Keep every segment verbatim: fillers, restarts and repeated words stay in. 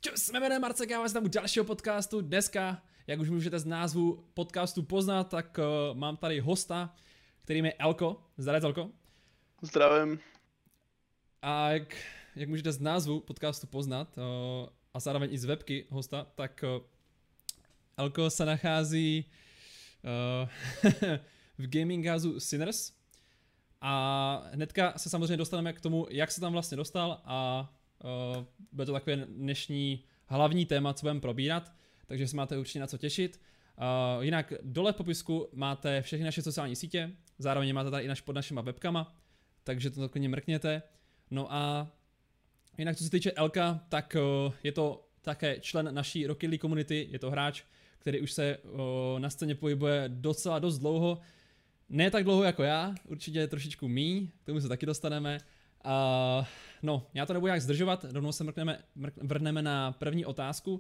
Čus, jsme jmenem Marcek, já vás tam u dalšího podcastu. Dneska, jak už můžete z názvu podcastu poznat, tak uh, mám tady hosta, kterým je Elko. Zdravím, Elko. Zdravím. A jak, jak můžete z názvu podcastu poznat, uh, a zároveň i z webky hosta, tak uh, Elko se nachází uh, v gaming houseu Sinners. A hnedka se samozřejmě dostaneme k tomu, jak se tam vlastně dostal a uh, bude to takové dnešní hlavní téma, co budeme probírat, takže se máte určitě na co těšit. Uh, jinak dole v popisku máte všechny naše sociální sítě, zároveň máte tady i naš, pod našima webkama, takže to klidně mrkněte. No a jinak co se týče Elka, tak uh, je to také člen naší Rocket League komunity, je to hráč, který už se uh, na scéně pohybuje docela dost dlouho. Ne tak dlouho jako já, určitě trošičku míň, k tomu se taky dostaneme. Uh, no, já to nebudu jak zdržovat, rovnou se mrkneme, mrk, vrhneme na první otázku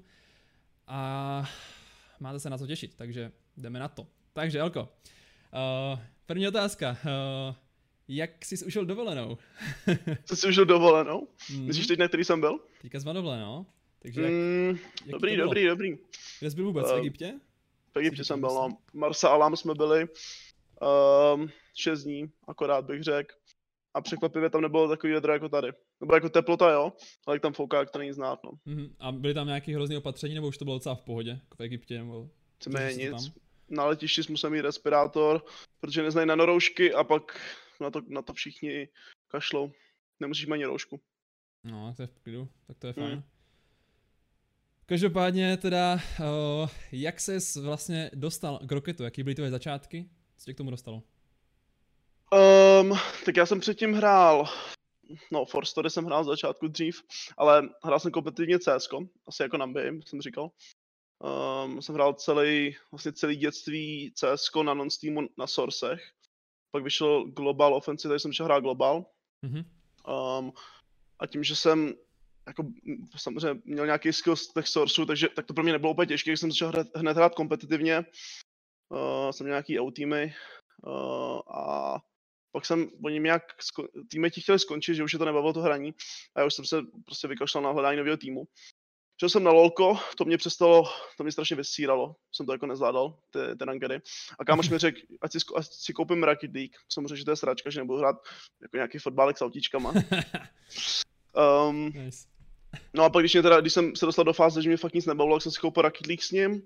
a máte se na co těšit, takže jdeme na to. Takže Elko, uh, první otázka, uh, jak jsi užil dovolenou? Co jsi užil dovolenou? Mm. Myslíš teď, na který jsem byl? Teďka jsi dovolenou, takže jak, mm, jak Dobrý, dobrý, dobrý. Kde jsi byl vůbec, uh, v Egyptě? V Egyptě jsem byl, no. Marsa Alam jsme byli. Um, šest dní, akorát bych řekl. A překvapivě tam nebylo takový vedro jako tady. Nebo jako teplota, jo, ale jak tam fouká, jak to není znát, no. Mm-hmm. A byly tam nějaké hrozné opatření, nebo už to bylo docela v pohodě, jako v Egyptě, nebo... Chceme nic. Na letišti jsme museli mít respirátor, protože neznají nanoroušky a pak na to, na to všichni kašlou. Nemusíš mít ani roušku. No, tak to je v klidu, tak to je fajn. Mm. Každopádně teda, uh, jak ses vlastně dostal k Rocketu, jaký byly tvoje začátky, co tě k tomu dostalo? Um, tak já jsem předtím hrál, no For Story jsem hrál z začátku dřív, ale hrál jsem kompetitivně C S ko, asi jako na B, jsem říkal. Um, jsem hrál celý, vlastně celý dětství C S ko na non-steamu na Sourcech. Pak vyšel Global Offensive, takže jsem začal hrát Global. Mm-hmm. Um, a tím, že jsem jako samozřejmě měl nějaký skill z těch Sourceů, takže tak to pro mě nebylo úplně těžké, když jsem začal hned, hned hrát kompetitivně. Uh, jsem měl nějaký out týmy uh, a pak jsem po něm nějak, týmy ti chtěli skončit, že už je to nebavilo to hraní a já už jsem se prostě vykašlal na hledání nového týmu. Šel jsem na lolko, to mě přestalo, to mě strašně vysíralo, jsem to jako nezvládal, ty, ty rankery. A kámoš mi řekl, ať si, ať si koupím Rocket League, jsem řekl, že to je sračka, že nebudu hrát jako nějaký fotbálek s autíčkama. Um, nice. No a pak když, mě teda, když jsem se dostal do fáze, že mě fakt nic nebavilo, tak jsem si koupil Rocket League s ním.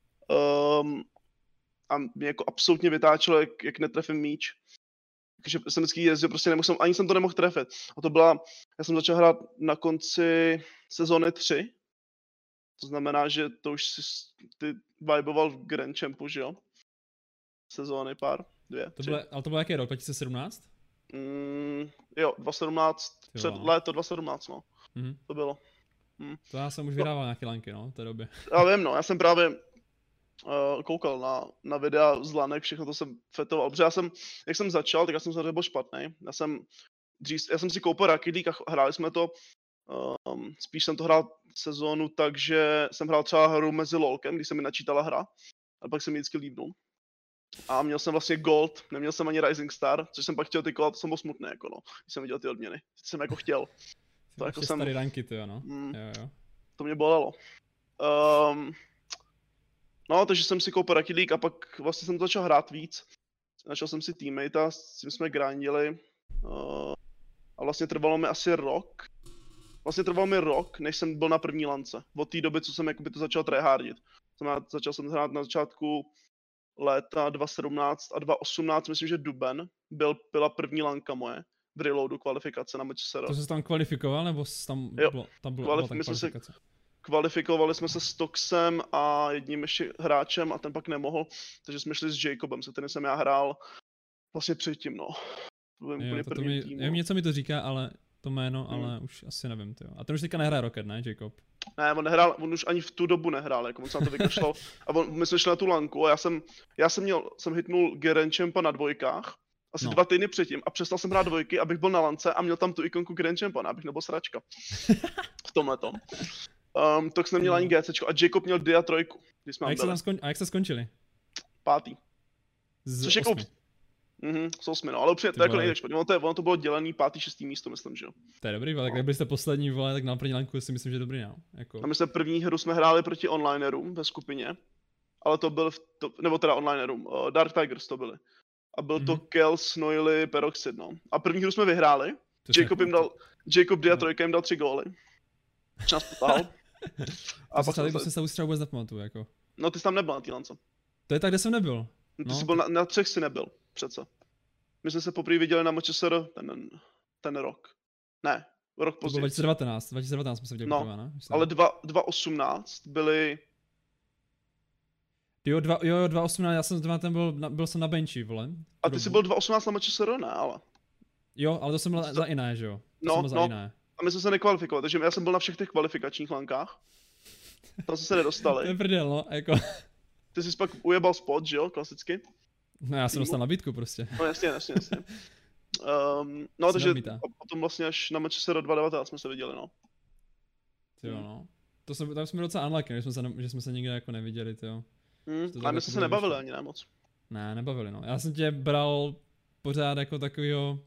Um, a mě jako absolutně vytáčelo, jak, jak netrefím míč. Takže jsem vždycky jezdil, prostě nemohl jsem, ani jsem to nemohl trefit. A to byla, já jsem začal hrát na konci sezóny tři. To znamená, že to už si ty viboval v Grand Champu, že jo? Sezóny pár, dvě, to bylo, ale to byl jaký rok, dva tisíce sedmnáct? Mm, jo, dva tisíce sedmnáct, před léto dva tisíce sedmnáct, no. Mm-hmm. To bylo. Mm. To já jsem už vydával no. nějaké lanky, no, v té době. Já vím, no, já jsem právě uh, koukal na, na videa z lanek, všechno to jsem fetoval, protože já jsem, jak jsem začal, tak já jsem se byl špatný. Já jsem, dřív, já jsem si koupil Rocket League a hráli jsme to, um, spíš jsem to hrál sezónu, takže jsem hrál třeba hru mezi lolkem, když se mi načítala hra, a pak jsem mi vždycky líbnul. A měl jsem vlastně Gold, neměl jsem ani Rising Star, což jsem pak chtěl tykovat, to jsem byl smutný, jako no, když jsem viděl ty odměny, jsem jako chtěl. To jako jsem starý ranky, ty jo, no. Mm, jo, jo. To mě bolelo. Um, no, takže jsem si koupil Rocket League a pak vlastně jsem začal hrát víc. Našel jsem si teammate a s tím jsme grindili. Uh, a vlastně trvalo mi asi rok. Vlastně trvalo mi rok, než jsem byl na první lance. Od té doby, co jsem jakoby to začal tryhardit. Začal jsem hrát na začátku léta dva tisíce sedmnáct a dva tisíce osmnáct, myslím, že duben, byl, byla první lanka moje. V reloadu kvalifikace na meč Sero. To jsi tam kvalifikoval, nebo jsi tam bylo, tam bylo, Kvalif- byla my kvalifikace? Se kvalifikovali jsme se s Toxem a jedním ještě hráčem a ten pak nemohl, takže jsme šli s Jacobem, se kterým jsem já hrál vlastně předtím, no. To byl úplně to, to první mi, tým, no. Něco mi to říká, ale to jméno, hmm. ale už asi nevím, tyjo. A ten už teďka nehraje Rocket, ne, Jacob? Ne, on nehrál, on už ani v tu dobu nehrál, jako on se na to vykašlal. A on, my jsme šli na tu lanku a já jsem, já jsem měl, jsem hitnul Grand Champa na dvojkách, asi no. dva týdny předtím a přestal jsem hrát dvojky, abych byl na lance a měl tam tu ikonku Grand Champa, abych nebyl sračka. V tomhletom. Um, Tox neměl ani GCčko a Jacob měl Dia trojku. A jak, se tam skon- a jak se skončili? Pátý. Z Což jako, Mhm, s osmi, no, ale upřímně, to jako nejde špatně, ono to, je, ono to bylo dělený pátý, šestý místo, myslím, že jo. To je dobrý, ale tak jak byste poslední, vole, tak na první lánku si myslím, že je dobrý, no. Jako... A my jsme první hru jsme hráli proti onlinerům ve skupině, ale to byl, v to, nebo teda onlinerům, uh, Dark Tigers to byli. A byl mm-hmm. to Kels, Noily, Peroxid, no. A první hru jsme vyhráli, Jacob jim dal, Jacob Dia trojka jim dal tři góly. Čas potáhl. A pak tady prostě se už třeba vůbec nepamatuju, jako. No ty jsi tam nebyl na té lance. To je tak, kde jsem nebyl. No, ty no, jsi byl na, na třech si nebyl, přece. My jsme se poprvé viděli na Manchester ten, ten rok. Ne, rok později. To bylo dva tisíce devatenáct, dva tisíce devatenáct jsme se viděli no, poprvé, ne? Ale dva tisíce osmnáct byli... Jo, dva, jo, dva tisíce osmnáct, já jsem ten byl, byl jsem na benchi, vole. A ty jsi byl dva tisíce osmnáct na Manchester, ne, ale... Jo, ale to jsem byl to... za jiné, že jo? To no, jsem byl no. za jiné. A my jsme se nekvalifikovali, takže já jsem byl na všech těch kvalifikačních lankách. Tam jsme se nedostali. To je prdel, no, jako... Ty jsi pak ujebal spot, že jo, klasicky. No já jsem dostal nabídku prostě. No jasně, jasně, jasně. Um, no takže a potom vlastně až na Manchester dva tisíce devatenáct jsme se viděli, no. Jo, no. To jsme, tam jsme byli docela unlucky, že jsme se, že jsme se nikde jako neviděli, jo. Hmm, ale my jsme se nebavili ani ne moc. Ne, nebavili, no. Já jsem tě bral pořád jako takovýho...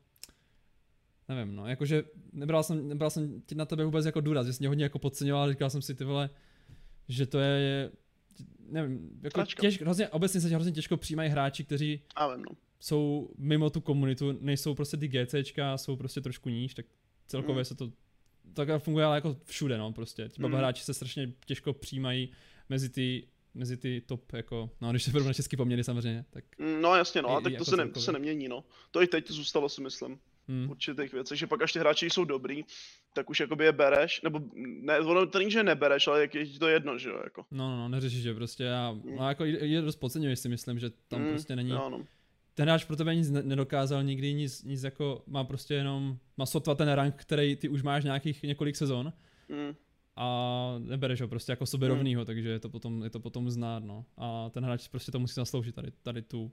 Nevím, no, jakože nebral jsem, nebral jsem na tebe vůbec jako důraz, že jsi mě hodně jako podceňoval, říkal jsem si ty vole, že to je, nevím, jako těž, hrozně, obecně se hrozně těžko přijímají hráči, kteří vím, no. jsou mimo tu komunitu, nejsou prostě ty GCčka, jsou prostě trošku níž, tak celkově mm. se to, tak funguje ale jako všude, no, prostě, ti mm. hráči se strašně těžko přijímají mezi ty, mezi ty top, jako, no, když se budou na český poměry samozřejmě, tak. No jasně, no, a tak to, jako se ne, to se nemění, no, to i teď zůstalo si myslím. Hmm. určitých věcech, že pak až ty hráči jsou dobrý, tak už jakoby je bereš, nebo ne, ono to není, že nebereš, ale jak je ti to jedno, že jo, jako. No, no, no, neřešíš, že prostě já, hmm. no jako je dost podceňuješ si myslím, že tam hmm. prostě není, no, no. ten hráč pro tebe nic nedokázal nikdy, nic, nic jako, má prostě jenom, má sotva ten rank, který ty už máš nějakých několik sezon hmm. a nebereš ho prostě jako sobě hmm. rovnýho, takže je to potom, je to potom znát, no, a ten hráč prostě to musí zasloužit tady, tady tu uh,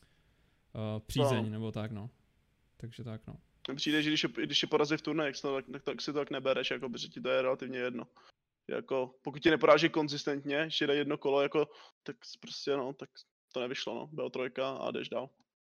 přízeň, no. nebo tak, no. Takže tak, no. Přijde, že když je, když je porazí v turnaji, tak, tak, tak si to tak nebereš, jako, protože ti to je relativně jedno. Jako, pokud ti neporáží konzistentně, že jde jedno kolo, jako, tak prostě no, tak to nevyšlo, no. Byl trojka a jdeš dál.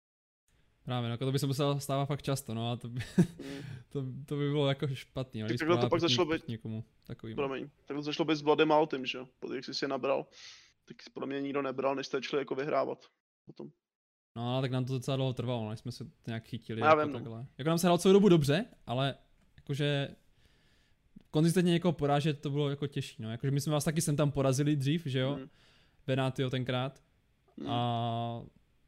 Právě, no, jako to by se muselo stávat fakt často, no a to by, mm. to, to by bylo jako špatný. Tak takhle to pak začalo být, někomu takovým. Promiň, takhle to začalo být s Vladem Altem, že jo, protože jak jsi si je nabral, tak pro mě nikdo nebral, než jste šli jako vyhrávat potom. No, tak nám to docela dlouho trvalo, než jsme se to nějak chytili, já jako vím, takhle. No. Jako nám se hrál celou dobu dobře, ale jakože konzistentně někoho porážet to bylo jako těžší, no. Jakože my jsme vás taky sem tam porazili dřív, že jo, mm. Benátio tenkrát. Mm. A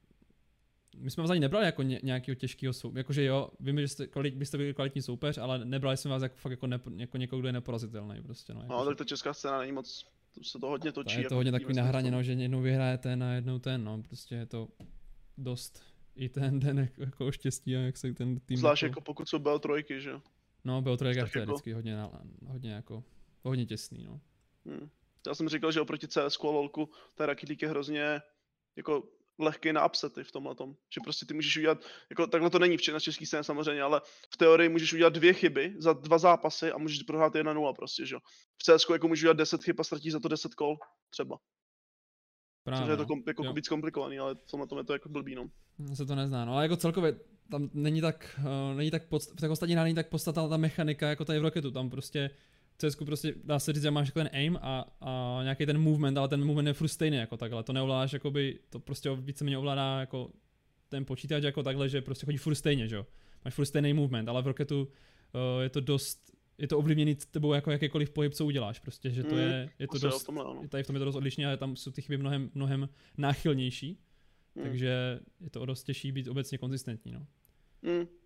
my jsme vás ani nebrali jako ně, nějakého těžkého soupeře, jakože jo, víme, že jste, kvalit, byste byli kvalitní soupeř, ale nebrali jsme vás jako fakt jako, nepo, jako někoho, kdo je neporazitelný prostě, no. Jako, no, tak ta česká scéna není moc, to se to hodně točí. To je to hodně takový nahraněno, že jednou vyhrajete na jednou ten, no, prostě je to dost i ten den jako štěstí a jak se ten tým... Zvlášť jako, jako pokud jsou B O tři, že jo? No, B O tři je jako... vždycky hodně, hodně jako, hodně těsný, no. Hmm. Já jsem říkal, že oproti C S ku a LoLku, ten Rocket League je hrozně jako lehký na upsety v tomhletom. Že prostě ty můžeš udělat, jako takhle to není na český scéně samozřejmě, ale v teorii můžeš udělat dvě chyby za dva zápasy a můžeš prohrát jedna nula prostě, že jo. V C S ku jako můžeš udělat deset chyb a ztratíš za to deset kol, třeba. Právě, což je to kom, jako víc komplikovaný, ale v tomhle tom je to jako blbý, no. Se to nezná, no, ale jako celkově tam není tak, uh, není tak, podst- tak ostatní není tak podstatná ta mechanika, jako tady v Rocketu, tam prostě v C S ku prostě dá se říct, že máš jako ten aim a, a nějaký ten movement, ale ten movement je furt stejný jako takhle, to neovládáš jakoby, to prostě víceméně ovládá jako ten počítač jako takhle, že prostě chodí furt stejně, že jo, máš furt stejný movement, ale v Rocketu uh, je to dost, je to ovlivněný tebou jako jakýkoliv pohyb, co uděláš, prostě, že to je, je to dost, tomhle, no. Tady v tom je to dost odlišné, ale tam jsou ty chyby mnohem, mnohem náchylnější, hmm. takže je to o dost těžší být obecně konzistentní, no. Hmm. Uh,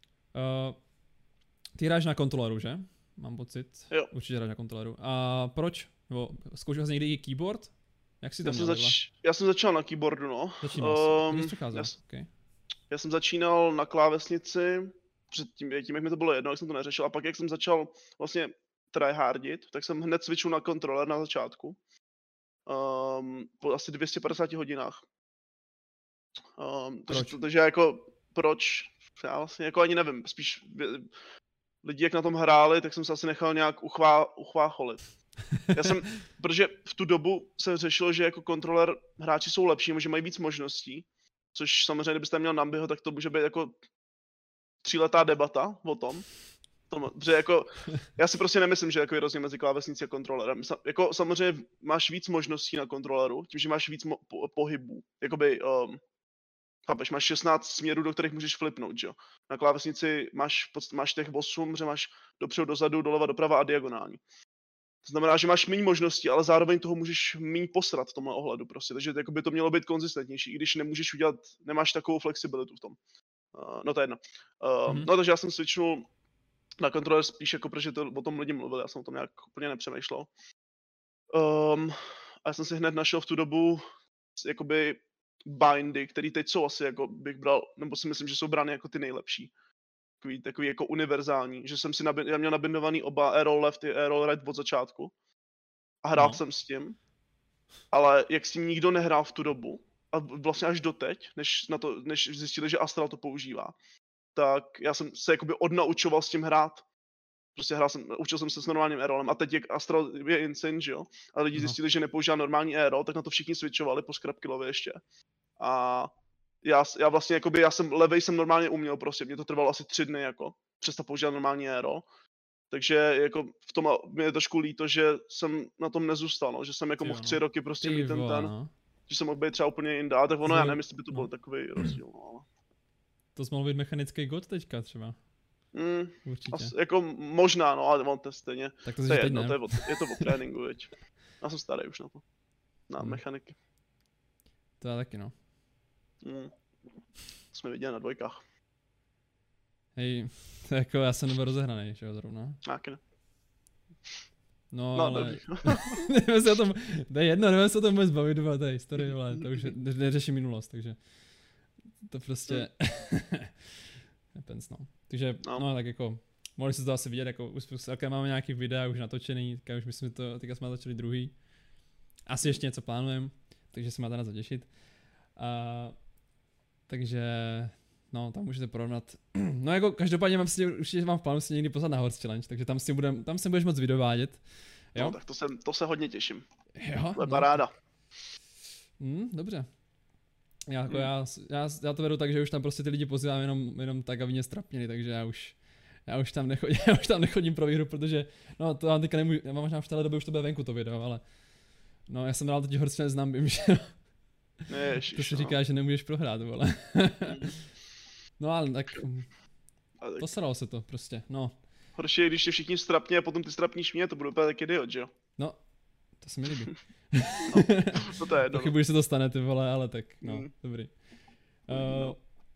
ty hráš na kontroleru, že? Mám pocit. Jo. Určitě hráš na kontroleru. A proč? Nebo zkoušel jsi někdy i keyboard? Jak si to já, měl, jsem zač- já jsem začal na keyboardu, no. Začínal um, jsi. Já, okay. já jsem začínal na klávesnici, před tím, tím, jak mi to bylo jedno, jak jsem to neřešil. A pak, jak jsem začal vlastně tryhardit, tak jsem hned switchul na kontroler na začátku. Um, po asi dvě stě padesát hodinách. Um, takže, takže jako, proč? Já vlastně jako ani nevím, spíš lidi jak na tom hráli, tak jsem se asi nechal nějak uchvá, uchvácholit. Já jsem, protože v tu dobu se řešilo, že jako kontroler hráči jsou lepší, že mají víc možností, což samozřejmě, kdybyste měl Nambiho, tak to může být jako tříletá debata o tom. tom že jako, já si prostě nemyslím, že je jako rozdíl mezi klávesnicí a kontrolerem. Sa, jako samozřejmě máš víc možností na kontroleru, tím, že máš víc mo- po, pohybů. Jakoby, um, chápeš, máš šestnáct směrů, do kterých můžeš flipnout, že jo. Na klávesnici máš, máš těch osm, že máš dopředu, dozadu, doleva, doprava a diagonální. To znamená, že máš méně možností, ale zároveň toho můžeš méně posrat v tomhle ohledu prostě, takže jako by to mělo být konzistentnější, i když nemůžeš udělat, nemáš takovou flexibilitu v tom. Uh, no to je jedno. Uh, mm-hmm. No takže já jsem switchnul na kontroler spíš jako, protože to o tom lidi mluvili, já jsem o tom nějak úplně nepřemýšlel. Um, a já jsem si hned našel v tu dobu jakoby bindy, který teď jsou asi jako bych bral, nebo si myslím, že jsou brány jako ty nejlepší. Takový, takový jako univerzální, že jsem si nabi- já měl nabindovaný oba aero left i aero right od začátku a hrál no. jsem s tím, ale jak s tím nikdo nehrál v tu dobu a vlastně až doteď, než, na to, než zjistili, že Astral to používá, tak já jsem se jakoby odnaučoval s tím hrát. Prostě hrál jsem, učil jsem se s normálním aerolem a teď jak Astral je insane, že jo? A lidi no. zjistili, že nepoužívá normální aero, tak na to všichni switchovali po Scrapkillovi ještě. A já, já vlastně jakoby, já jsem, levej jsem normálně uměl prostě, mě to trvalo asi tři dny jako, přestat používat normální aero. Takže jako v tom mě je trošku líto, že jsem na tom nezůstal, no, že jsem jako mohl tři no. roky prostě mít ten ten, no. že jsem mohl být třeba úplně jinde, a tak ono, já nevím, jestli by to byl no. takový rozdíl, no, ale... To jsi mohl být mechanický god teďka třeba. Mm, Určitě. As, jako možná, no, ale on to stejně, tak to, to je jedno, to je, o, je to o tréninku, veď. Já jsem starý už na to, na hmm. mechaniky. To já taky, no. Mm. To jsme viděli na dvojkách. Hej, to jako já jsem nebyl rozehranej, že jo, zrovna. Taky ne. No, no ale... Jdeme se o tom, to je jedno, jdeme se o tom vůbec bavit, dva té historie, ale to už neřeší minulost, takže... To prostě... Happens, no. Takže, no. no tak jako, mohli jste to asi vidět, jako už máme nějaký videa už natočený, teďka už myslím, to, teďka jsme natočili druhý. Asi ještě něco plánujeme, takže se máte na to těšit. A, takže, no tam můžete porovnat. No jako každopádně mám si, určitě mám v plánu si někdy pozvat na Horse Challenge, takže tam si budem, tam se budeš moc videovádět. Jo? No tak to se, to se hodně těším. Jo? To je paráda. Hmm, dobře. Já, jako hmm. já, já, já to vedu tak, že už tam prostě ty lidi pozývám jenom, jenom tak, aby mě strapnili, takže já už, já už tam nechodím, já už tam nechodím pro výhru, protože, no to já teďka nemůžu, já mám možná v téhle době už to bude venku to video, ale, no já jsem dál teď Horse neznám, vím, že Ježiš, to si říká, no. že nemůžeš prohrát, vole. No ale tak, posralo se to prostě, no. Horší je, když tě všichni strapní a potom ty strapníš mě, to bude úplně tak idiot, že jo? No, to se mi líbí. No, to je jedno. Pochybuji, že se to stane, ty vole, ale tak, no, mm. dobrý. Uh, no.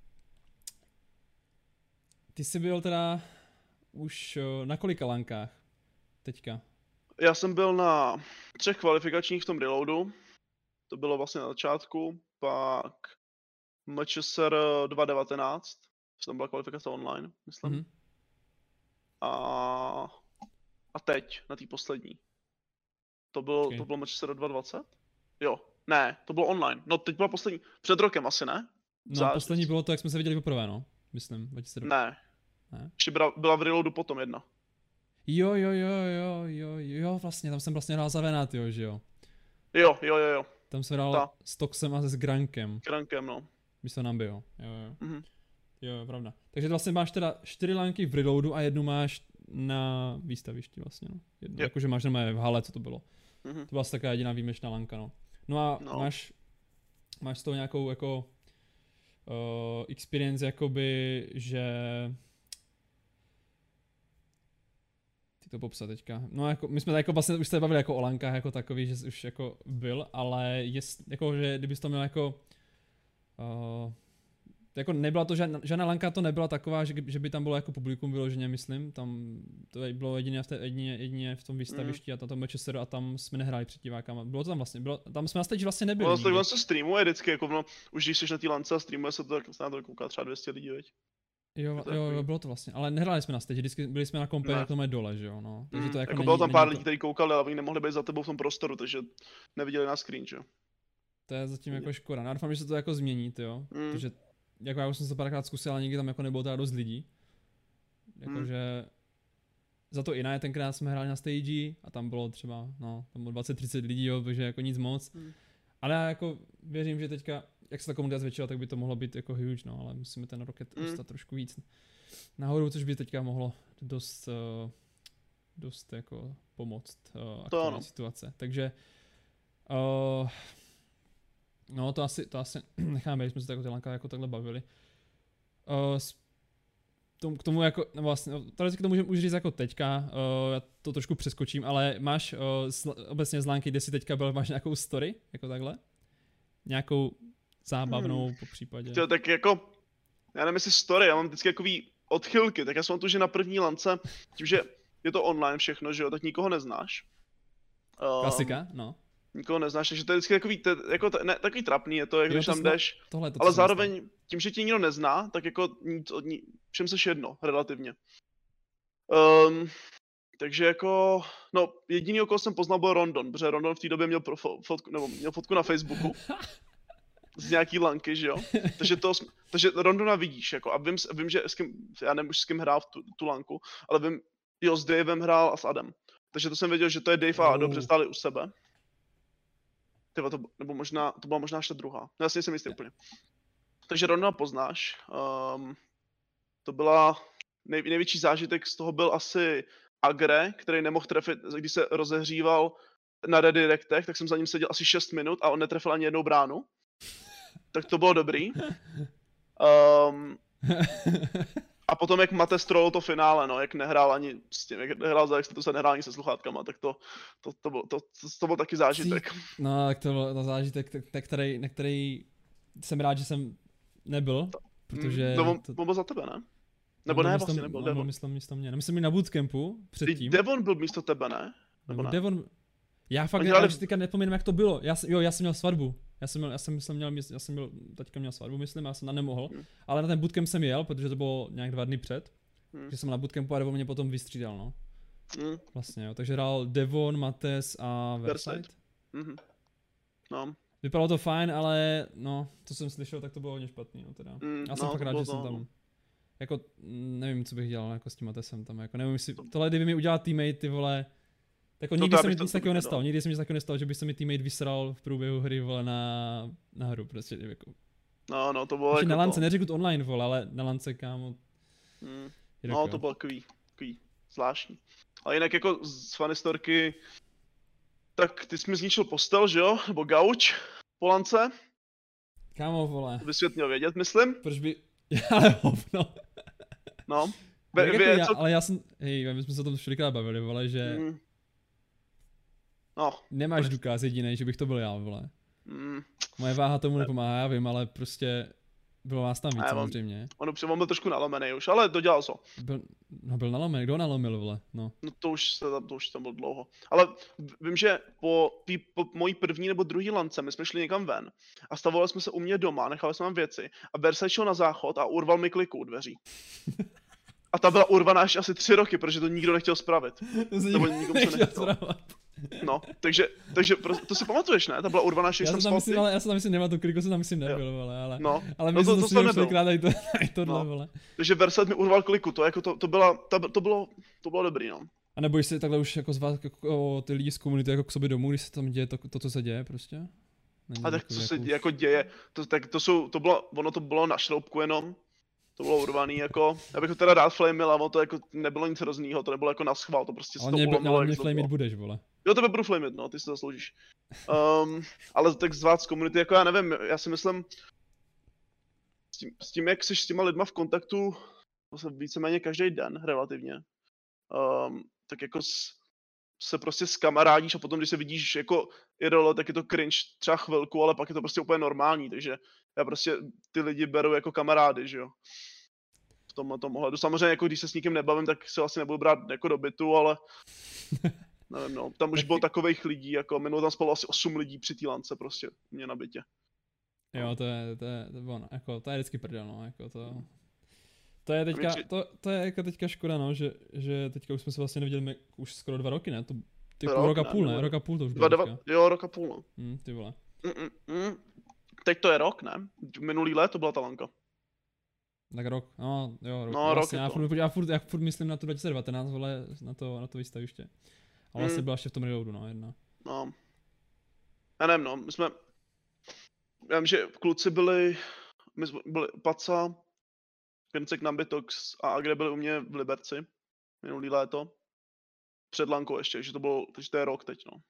Ty jsi byl teda už uh, na kolika lankách teďka? Já jsem byl na třech kvalifikačních v tom reloadu. To bylo vlastně na začátku, pak M Č S R dva devatenáct, tam byla kvalifikace online, myslím. Mm-hmm. A, a teď, na té poslední. To byl, okay. to bylo M Č S R dva dvacet? Jo, ne, to bylo online. No teď byla poslední, před rokem asi, ne? No Zářic. Poslední bylo to, jak jsme se viděli poprvé, no, myslím. dvacet Ne, ne? Ještě byla, byla v reloadu potom jedna. Jo, jo, jo, jo, jo, jo, vlastně, tam jsem vlastně hrál za Venat, jo, že jo? Jo, jo, jo, jo. Tam jsem hrál Ta. s Toxem a s Grankem. Grankem, no. Místo Nambi, jo, jo, jo. Mm-hmm. Jo, je pravda. Takže vlastně máš teda čtyři lanky v reloadu a jednu máš na výstavišti vlastně, no. Jednu, yep. Jakože máš normálně v hale, co to bylo. Mm-hmm. To byla asi taková jediná výjimečná lanka, no. No a no. máš, máš s tou nějakou jako uh, experience jakoby, že... Ty to popsat teďka. No jako, my jsme jako vlastně už se bavili jako o lankách jako takový, že jsi už jako byl, ale jest, jako, že kdybys to měl jako... Uh, jako nebyla to žádná, žádná lanka to nebyla taková, že, že by tam bylo jako publikum vyloženě, myslím, tam to bylo jedině v, té, jedině, jedině v tom výstavišti mm. a tam M Č S R a tam jsme nehráli před divákama. Bylo to tam vlastně, bylo, tam jsme na stage vlastně nebyli. No, tak se streamuje vždycky, jako no, už když jsi na té lance a streamuje se to, tak se na to kouká třeba dvě stě lidí, veď? Jo, jo, jo, bylo to vlastně, ale nehráli jsme na stage, vždycky byli jsme na kompě, jak to mají dole, že jo, no. Takže to mm, jako, jako není, bylo tam pár to... lidí, kteří koukali, ale oni nemohli být za tebou v tom prostoru, takže neviděli na screen, že jo. To je zatím jako škoda, já doufám, že se to jako změní, jo, mm. protože jako já už jsem to párkrát zkusil, ale nikdy tam jako nebylo teda dost lidí. Jakože hmm. za to jiné tenkrát jsme hráli na stage a tam bylo třeba, no, tam bylo dvacet třicet lidí, jo, takže jako nic moc. Hmm. Ale já jako věřím, že teďka, jak se ta komunita zvětšila, tak by to mohlo být jako huge, no, ale musíme ten roket Mm. dostat trošku víc nahoru, což by teďka mohlo dost, uh, dost jako pomoct uh, aktuální situace. Takže uh, no to asi, to asi necháme, když jsme se tak o Lanka jako takhle bavili. Uh, tom, k tomu jako, no vlastně, to to můžeme už říct jako teďka, uh, já to trošku přeskočím, ale máš uh, sl- obecně z Lanky, kde jsi teďka byl, máš nějakou story, jako takhle? Nějakou zábavnou hmm. po případě? To tak jako, já nevím jestli story, já mám vždycky takový odchylky, tak já jsem tu, že na první lance, tím, že je to online všechno, že jo, tak nikoho neznáš. Um, Klasika, no. Nikoho neznáš, takže to je vždycky takový, te, jako t, ne, takový trapný je to, jak jo, když to tam sna... jdeš, tohle, to, ale zároveň tím, že tě nikdo nezná, tak jako nic od ní, všem seš jedno, relativně. Um, takže jako, no jediný, koho jsem poznal, byl Rondon, protože Rondon v té době měl profil, fotku, nebo měl fotku na Facebooku. Z nějaký lanky, že jo? Takže, to, takže Rondona vidíš, jako, a vím, vím, že s kým, já nevím už s kým hrál v tu, tu lanku, ale vím, jo, s Davem hrál a s Adem. Takže to jsem věděl, že to je Dave a Ado, protože stáli u sebe. Tyba to, nebo možná, to byla možná ještě druhá. No, já si nejsem jistý úplně. Takže Rondona poznáš. Um, to byla, nej, největší zážitek z toho byl asi Agre, který nemohl trefit, když se rozehříval na redirectech, tak jsem za ním seděl asi šest minut a on netrefil ani jednou bránu. Tak to bylo dobrý. Um, a potom jak Mate strolil to finále, no, jak nehrál ani s tím, jak nehrál za jak to se nehrál ani se sluchátkama, tak to, to, to, byl, to, to, to byl taky zážitek. No, tak to byl to zážitek, na který, na který jsem rád, že jsem nebyl, protože... To, to, to byl za tebe, ne? Nebo no, ne, místo, vlastně nebyl, Devon. Místo, místo mě, nemyslím mi na bootcampu předtím. Devon byl místo tebe, ne? Nebo ne? Devon... Já fakt ne, dělali... já už teďka nepomínám, jak to bylo. Já, jo, já jsem měl svatbu. Já jsem měl, já jsem, jsem měl, já jsem měl, teďka měl svatbu, myslím, já jsem na nemohl. Hmm. Ale na ten bootcamp jsem jel, protože to bylo nějak dva dny před. Hmm. Že jsem na bootcampu a Devon mě potom vystřídal, no. Hmm. Vlastně, jo. Takže hrál Devon, Mates a Versailles. Mm-hmm. No. Vypadalo to fajn, ale no, co jsem slyšel, tak to bylo hodně špatný, no teda. Mm, já jsem no, fakt rád, že jsem tam. Jako, nevím, co bych dělal jako s tím Matesem tam, jako nevím, jestli, tohle kdyby mi udělal teammate, ty vole. Jako nikdy se mi nic takového nestalo, nikdy se mi nic takového nestalo, že by se mi teammate vysral v průběhu hry, vole, na, na hru, prostě, jako. No, no, to bylo jako na lance, to... neřekl to online, vole, ale na lance, kámo. Mm. No, to bylo takový, takový zvláštní. Ale jinak jako z fanistorky, tak ty jsi mi zničil postel, že jo, nebo gauč po lance. Kámo, vole. To by svět měl vědět, myslím. Proč by, ale hovno. No. Be, be, jako já, co... Ale já jsem, hej, my jsme se o tom všelikrát bavili, vole, že... Mm. No. Nemáš důkaz jedinej, že bych to byl já, vole. Mm. Moje váha tomu nepomáhá, já vím, ale prostě bylo vás tam víc, samozřejmě. On, on, on byl trošku nalomený už, ale dodělal to. Byl, no byl nalomený, kdo nalomil, vole, no. No to už, se tam, to už tam bylo dlouho. Ale vím, že po, tý, po mojí první nebo druhý lance my jsme šli někam ven a stavovali jsme se u mě doma, nechali jsme tam věci a Versailles šel na záchod a urval mi kliku u dveří. A ta byla urvaná až asi tři roky, protože to nikdo nechtěl spravit. Nebo nikomu se nechtěl. No, takže, takže to si pamatuješ, ne? Ta byla urvaná, že jsem tam myslím, ale já jsem tam myslím, nemá tu kliku, jsem tam myslím nebyl, vole, ale, no. ale no my to, jsme to, to, to nebyl. Krát i to, i tohle, no. vole. Takže Versailles mi urval kliku, to jako to, to byla, ta, to bylo, to bylo dobrý, no. A nebojíš se takhle už jako zvát jako, ty lidi z komunity jako k sobě domů, když se tam děje to, to co se děje prostě? Není a tak co se jako děje, to, tak to jsou, to bylo, ono to bylo na šroubku jenom. To bylo urvaný jako, já bych ho teda rád flamil, ale to jako nebylo nic hroznýho, to nebylo jako na schvál, to prostě se to ulomilo. Ale mě flamit budeš, vole. Jo, tebe budu flamit, no, ty si to zasloužíš. Um, ale tak zvát z komunity, jako já nevím, já si myslím, s tím, s tím jak jsi s těma lidma v kontaktu, víceméně každý den, relativně, um, tak jako s, se prostě skamarádíš a potom, když se vidíš jako I R L, tak je to cringe třeba chvilku, ale pak je to prostě úplně normální, takže já prostě ty lidi beru jako kamarády, že jo. V tomhle tom ohledu. Samozřejmě jako když se s nikým nebavím, tak se asi nebudu brát jako do bytu, ale nevím, no. Tam už bylo takových lidí, jako minulý tam spalo asi osm lidí při té lance prostě, mě na bytě. Jo, to je, to je, to je, ono, jako, to je vždycky prdel, no, jako to... To je teďka, to, to je jako teďka škoda, no, že, že teďka už jsme se vlastně neviděli už skoro dva roky, ne? To, ty rok, rok a půl, ne? ne? Rok a půl to už bylo dva, dva, Jo, rok a půl, no. Mm, ty vole. Mm, mm, mm. Teď to je rok, ne? Minulý let to byla ta lanka. Tak rok, no jo, rok. No, vlastně, rok já, furt, já, furt, já furt myslím na to dva tisíce devatenáct, vole, na to, na to výstaviště. A vlastně mm. byla ještě v tom reloadu, no, jedna. No. Já nevím, no, my jsme... já vím, že kluci byli, my jsme byli Paca, Grncek, Nambitox a Agre byli u mě v Liberci minulý léto. Před Lankou ještě, že to bylo, takže to je rok teď, no.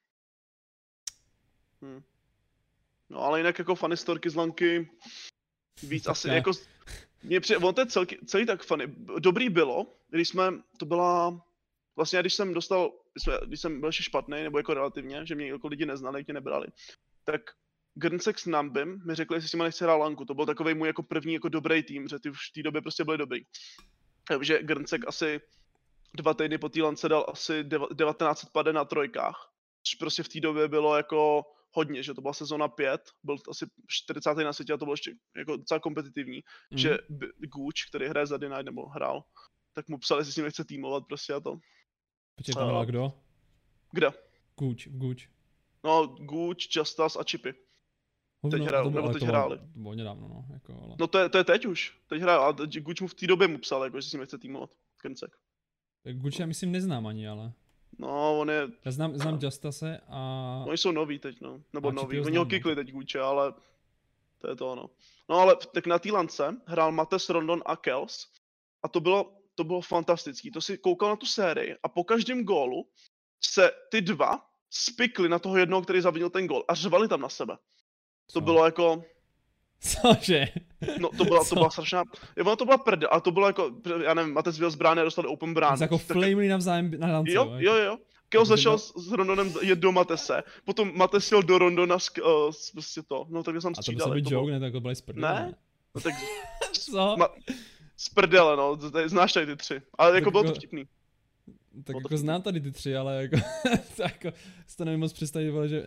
Hm. No ale jinak jako funny storky z Lanky, víc asi já... jako, mě přijde, on to je celý, celý tak funny. Dobrý bylo, když jsme, to byla, vlastně když jsem dostal, když, jsme, když jsem byl ještě špatný, nebo jako relativně, že mě jako lidi neznali, mě nebrali, tak Grncek s Nambim mi řekli, jestli s nimi nechci hrát Lanku. To byl takový můj jako první jako dobrý tým, že ty už v té době prostě byli dobrý. Takže Grncek asi dva týdny po té lance dal asi devatenáct set pade na trojkách. Což prostě v té době bylo jako hodně, že to byla sezóna pět, byl asi čtyřicátý na světě a to bylo ještě jako docela kompetitivní. Mm. Že Gooch, který hraje za Denied nebo hrál, tak mu psali, jestli s ním nechce týmovat prostě a to. Počkej, tam hrál kdo? Kde? Gooch, Gooch. No, Gooch, Justas a Chippy. Teď no, hrál, to bylo, nebo teď to hráli. To bylo nedávno, no. Jako, ale... No to je, to je teď už. Teď hrál, a Gooch mu v té době mu psal, jako, že si nechce týmovat. Grncek. Gooch já myslím neznám ani, ale... No, on je... Já znám, znám Justase a... Oni jsou noví teď, no. Nebo a noví. Oni ho kikli teď Gooche, ale... To je to ono. No ale tak na té lance hrál Mates, Rondon a Kels. A to bylo, to bylo fantastický. To si koukal na tu sérii a po každém gólu se ty dva spikli na toho jednoho, který zavinil ten gól a řvali tam na sebe. To Co? bylo jako... Cože? No to byla, to byla strašná... Jo, to byla prdel, ale to bylo jako... Já nevím, Matec byl z brány a dostal open brány. Jako tak... flamely navzájem na lance, jo, jo, jo. Kels začal s, s Rondonem jet do Matese, potom Mates jel do Rondona s, uh, s prostě to, no tak jsem střídal. A to musel být joke, ne? To bylo z prdele. Ne? No tak... Co? Ma, z prdele, no, tady, znáš tady ty tři, ale jako bylo to vtipný. Tak jako znám tady ty tři, ale jako, jako si to nevím moc představit, vole, že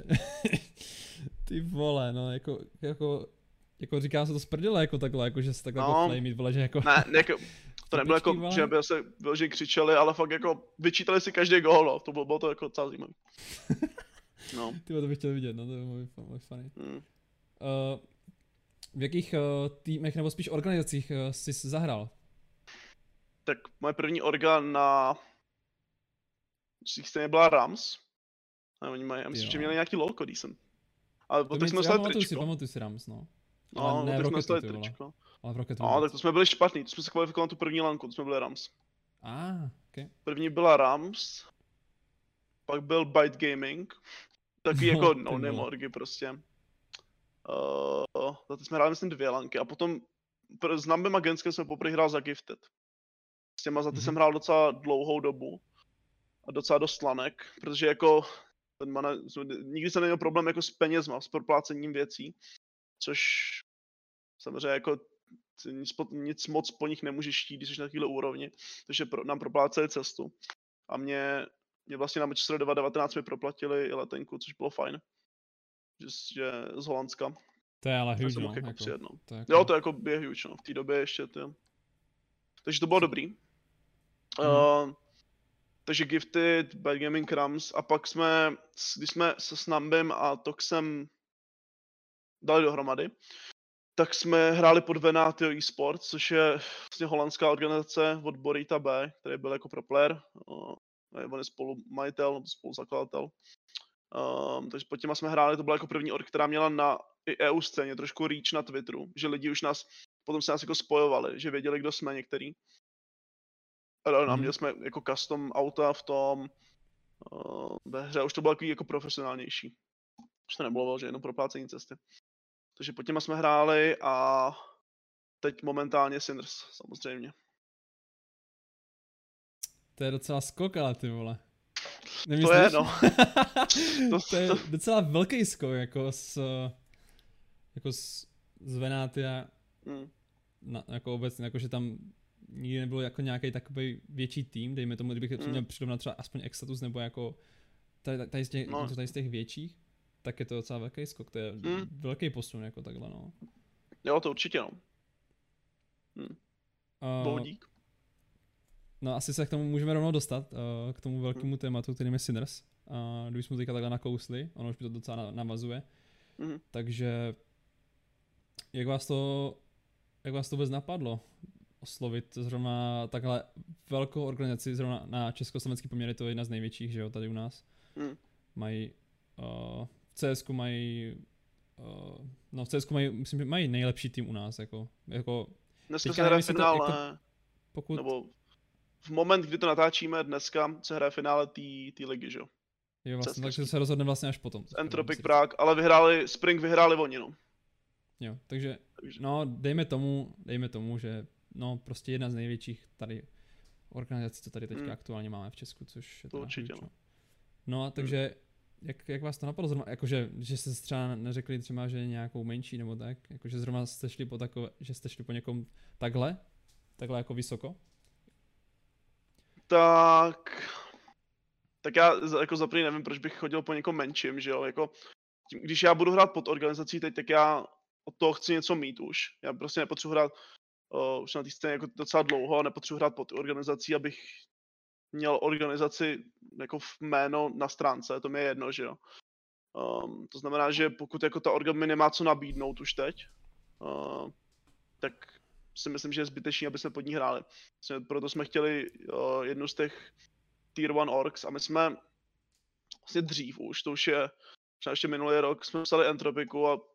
ty vole, no, jako, jako, jako říká se to z prdele, jako takhle, jako, že se takhle no, jako flameit, vole, že jako... Ne, jako, to nebylo jako, vole? Že by se vyloženě křičeli, ale fakt jako vyčítali si každý gól, no, to bylo, bylo to jako celá zajímavý. No. Tyhle, to bych chtěl vidět, no, to je můj funny. Hmm. Uh, v jakých uh, týmech, nebo spíš organizacích uh, jsi zahrál? Tak moje první orga na... Stejně byla Rams. A oni mají, já myslím, jo. že měli nějaký lolko decent. Ale to tak jsme dostali tričko. Si, pamatuju si Rams, no. No, ale ne, tak jsme dostali tričko. Ale v Rocketu. No, tak to jsme byli špatný, to jsme se kvalifikovali na tu první lanku, to jsme byli Rams. Ah, okay. První byla Rams, pak byl Byte Gaming, taky jako no name orgy prostě. Uh, za jsme hráli myslím dvě lanky a potom s Nambem a Genskem jsem poprvé hrál za Gifted. S těma za ty mm-hmm. jsem hrál docela dlouhou dobu. A docela dost lanek, protože jako ten man, nikdy jsem neměl problém jako s penězma, s proplácením věcí, což samozřejmě jako nic, nic moc po nich nemůžeš chtít, když jsi na takovéhle úrovni, takže pro, nám propláceli cestu. A mě, mě vlastně na Manchester dva devatenáct mi proplatili i letenku, což bylo fajn, že, že z Holandska. To je ale huge, no. Jako jako, přijet, no. To je jako... Jo, to jako je huge, no, v té době ještě, to. Takže to bylo dobrý. Mm. Uh, Takže Gifted, Bad Gaming, Rams a pak jsme, když jsme se s Nambem a Toxem dali dohromady, tak jsme hráli pod Venatio eSports, což je vlastně holandská organizace od Borita B, který byl jako pro player, on je spolu majitel nebo spoluzakladatel. Um, takže pod těma jsme hráli, to byla jako první org, která měla na i E U scéně trošku reach na Twitteru, že lidi už nás, potom se nás jako spojovali, že věděli, kdo jsme některý. Ale mm. měli jsme jako custom auta v tom, uh, ve hře, už to bylo jako profesionálnější. Už to nebylo, že jenom proplácení cesty. Takže pod těma jsme hráli a teď momentálně Sinners, samozřejmě. To je docela skok, ale ty vole. Nemyslíš? To je, no. to, to je docela velký skok, jako s, jako s, z Venatia, mm. na, jako obecně, jako že tam nikdy nebylo jako nějaký takový větší tým, dejme tomu, kdybych mm. měl přirovnat třeba aspoň Exatus nebo jako tady, tady, z těch, no. tady z těch větších, tak je to docela velký skok, to je mm. velký posun jako takhle, no. Jo, to určitě, no. Hm. Uh, Bohdík. No asi se k tomu můžeme rovnou dostat, uh, k tomu velkému mm. tématu, kterým je Sinners. Uh, když jsme to teďka takhle nakousli, ono už mi to docela navazuje. Mm. Takže jak vás to, jak vás to vůbec napadlo oslovit zrovna takhle velkou organizaci, zrovna na československý poměr je to jedna z největších, že jo, tady u nás. Mm. Mají uh, v C S ku mají uh, no v C S ku mají, myslím, že mají nejlepší tým u nás, jako, jako Dneska teďka se hraje nevím, jestli to, jak finále, to, pokud, nebo v moment, kdy to natáčíme dneska, se hraje finále té ligy, že jo? jo, vlastně, takže ceskařský. se rozhodne vlastně až potom. teďka Entropic musím říct. Prague, ale vyhráli, Spring vyhráli oni, no. Jo, takže, Takže- no, dejme tomu, dejme tomu, že, no, prostě jedna z největších tady organizací, co tady teďka Hmm. aktuálně máme v Česku, což je To teda určitě, huge, no. No a takže, jak, jak vás to napadlo zrovna, jakože, že jste třeba neřekli třeba, že nějakou menší nebo tak, jakože zrovna jste šli po takové, že jste šli po někom takhle, takhle jako vysoko? Tak... Tak já za- jako za první nevím, proč bych chodil po někom menším, že jo, jako... Tím, když já budu hrát pod organizací teď, tak já od toho chci něco mít už. Já prostě nepotřebuji hrát uh, už na té scéně jako docela dlouho, nepotřebuji hrát pod organizací, abych měl organizaci jako v jméno na stránce, to mi je jedno, že jo. Um, to znamená, že pokud jako ta orga mi nemá co nabídnout už teď, uh, tak si myslím, že je zbytečný, aby jsme pod ní hráli. Vlastně proto jsme chtěli uh, jednu z těch tier one orgs a my jsme vlastně dřív už, to už je třeba ještě minulý rok, jsme psali Entropiku a,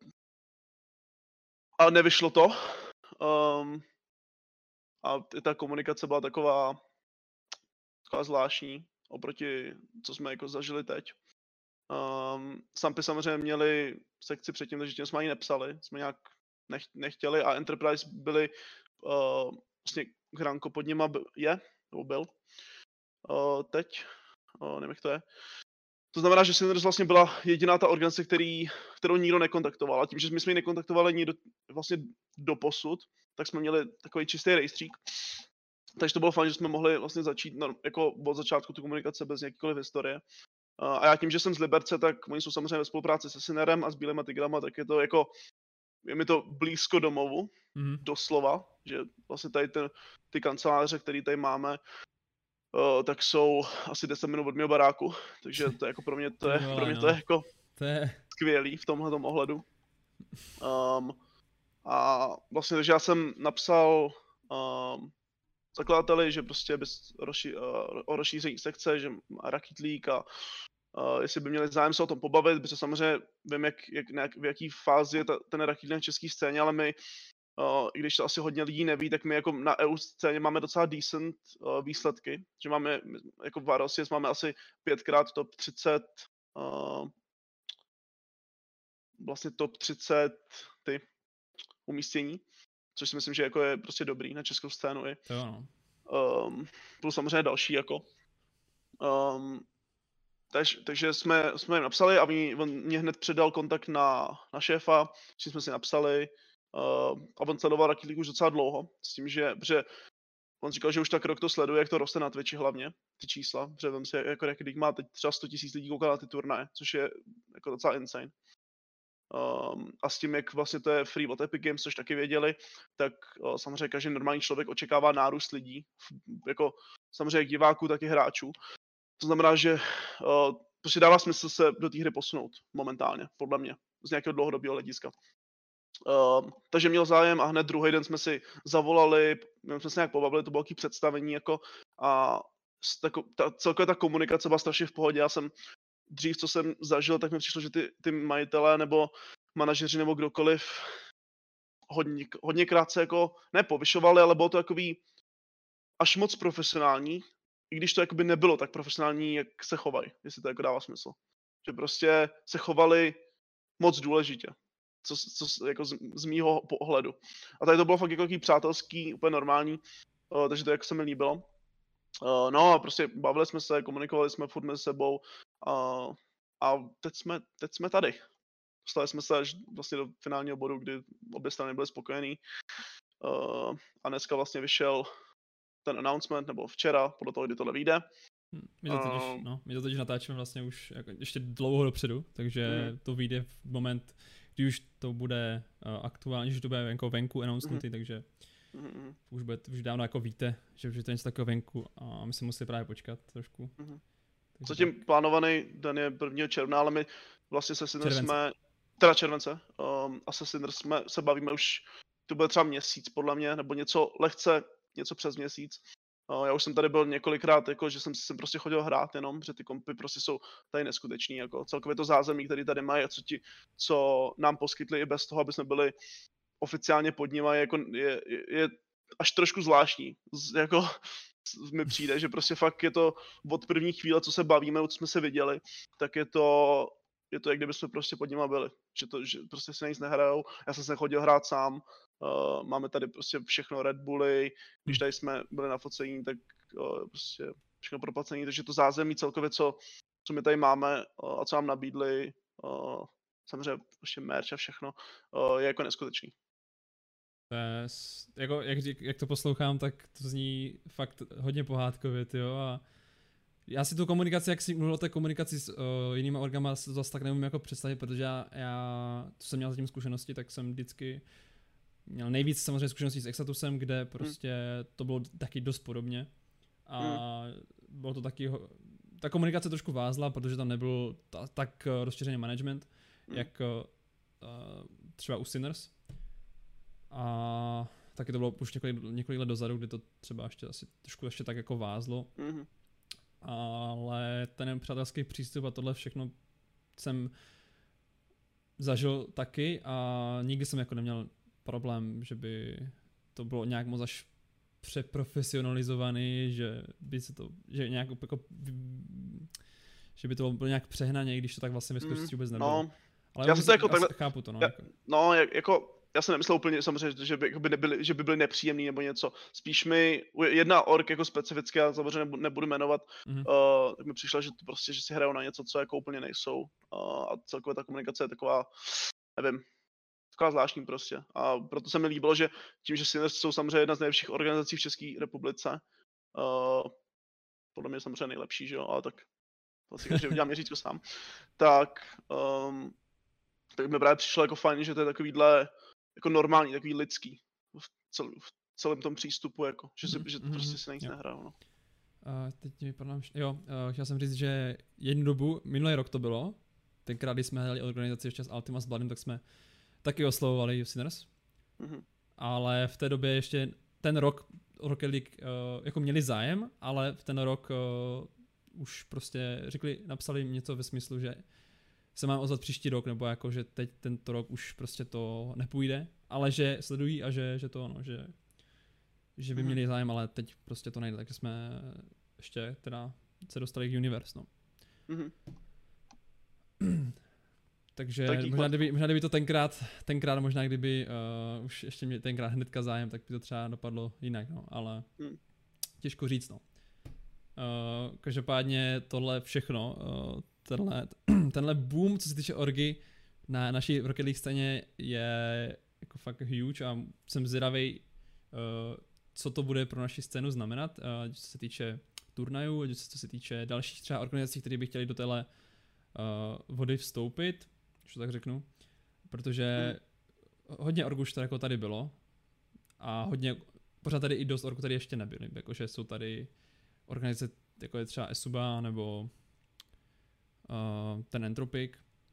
a nevyšlo to. Um, a i ta komunikace byla taková, taková zvláštní oproti, co jsme jako zažili teď. Um, Sampy samozřejmě měli sekci předtím, takže tím jsme ani nepsali, jsme nějak nech, nechtěli a Enterprise byli, uh, vlastně Hranko pod nima byl, je, nebo byl, uh, teď, uh, nevím jak to je. To znamená, že Sinners vlastně byla jediná ta organizace, který, kterou nikdo nekontaktoval. A tím, že my jsme ji nekontaktovali nikdo vlastně do posud, tak jsme měli takový čistý rejstřík. Takže to bylo fajn, že jsme mohli vlastně začít no, jako od začátku tu komunikace bez jakékoliv historie. A já tím, že jsem z Liberce, tak oni jsou samozřejmě ve spolupráci se Sinnerem a s Bílýma Tigrama, tak je to jako, je mi to blízko domovu, Mhm. doslova, že vlastně tady ten, ty kanceláře, které tady máme, uh, tak jsou asi deset minut od mého baráku, takže to je jako pro mě to je, Ty vole, pro mě no. to je jako To je, skvělý v tomhletom ohledu. Um, a vlastně, takže já jsem napsal um, zakladateli, že prostě bez rozší, uh, o rozšíření sekce, že má Rocket League a uh, jestli by měli zájem se o tom pobavit, protože samozřejmě vím, jak, jak, jak, v jaký fázi je ta, ten Rocket League na české scéně, ale my, uh, i když to asi hodně lidí neví, tak my jako na E U scéně máme docela decent uh, výsledky, že máme, jako v Varosies máme asi pětkrát top třicet, uh, vlastně top třicet ty umístění, což si myslím, že jako je prostě dobrý na českou scénu i. to jo, no. Um, plus samozřejmě další jako. Um, tež, takže jsme, jsme jim napsali a mě, on mě hned předal kontakt na, na šéfa, s tím jsme si napsali uh, a on sledoval Rocket League už docela dlouho, s tím, že, že on říkal, že už tak rok to sleduje, jak to roste na Twitchi hlavně, ty čísla, protože vem si, jako Rocket League má teď třeba sto tisíc lidí kouká na ty turnaje, což je jako docela insane. Um, a s tím, jak vlastně to je free od Epic Games, což taky věděli, tak uh, samozřejmě každý normální člověk očekává nárůst lidí, jako samozřejmě jak diváků, tak i hráčů. To znamená, že uh, prostě dává smysl se do té hry posunout momentálně, podle mě, z nějakého dlouhodobého hlediska. Uh, takže měl zájem a hned druhý den jsme si zavolali, my jsme se nějak pobavili, to bylo takové představení jako a tako, ta, celkově ta komunikace byla strašně v pohodě. Já jsem dřív, co jsem zažil, tak mi přišlo, že ty, ty majitelé nebo manažeři nebo kdokoliv hodně, hodně krátce jako nepovyšovali, ale bylo to takový až moc profesionální, i když to jakoby nebylo tak profesionální, jak se chovají, jestli to jako dává smysl. Že prostě se chovali moc důležitě, co, co jako z, z mýho pohledu. A tady to bylo fakt jako takový přátelský, úplně normální, uh, takže to jako se mi líbilo. Uh, no a prostě bavili jsme se, komunikovali jsme furt mezi sebou uh, a teď jsme, teď jsme tady. Dostali jsme se až vlastně do finálního bodu, kdy obě strany byly spokojený. Uh, a dneska vlastně vyšel ten announcement, nebo včera, podle toho, kdy tohle vyjde. My to totiž, Um, no, my to totiž natáčíme vlastně už jako ještě dlouho dopředu, takže Mhm. to vyjde v moment, kdy už to bude uh, aktuálně, že to bude jako venku announcenutý, takže mhm, už, bude, už dávno jako víte, že už je to něco takového venku a my si musíme právě počkat trošku. mhm. Takže Zatím tak. plánovaný den je prvního června, ale my vlastně se Sinners Července. jsme, teda července, um, a se Sinners jsme se bavíme už, to bude třeba měsíc podle mě, nebo něco lehce, něco přes měsíc. Uh, já už jsem tady byl několikrát, jako, že jsem si sem prostě chodil hrát jenom, že ty kompy prostě jsou tady neskuteční, jako celkově to zázemí, který tady mají a co, ti, co nám poskytli i bez toho, aby jsme byli oficiálně pod nimi, jako je, je, je až trošku zvláštní, Z, jako mi přijde, že prostě fakt je to od první chvíle, co se bavíme, co jsme se viděli, tak je to, je to jak kdyby jsme prostě pod nima byli, že, to, že prostě se nic nehrajou, já jsem se chodil hrát sám, uh, máme tady prostě všechno Red Bully, když tady jsme byli na focení, tak uh, prostě všechno proplacení, takže to zázemí celkově, co, co my tady máme uh, a co nám nabídli, uh, samozřejmě ještě merch a všechno, uh, je jako neskutečný. To je, jako, jak, jak to poslouchám, tak to zní fakt hodně pohádkově, tyjo, a já si tu komunikaci, jak jsi mluvil o té komunikaci s uh, jinýma orgama, se to zase tak nemůžu jako představit, protože já, já to jsem měl zatím zkušenosti, tak jsem vždycky měl nejvíc samozřejmě zkušeností s Exatusem, kde prostě to bylo taky dost podobně a hmm. bylo to taky, ta komunikace trošku vázla, protože tam nebyl ta, tak rozšířený management, hmm. jak uh, třeba u Sinners. A taky to bylo už několik, několik let dozadu, kdy to třeba ještě asi trošku ještě tak jako vázlo. Mm-hmm. Ale ten přátelský přístup a tohle všechno jsem zažil taky a nikdy jsem jako neměl problém, že by to bylo nějak moc až přeprofesionalizovaný, že by se to, že nějak jako, že by to bylo nějak přehnaně, když to tak vlastně ve skutečnosti vůbec nebylo. No, ale já jsem to jako takhle, chápu to, no. Já, jako. No, jako já jsem nemyslel úplně samozřejmě, že by, jako by, nebyli, že by byli nepříjemný nebo něco. Spíš mi jedna org jako specificky, já samozřejmě nebudu, nebudu jmenovat, mm-hmm. uh, tak mi přišlo, že to prostě, že si hrajou na něco, co jako úplně nejsou. Uh, a celkově ta komunikace je taková, nevím, taková zvláštní prostě. A proto se mi líbilo, že tím, že Sinners jsou samozřejmě jedna z nejlepších organizací v České republice, uh, podle mě samozřejmě nejlepší, že jo, ale tak to si každý udělá měřítko sám, tak, um, tak mi právě přišlo jako fajn, že to je takovýhle jako normální, takový lidský v, cel, v celém tom přístupu, jako, že, si, mm-hmm. že prostě si na nic nehrál. No. Uh, teď mi vypadám, jo, uh, chtěl jsem říct, že jednu dobu, minulý rok to bylo, tenkrát, když jsme hledali organizaci ještě s Ultima s Bloodem, tak jsme taky oslovovali Sinners, mm-hmm. ale v té době ještě ten rok Rocket League uh, jako měli zájem, ale v ten rok uh, už prostě řekli, napsali něco ve smyslu, že se mám ozvat příští rok, nebo jako, že teď tento rok už prostě to nepůjde, ale že sledují a že, že to ono, že, že by měli zájem, ale teď prostě to nejde, takže jsme ještě teda se dostali k Universe, no. Mm-hmm. Takže možná kdyby, možná kdyby to tenkrát, tenkrát možná kdyby uh, už ještě měli tenkrát hnedka zájem, tak by to třeba dopadlo jinak, no, ale mm. těžko říct, no. Uh, každopádně tohle všechno, uh, tenhle, tenhle boom, co se týče orgy na naší Rocket League scéně je jako fakt huge a jsem zvědavej, uh, co to bude pro naši scénu znamenat, uh, co se týče turnajů, co se týče dalších třeba organizací, které by chtěli do téhle uh, vody vstoupit, když to tak řeknu, protože hmm. hodně orgů už jako tady bylo a hodně, pořád tady i dost orgů tady ještě nebyly, jakože jsou tady organizace jako je třeba Esuba nebo uh, ten Entropic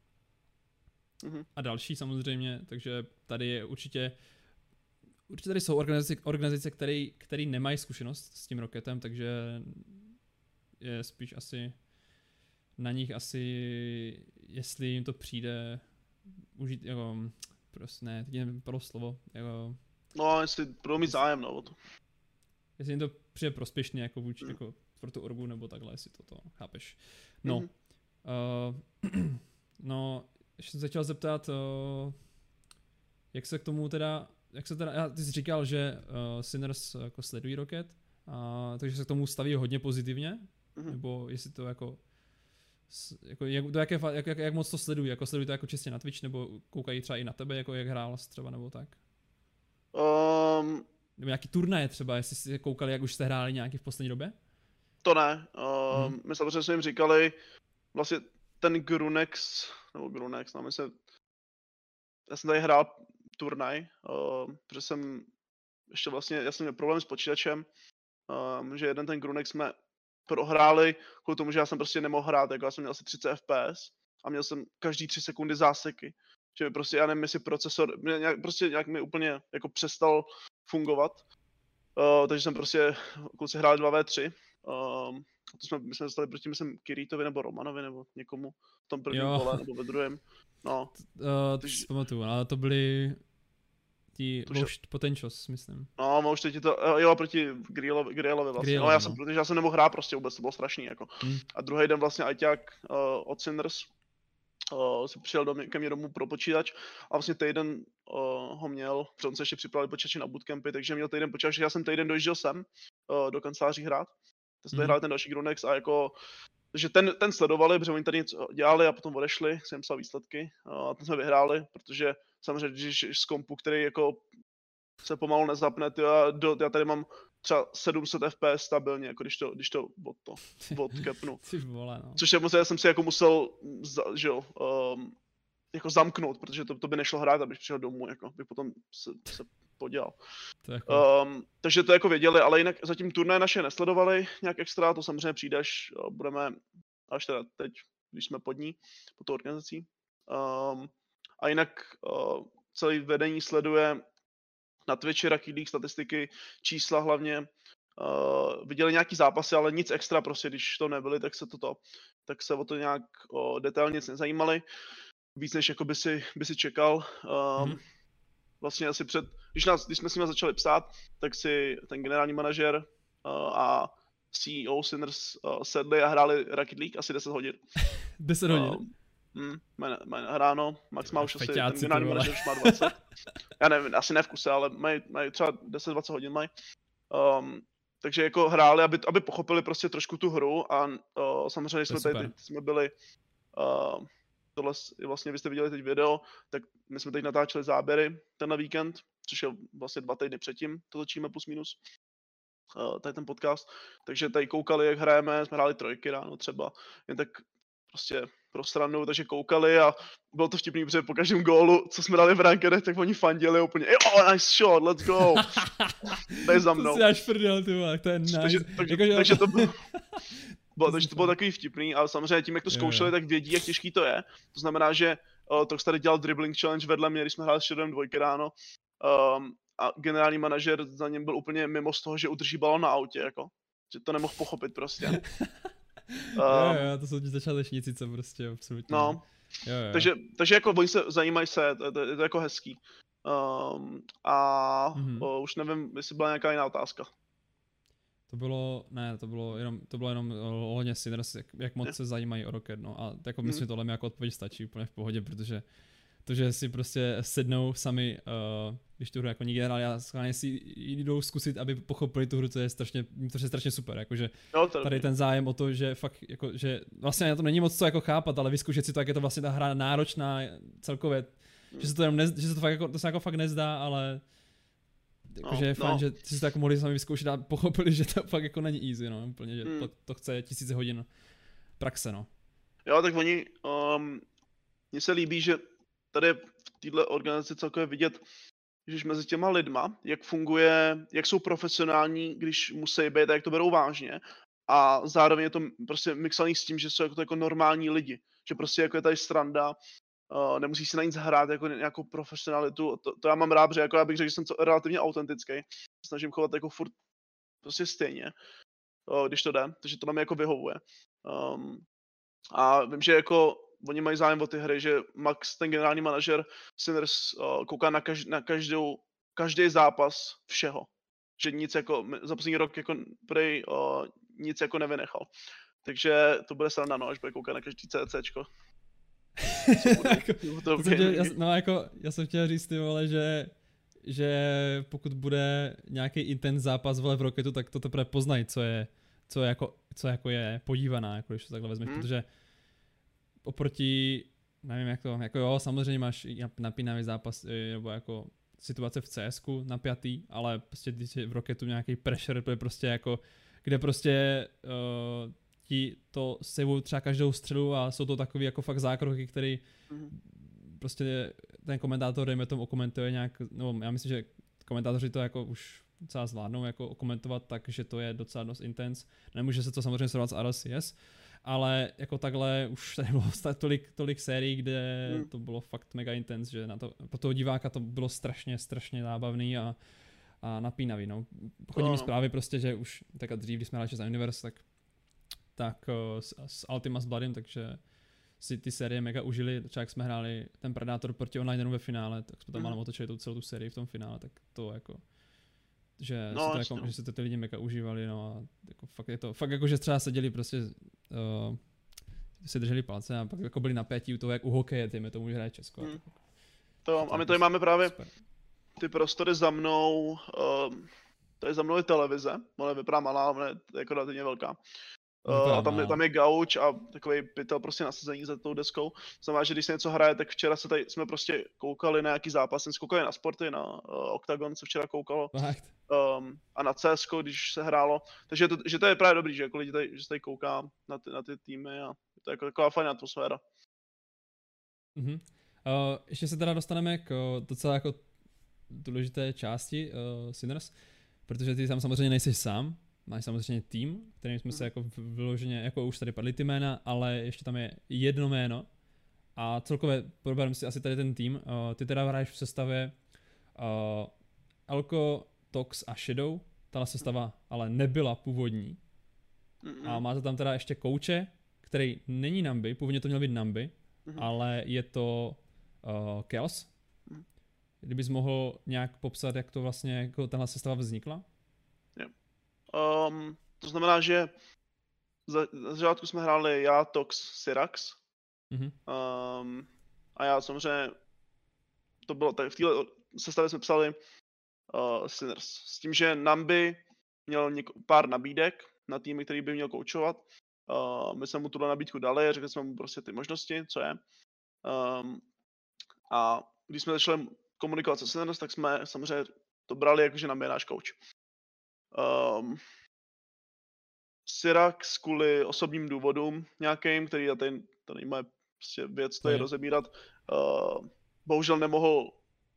mm-hmm. a další samozřejmě, takže tady je určitě určitě tady jsou organizace, organizace které, které nemají zkušenost s tím Rocketem, takže je spíš asi na nich asi, jestli jim to přijde užít, jako, prostě ne, teď nevím pro slovo, jako. No, jestli budou mít zájem, no, o to. Jestli jim to přijde prospěšně, jako vůči, mm. jako pro tu orgu, nebo takhle, jestli to, to chápeš. No, mm. uh, no, ještě jsem se chtěl zeptat, uh, jak se k tomu teda, jak se teda, já, ty jsi říkal, že uh, Sinners jako sledují Rocket, uh, takže se k tomu staví hodně pozitivně, mm. nebo jestli to jako, jako jak, do jaké, jak, jak, jak moc to sledují, jako sledují to jako čistě na Twitch, nebo koukají třeba i na tebe, jako jak hrál třeba, nebo tak? Um, nebo nějaký turnaje třeba, jestli jste koukali, jak už jste hráli nějaký v poslední době? To ne, um, hmm. my samozřejmě jsme jim říkali, vlastně ten Grunex, nebo Grunex, no, my se, já jsem tady hrál turnaj, uh, protože jsem ještě vlastně, já jsem měl problém s počítačem, um, že jeden ten Grunex jsme prohráli kvůli tomu, že já jsem prostě nemohl hrát, jako já jsem měl asi třicet F P S a měl jsem každý tři sekundy záseky, že mi prostě, já nevím, jestli procesor, mě nějak, prostě nějak mi úplně jako přestal fungovat. Uh, takže jsem prostě, kluci hráli dva vé tři. Um, to jsme, my jsme dostali proti, myslím, Kiritovi nebo Romanovi nebo někomu v tom prvním Jo. kole nebo ve druhém. No. Uh, to takže, si pamatuju, ale to byli ti Most Potentials, myslím. No, už teď to, jo, proti Grielovi, Grielovi vlastně. Grielovi, no, já jsem, no. protože já jsem nemohl hrát prostě vůbec, to bylo strašný, jako. Hmm. A druhý den vlastně Ajťák uh, od Sinners uh, si přišel do mě, ke mně domů pro počítač a vlastně týden uh, ho měl, protože on se ještě připravil počítači na bootcampy, takže měl týden počítač, já jsem týden dojížděl sem uh, do kanceláří hrát. To jsme hmm. hráli ten další Grunex a jako, takže ten, ten sledovali, protože oni tady něco dělali a potom odešli, jsem psal výsledky a ten jsme vyhráli, protože samozřejmě, když z kompu, který jako se pomalu nezapne, ty, já, do, já tady mám třeba sedm set F P S stabilně, jako když to, když to od to, od capnu. Ty vole, no. Což je moc, já jsem si jako musel, že jo, um, jako zamknout, protože to, to by nešlo hrát, abych přišel domů, jako bych potom se, se podělal. To jako... um, takže to jako věděli, ale jinak zatím turné naše nesledovali nějak extra, to samozřejmě přijde, až budeme, až teda teď, když jsme pod ní, pod tou organizací. Um, a jinak uh, celý vedení sleduje na Twitchi Rocket League statistiky, čísla hlavně. Uh, viděli nějaký zápasy, ale nic extra prostě, když to nebyli, tak se toto, tak se o to nějak o, detailně nic nezajímali. Víc než jako by si, by si čekal. Um, mm. Vlastně asi před, když, nás, když jsme s nimi začali psát, tak si ten generální manažer uh, a C E O Sinners uh, sedli a hráli Rocket League asi deset hodin. deset hodin? Uh, Hmm, mají, mají hráno, Max má už asi, Feťáci, ten generální manažer už má dvacet. Já nevím, asi ne v kuse, ale mají, mají třeba deset dvacet hodin mají. Um, takže jako hráli, aby, aby pochopili prostě trošku tu hru a uh, samozřejmě jsme tady, teď jsme byli, uh, tohle vlastně vy jste viděli teď video, tak my jsme teď natáčeli záběry tenhle víkend, což je vlastně dva týdny předtím, to točíme plus minus. Uh, tady ten podcast, takže tady koukali, jak hrajeme, jsme hráli trojky ráno třeba, jen tak prostě pro stranu, takže koukali a bylo to vtipný, protože po každém gólu, co jsme dali v rankedech, tak oni fandili úplně, jo, nice shot, let's go. To je za mnou. To si až prdel, ty vole, to je nice. Takže, takže, jako, takže to bylo, bylo, takže to bylo takový vtipný, ale samozřejmě tím, jak to zkoušeli, tak vědí, jak těžký to je. To znamená, že uh, to tady dělal dribbling challenge vedle mě, když jsme hráli s Shadowem dvojky ráno. Um, a generální manažer za něm byl úplně mimo z toho, že udrží balon na autě, jako. Že to nemohl pochopit prostě. Um, jo, jo, to jsou ti začátečníci, co prostě absolutně. No, jo, jo. Takže, takže jako oni se zajímají se, to, to, je to jako hezký. Um, a mm-hmm. o, už nevím, jestli byla nějaká jiná otázka. To bylo, ne, to bylo jenom, to bylo jenom ohledně Sinners, jak, jak moc je. se zajímají o Rocket, no a jako myslím, mm. tohle mi jako odpověď stačí úplně v pohodě, protože to, že si prostě sednou sami, uh, když tu hru jako nikdy hráli a schválně si jdou zkusit, aby pochopili tu hru, to je strašně, to je strašně super, jakože tady ten zájem o to, že fakt, jako, že vlastně na to není moc co jako chápat, ale vyzkoušet si to, jak je to vlastně ta hra náročná celkově, mm. že se to jenom nez, že se to fakt jako, to se jako fakt nezdá, ale jakože no, je fajn, no. že si to jako mohli sami vyzkoušet a pochopili, že to fakt jako není easy, no, úplně, že mm. to, to chce tisíce hodin praxe, no. Jo, tak oni, um, mně se líbí, že tady v této organizaci celkově vidět, že mezi těma lidma, jak funguje, jak jsou profesionální, když musí být a jak to berou vážně. A zároveň je to prostě mixaný s tím, že jsou jako, jako normální lidi. Že prostě jako je tady sranda, uh, nemusí si na nic hrát jako nějakou profesionalitu. To, to já mám rád, protože jako já bych řekl, že jsem relativně autentický. Snažím chovat jako furt prostě stejně, uh, když to jde. Takže to nám jako vyhovuje. Um, a vím, že jako oni mají zájem o ty hry, že Max, ten generální manažer Sinners, uh, kouká na, každ- na každou, každý zápas všeho. Že nic jako, za poslední rok jako prej uh, nic jako nevynechal. Takže to bude sranda, no, až bude koukat na každý CCčko. No jako, já jsem chtěl říct, ty vole, že, že pokud bude nějaký intenz zápas vole v Rocketu, tak to teprve poznají, co je, co je jako, co jako je podívaná, jako když to takhle vezmeš, hmm. protože oproti, nevím jak to, jako jo, samozřejmě máš napínavý zápas, nebo jako situace v CSku napjatý, ale prostě když je v Rocketu nějaký pressure, to je prostě jako, kde prostě uh, ti to sejvou třeba každou střelu a jsou to takový jako fakt zákroky, který mm-hmm. prostě ten komentátor, dejme tomu, okomentuje nějak, no já myslím, že komentátoři to jako už docela zvládnou jako okomentovat, takže to je docela dost intense. Nemůže se to samozřejmě srovnat s R L C S, ale jako takhle už tady bylo tolik, tolik sérií, kde hmm. to bylo fakt mega intense, že na to, pro toho diváka to bylo strašně, strašně zábavný a, a napínavý, no. Chodí No, mi no. zprávy prostě, že už tak a dřív, když jsme hráli za Universe, tak, tak uh, s, s Ultima s Bloodem, takže si ty série mega užili, třeba jak jsme hráli ten Predator proti onlineru ve finále, tak jsme tam Mhm. mm. otočili tu celou tu sérii v tom finále, tak to jako, že, No, si, to jasně, jako, no. že si to ty lidi mega užívali, no a jako fakt je to, fakt jako, že třeba seděli prostě, uh, si drželi palce a pak jako byli napětí u toho, jak u hokeje, tyme tomu, že hraje Česko. Hmm. A, tak, To, a my tady máme právě super. ty prostory za mnou, um, tady za mnou je televize, ona vypadá malá, ale ona je jako relativně velká. Uh, a tam je, tam je gauč a takový pytel prostě nasazení za tou deskou. Znamená, že když se něco hraje, tak včera se tady jsme prostě koukali na nějaký zápas, jsme koukali na sporty, na uh, Octagon se včera koukalo. Fakt. Um, a na C S, když se hrálo. Takže to, že to je právě dobrý, že jako lidi tady, že se tady kouká na ty, na ty týmy a je to jako taková fajn atmosféra. Uh-huh. Uh, ještě se teda dostaneme k uh, docela jako důležité části uh, Sinners, protože ty tam samozřejmě nejsi sám, máš samozřejmě tým, kterým jsme se jako vyloženě, jako už tady padly ty jména, ale ještě tam je jedno jméno a celkově probereme si asi tady ten tým. Uh, ty teda hraješ v sestavě uh, Elko, Tox a Shadow, tahle sestava ale nebyla původní. Mm-hmm. A máte tam teda ještě kouče, který není Nambi, původně to měl být Nambi, mm-hmm. ale je to uh, Kels. Mm-hmm. Kdybys mohl nějak popsat, jak to vlastně, jako tahle sestava vznikla? Yeah. Um, to znamená, že za, za začátku jsme hráli já, Tox, Syrax. Mm-hmm. Um, a já samozřejmě, to bylo tak, v téhle sestavě jsme psali uh, Sinners. S tím, že Nambi měl něko, pár nabídek na týmy, který by měl koučovat. Uh, my jsme mu tuhle nabídku dali, řekli jsme mu prostě ty možnosti, co je. Um, a když jsme začali komunikovat se Sinners, tak jsme samozřejmě to brali jako, že Nambi je náš kouč. Um, Syrax kvůli osobním důvodům nějakým, který je tady, to není moje prostě věc, to je rozebírat, uh, bohužel nemohl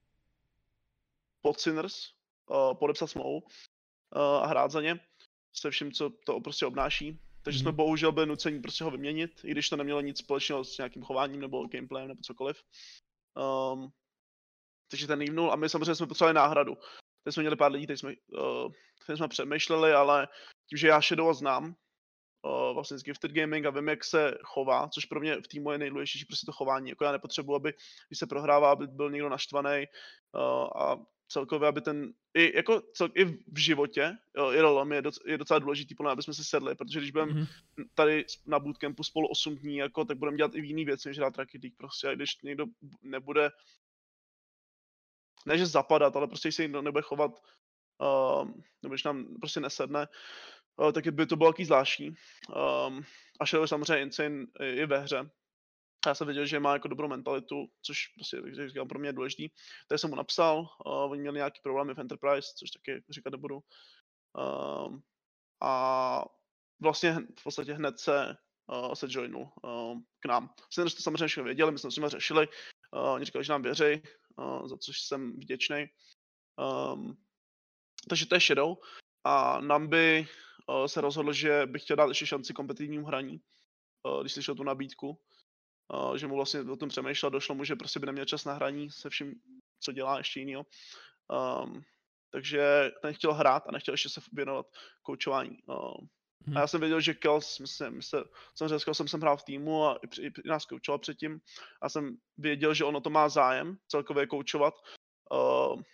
pod Sinners uh, podepsat smlouvu uh, a hrát za ně se vším, co to prostě obnáší. Takže mm. jsme bohužel byli nuceni prostě ho vyměnit, i když to nemělo nic společného s nějakým chováním nebo gameplayem nebo cokoliv. Um, takže ten jívnul a my samozřejmě jsme potřebovali náhradu. Teď jsme měli pár lidí, teď jsme, uh, teď jsme přemýšleli, ale tím, že já Shadowa znám, uh, vlastně z Gifted Gaming a vím, jak se chová, což pro mě v týmu je nejdůležitější prostě to chování. Jako já nepotřebuji, aby, když se prohrává, aby byl někdo naštvaný uh, a celkově, aby ten, i, jako cel, i v životě, jo, I R L je, doc, je docela důležitý, podle mě, aby jsme si sedli, protože když budeme mm-hmm. tady na bootcampu spolu osm dní, jako, tak budeme dělat i jiný věci, než hrát Rocket League prostě, a když někdo nebude, ne že zapadat, ale prostě se někdo nebude chovat, uh, nebo když nám prostě nesedne, uh, tak by to bylo jaký zvláštní. Um, a Shadow samozřejmě Insane je ve hře. Já jsem věděl, že má jako dobrou mentalitu, což prostě, jak říkám, pro mě je důležitý. Takže jsem mu napsal, uh, oni měli nějaké problémy v Enterprise, což taky říkat nebudu. Um, a vlastně v podstatě hned se, uh, se joinul uh, k nám. Sinners to samozřejmě všechno věděli, my jsme s nimi řešili. Uh, oni říkali, že nám věří, uh, za což jsem vděčný. Um, takže to je Shadow. A Nambi uh, se rozhodl, že bych chtěl dát ještě šanci kompetitivnímu hraní, uh, když slyšel tu nabídku. Uh, že mu vlastně o tom přemýšlel, došlo mu, že prostě by neměl čas na hraní se vším, co dělá ještě jinýho. Um, takže ten chtěl hrát a nechtěl ještě se věnovat koučování. Uh, hmm. A já jsem věděl, že Kels, myslím, myslím, samozřejmě s Kelsem jsem hrál v týmu a i, i nás koučoval předtím. A jsem věděl, že ono to má zájem celkově koučovat. Uh,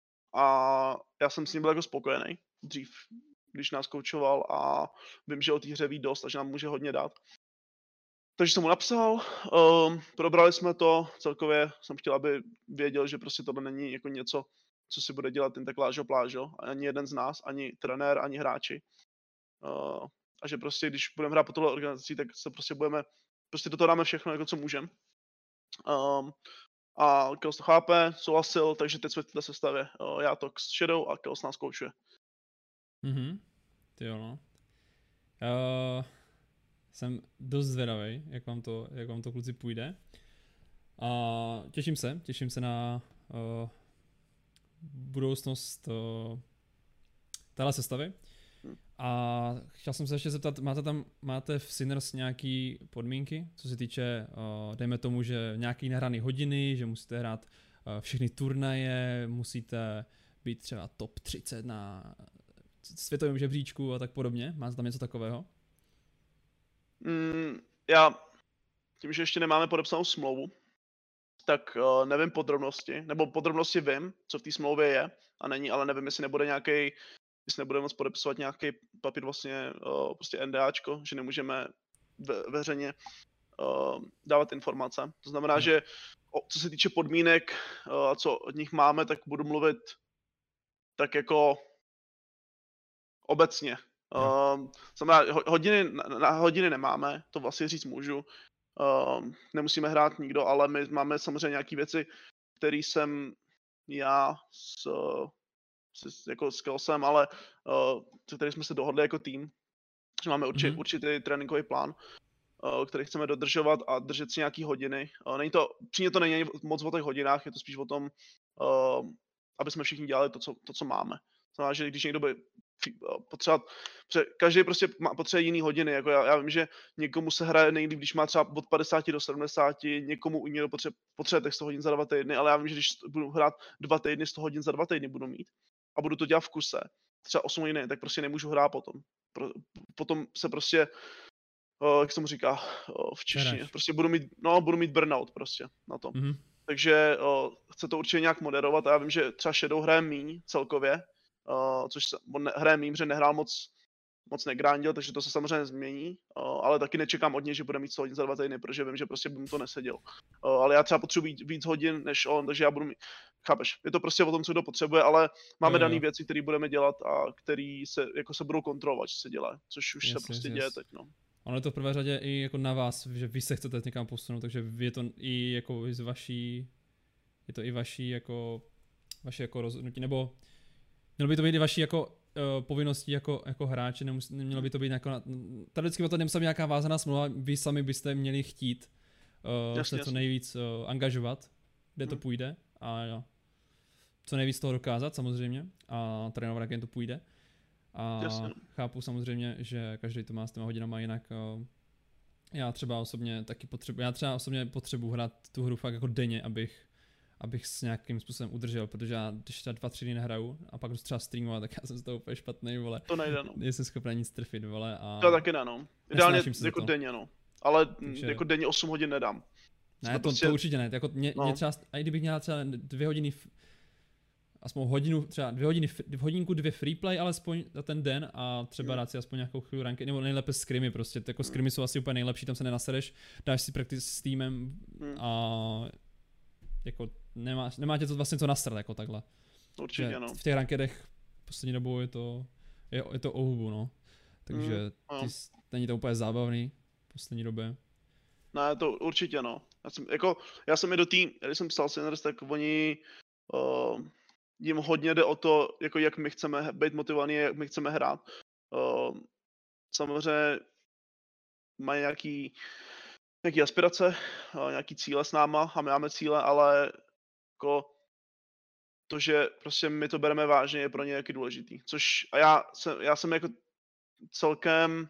a já jsem s ním byl jako spokojený dřív, když nás koučoval a vím, že o té hře ví dost a že nám může hodně dát. Takže jsem mu napsal, um, probrali jsme to, celkově jsem chtěl, aby věděl, že prostě tohle není jako něco, co si bude dělat jen tak lážo plážo, ani jeden z nás, ani trenér, ani hráči. Uh, a že prostě, když budeme hrát po tohle organizaci, tak se prostě budeme, prostě do toho dáme všechno, jako co můžeme. Um, a Kels to chápe, souhlasil, takže teď jsme v této sestavě. Uh, já to s Shadow a Kels nás koučuje. Mhm, ty jo no. Uh... Jsem dost zvědavý, jak vám to, jak vám to kluci půjde. A těším se, těším se na uh, budoucnost uh, téhle sestavy. A chtěl jsem se ještě zeptat, máte tam, máte v Sinners nějaký podmínky, co se týče, uh, dejme tomu, že nějaký nahraný hodiny, že musíte hrát uh, všechny turnaje, musíte být třeba top třicet na světovém žebříčku a tak podobně? Máte tam něco takového? Mm, já tím, že ještě nemáme podepsanou smlouvu, tak uh, nevím podrobnosti, nebo podrobnosti vím, co v té smlouvě je a není, ale nevím, jestli nebude nějaký, jestli nebudeme moc podepisovat nějaký papír vlastně uh, prostě NDAčko, že nemůžeme ve, veřejně uh, dávat informace. To znamená, Jo. že o, co se týče podmínek a uh, co od nich máme, tak budu mluvit tak jako obecně. Uh, znamená, hodiny, na hodiny nemáme, to vlastně říct můžu. Uh, nemusíme hrát nikdo, ale my máme samozřejmě nějaké věci, které jsem já s, s, jako s Kelsem, ale uh, se kterým jsme se dohodli jako tým, že máme určit, mm-hmm. určitý tréninkový plán, uh, který chceme dodržovat a držet si nějaký hodiny. Uh, není to, přímě to není moc o těch hodinách, je to spíš o tom, uh, aby jsme všichni dělali to, co, to, co máme. Znamená, že když někdo by potřebovat, každý prostě má potřebuje jiný hodiny, jako já, já vím, že někomu se hraje nejlíp, když má třeba od padesáti do sedmdesáti, někomu někdo potřebuje, potřebuje sto hodin za dva týdny, ale já vím, že když budu hrát dva týdny, sto hodin za dva týdny budu mít a budu to dělat v kuse, třeba osm hodin, tak prostě nemůžu hrát potom. Pro, potom se prostě, uh, jak se mu říká uh, v češtině, Hraš. prostě budu mít, no, budu mít burnout prostě na tom. Mm-hmm. Takže uh, chce to určitě nějak moderovat a já vím, že třeba Shadow hraje míň celkově, Uh, což se, on ne, hraje mým, že nehrál moc, moc negrindil, takže to se samozřejmě změní, uh, ale taky nečekám od něj, že bude mít sto hodin za dva týdny, protože vím, že prostě by mu to neseděl. Uh, ale já třeba potřebuji víc, víc hodin než on, takže já budu mít, chápeš, je to prostě o tom, co kdo potřebuje, ale máme no, dané věci, které budeme dělat a které se, jako se budou kontrolovat, že se dělá, což už yes, se prostě yes, děje yes. teď, no. Ono je to v prvé řadě i jako na vás, že vy se chcete někam posunout, takže je to i jako z vaší, je to i vaší jako, vaše jako rozhodnutí, nebo mělo by to být i vaší jako uh, povinností jako, jako hráči, nemus, nemělo by to být jako, na, tady vždycky to nemusí být nějaká vázaná smlouva, vy sami byste měli chtít uh, jasně, se co nejvíc uh, angažovat, kde hmm. to půjde a jo, co nejvíc toho dokázat samozřejmě a trénovat, jak jen to půjde. A jasně. Chápu samozřejmě, že každý to má s těma hodinama jinak. Uh, já třeba osobně taky potřebuji, já třeba osobně potřebuji hrát tu hru fakt jako denně, abych abych s nějakým způsobem udržel, protože já když třeba dva, tři dny nehraju a pak jdu třeba streamovat, tak já jsem z toho úplně špatný, vole. To nejde, no. Nejsem schopný nic trefit, vole. A to taky ne, no. Ideálně jako denně, no. Ale takže jako denně osm hodin nedám. Ne, to, prostě... to určitě ne. Jako mě, no. mě třeba, a i kdybych měla třeba dvě hodiny, aspoň hodinu, třeba dvě hodiny, v hodinku dvě freeplay alespoň za ten den a třeba hmm. dát si aspoň nějakou chvíli ranky, nebo nejlépe skrimy prostě, jako hmm. skrimy jsou asi úplně nejlepší, tam se nenasereš, dáš si practice s týmem hmm. a jako nemá, nemá tě to vlastně co nasrat jako takhle. Určitě, že no. V těch rankedech poslední dobou je to, je, je to o hubu, no. Takže mm, no. Ty, není to úplně zábavný v poslední době. Ne, to určitě, no. Já jsem, jako, já jsem i do tým, když jsem psal Sinners, tak oni uh, jim hodně jde o to, jako jak my chceme být motivovaní, jak my chceme hrát. Uh, samozřejmě mají nějaký nějaké aspirace, nějaký cíle s náma a my máme cíle, ale jako to, že prostě my to bereme vážně, je pro ně jaký důležitý. Což a já jsem, já jsem jako celkem,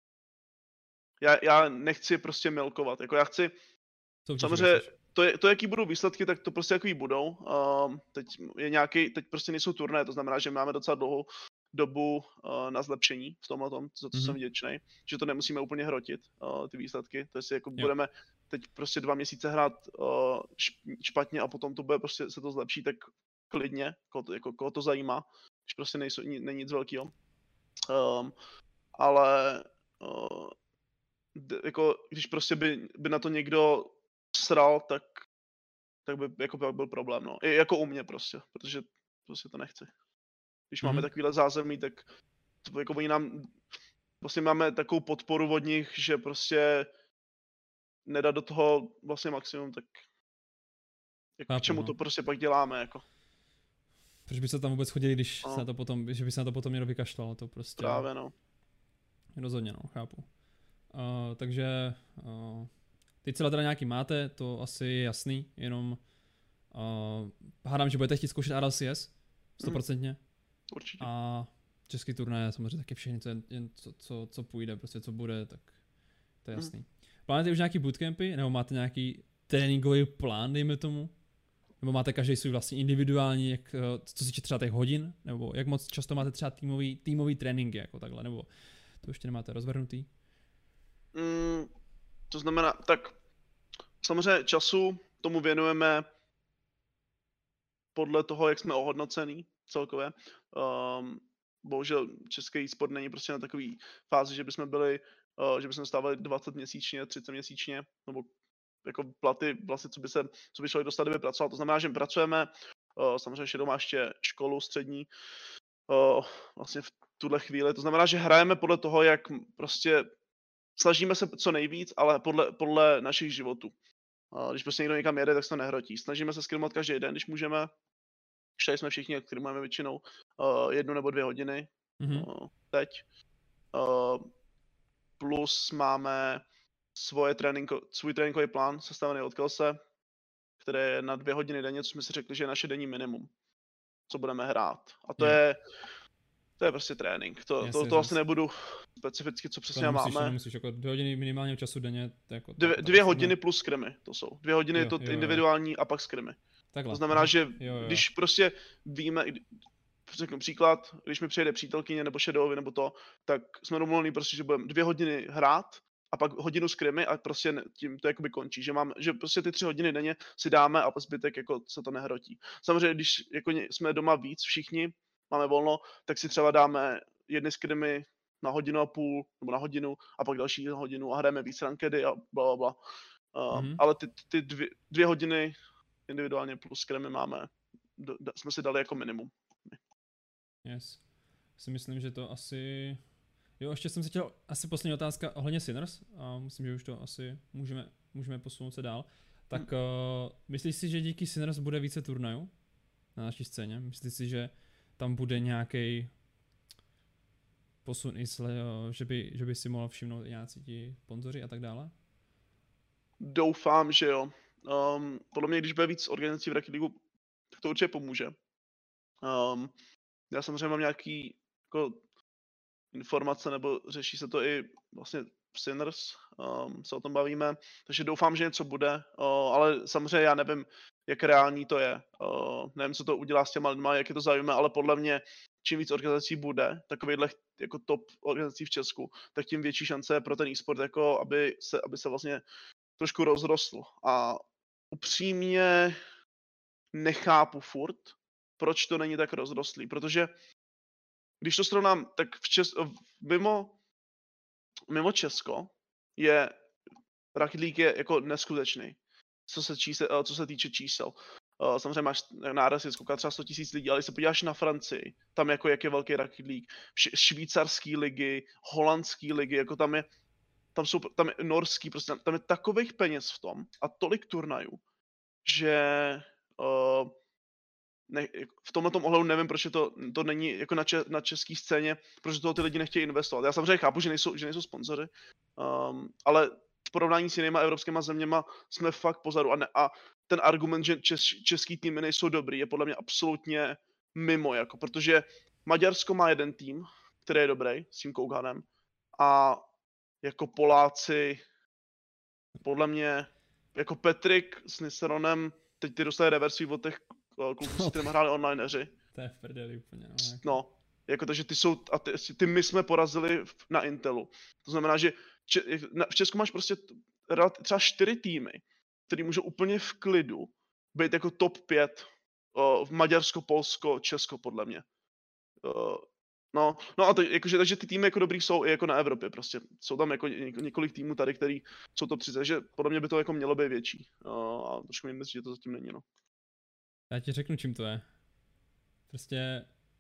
já, já nechci prostě milkovat, jako já chci, to samozřejmě to, je, to, jaký budou výsledky, tak to prostě jaký budou. Um, teď je nějaký, teď prostě nejsou turné, to znamená, že máme docela dlouhou dobu uh, na zlepšení v tomhle tom, za to mm-hmm. jsem vděčný, že to nemusíme úplně hrotit, uh, ty výsledky, to je si jako jo. budeme teď prostě dva měsíce hrát uh, špatně a potom to bude prostě se to zlepší, tak klidně, koho to, jako, koho to zajímá, když prostě nejsou, není nic velkého. Um, ale uh, d- jako, když prostě by, by na to někdo sral, tak, tak by jako by byl problém, no. I jako u mě prostě, protože prostě to nechci. Když mm-hmm. máme takovýhle zázemí, tak to, jako oni nám, vlastně máme takovou podporu od nich, že prostě nedat do toho vlastně maximum, tak jako k čemu to prostě pak děláme, jako. Proč by se tam vůbec chodili, když no. se na to potom, že by se na to potom někdo vykašlal, to prostě. Právě, no. Rozhodně, no, chápu. Uh, takže uh, teď celé teda nějaký máte, to asi je jasný, jenom uh, hádám, že budete chtít zkoušet R L C S, stoprocentně. Mm. Určitě. A český turnaj, samozřejmě taky všechny, co, jen, co, co, co půjde, prostě co bude, tak to je jasný. Mm. Plánujete už nějaký bootcampy, nebo máte nějaký tréninkový plán, dejme tomu? Nebo máte každý svůj vlastní individuální, jak, co se týče třeba těch hodin? Nebo jak moc často máte třeba týmový, týmový tréninky jako takhle? Nebo to ještě nemáte rozvrhnutý? Mm, to znamená, tak samozřejmě času tomu věnujeme podle toho, jak jsme ohodnocený celkově. Um, bohužel český e-sport není prostě na takový fázi, že bychom byli, uh, že bychom stávali dvacet měsíčně, třicet měsíčně, nebo jako platy, vlastně, co by se, co by člověk dostal, kdyby pracoval. To znamená, že my pracujeme, uh, samozřejmě Shadow má ještě školu střední, uh, vlastně v tuhle chvíli. To znamená, že hrajeme podle toho, jak prostě snažíme se co nejvíc, ale podle, podle našich životů. Uh, když prostě někdo někam jede, tak se to nehrotí. Snažíme se skrimovat každý den, když můžeme. Šli jsme všichni, který máme většinou uh, jednu nebo dvě hodiny mm-hmm. uh, teď. Uh, plus máme svoje tréninko, svůj tréninkový plán sestavený od Kelse, který je na dvě hodiny denně, co jsme si řekli, že je naše denní minimum, co budeme hrát. A to yeah. je to je prostě trénink. To, yes, to, to yes, asi yes. nebudu specificky, co přesně to nemusíš, máme. To nemusíš, jako dvě hodiny minimálního času denně. Jako dvě, dvě hodiny ne... plus skrimy to jsou. Dvě hodiny jo, to jo, individuální jo. a pak skrimy. Takhle. To znamená, že jo, jo. když prostě víme, řeknu příklad, když mi přijede přítelkyně nebo Shadowovi nebo to, tak jsme domluvení prostě, že budeme dvě hodiny hrát a pak hodinu skrimy a prostě tím to jakoby končí, že mám, že prostě ty tři hodiny denně si dáme a zbytek jako se to nehrotí. Samozřejmě, když jako jsme doma víc všichni, máme volno, tak si třeba dáme jedny skrimy na hodinu a půl nebo na hodinu a pak další hodinu a hrajeme víc rankedy a bla, bla, bla. Uh, mm-hmm. Ale ty, ty dvě, dvě hodiny individuálně plus skrimy máme, do, da, jsme si dali jako minimum. Yes. Si myslím, že to asi... Jo, ještě jsem si chtěl, asi poslední otázka ohledně Sinners a myslím, že už to asi můžeme, můžeme posunout se dál. Tak hmm. uh, myslíš si, že díky Sinners bude více turnajů na naší scéně? Myslíš si, že tam bude nějaký posun, že by, že by si mohl všimnout nějací ti sponzoři a tak dále? Doufám, že jo. Um, podle mě, když bude víc organizací v Rocket League, tak to určitě pomůže. Um, já samozřejmě mám nějaký jako, informace, nebo řeší se to i vlastně v Sinners, um, se o tom bavíme, takže doufám, že něco bude, uh, ale samozřejmě já nevím, jak reální to je. Uh, nevím, co to udělá s těma lidma, jak je to zajímavé, ale podle mě, čím víc organizací bude, takovýchhle jako top organizací v Česku, tak tím větší šance je pro ten e-sport, jako aby se, aby se vlastně trošku rozrostl. A upřímně nechápu furt, proč to není tak rozrostlý, protože když to srovnám, tak v Čes- mimo, mimo Česko je Rocket League je jako neskutečný, co se, čísel, co se týče čísel. Uh, samozřejmě máš náraz, je kouká třeba sto tisíc lidí, ale když se podíváš na Francii, tam jako jak je velký Rocket League, š- švýcarský ligy, holandský ligy, jako tam je, tam jsou, tam je norský, prostě tam, tam je takových peněz v tom a tolik turnajů, že uh, ne, v tomhle tom ohledu nevím, proč je to, to není jako na, če, na české scéně, protože toho ty lidi nechtějí investovat. Já samozřejmě chápu, že nejsou, že nejsou sponzory, um, ale v porovnání s jinýma evropskýma zeměma jsme fakt pozadu a, ne, a ten argument, že čes, český týmy nejsou dobrý, je podle mě absolutně mimo, jako, protože Maďarsko má jeden tým, který je dobrý, s tím Koukhanem, a jako Poláci, podle mě, jako Petrik s Niseronem, teď ty dostali reversí od těch kluků, s kterými hráli onlineři. To je v prdeli úplně, no. Jako. No, jako takže ty jsou, a ty, ty my jsme porazili na Intelu. To znamená, že če, na, v Česku máš prostě třeba čtyři týmy, který můžou úplně v klidu být jako top pět o, v Maďarsko, Polsko, Česko, podle mě. O, no, no a to, jakože, takže ty týmy jako dobrý jsou i jako na Evropě prostě. Jsou tam jako ně, několik týmů tady, který jsou top třicet, takže podle mě by to jako mělo být větší. O, a trošku mi myslí, že to zatím není, no. Já ti řeknu, čím to je. Prostě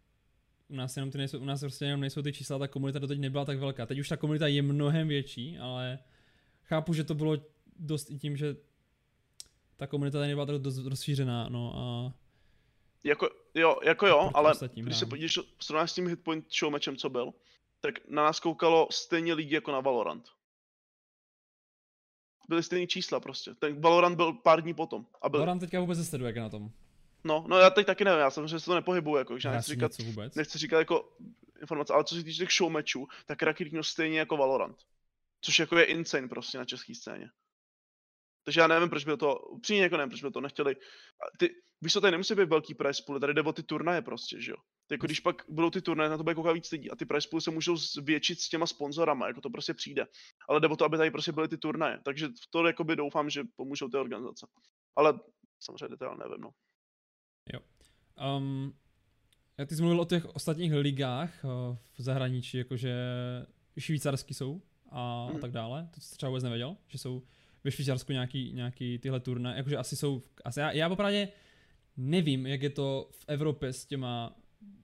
u nás jenom ty nejsou, u nás prostě jenom nejsou ty čísla, ta komunita doteď nebyla tak velká. Teď už ta komunita je mnohem větší, ale chápu, že to bylo dost i tím, že ta komunita tady nebyla tak dost rozšířená, no a... Jako jo, jako jo, ale ostatním, když se podíváš s tím Hitpoint showmatchem, co byl, tak na nás koukalo stejně lidí jako na Valorant. Byly stejné čísla prostě. Ten Valorant byl pár dní potom. A byl... Valorant teďka vůbec nesleduje, jak je na tom. No, no já teď taky nevím, já samozřejmě se to nepohybuju, jako, že nechci říkat, vůbec. nechci říkat jako informace, ale co se týče těch showmatchů, tak Rocket League stejně jako Valorant. Což jako je insane prostě na české scéně. Takže já nevím, proč by to, upřímně jako nevím, proč by to nechtěli. A ty, víš co, tady nemusí být velký prize pool, tady jde o ty turnaje prostě, že jo. Ty jako když pak budou ty turnaje, na to bude koukat víc lidí a ty prize pooly se můžou zvětšit s těma sponzorama, jako to prostě přijde. Ale jde o to, aby tady prostě byly ty turnaje, takže v to jakoby doufám, že pomůžou ty organizace. Ale samozřejmě detail nevím, no. Jo. Um, já ty jsi mluvil o těch ostatních ligách uh, v zahraničí, jakože švýcarský jsou a, Hmm. a tak dále. To jsi třeba vůbec nevěděl, že jsou ve Švýcarsku nějaký, nějaký tyhle turnaje, jakože asi jsou, asi já, já opravdu nevím, jak je to v Evropě s těma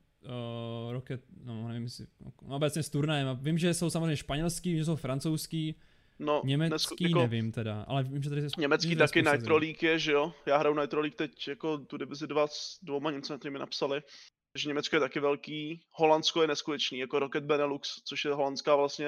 uh, Rocket, no nevím, jestli, no, obecně s turnajem. Vím, že jsou samozřejmě španělský, že jsou francouzský, No, německý jako, nevím teda, ale vím, že tady je německý vím, že taky spousta Nitro zemí. League je, že jo. Já hraju Nitro League teď jako tu divizi dva s dvouma Němci, mi napsali. Takže Německo je taky velký, Holandsko je neskutečný, jako Rocket Benelux, což je holandská vlastně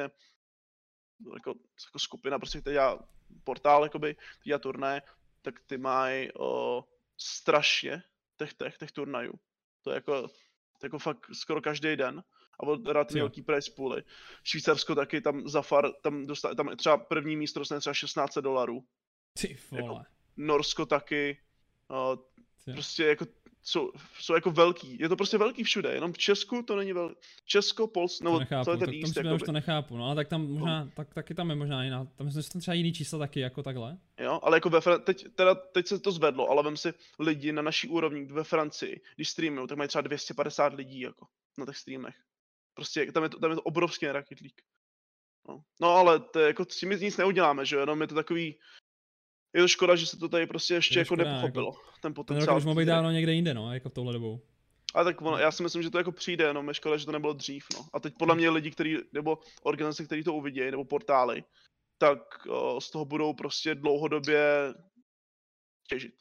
jako, jako skupina, prostě který dělá portál, jakoby, který dělá turnaje, tak ty mají o, strašně těch, těch, těch turnajů. To je jako, to je jako fakt skoro každý den. A byl relativně velký prize pooly. Švýcarsko taky, tam za far, tam, dostane, tam třeba první místo dostane třeba šestnáct set dolarů. Ty vole. Jako, Norsko taky, uh, Ty. prostě jako jsou, jsou jako velký, je to prostě velký všude, jenom v Česku to není velký. Česko, Polsko, nebo nechápu, celý ten tak, East, tam už to nechápu, no ale tak tam možná, no. tak taky tam je možná jiná, tam jsou tam třeba jiný čísla taky jako takhle. Jo, ale jako ve Fran- teď, teda, teď se to zvedlo, ale vem si lidi na naší úrovni ve Francii, když streamují, tak mají třeba dvě stě padesát lidí jako na těch streamech. Prostě tam je to, tam je to obrovský Rocket League. No. no ale to je, jako s tím nic neuděláme, že jo, jenom je to takový, je to škoda, že se to tady prostě ještě jako škoda, nepochopilo, jako, ten potenciál. Ten rok už mohl být dávno někde jinde, no, jako v touhle dobou. A tak ono, já si myslím, že to jako přijde, jenom je škoda, že to nebylo dřív, no. A teď podle mě lidi, který, nebo organizace, který to uvidí, nebo portály, tak o, z toho budou prostě dlouhodobě těžit.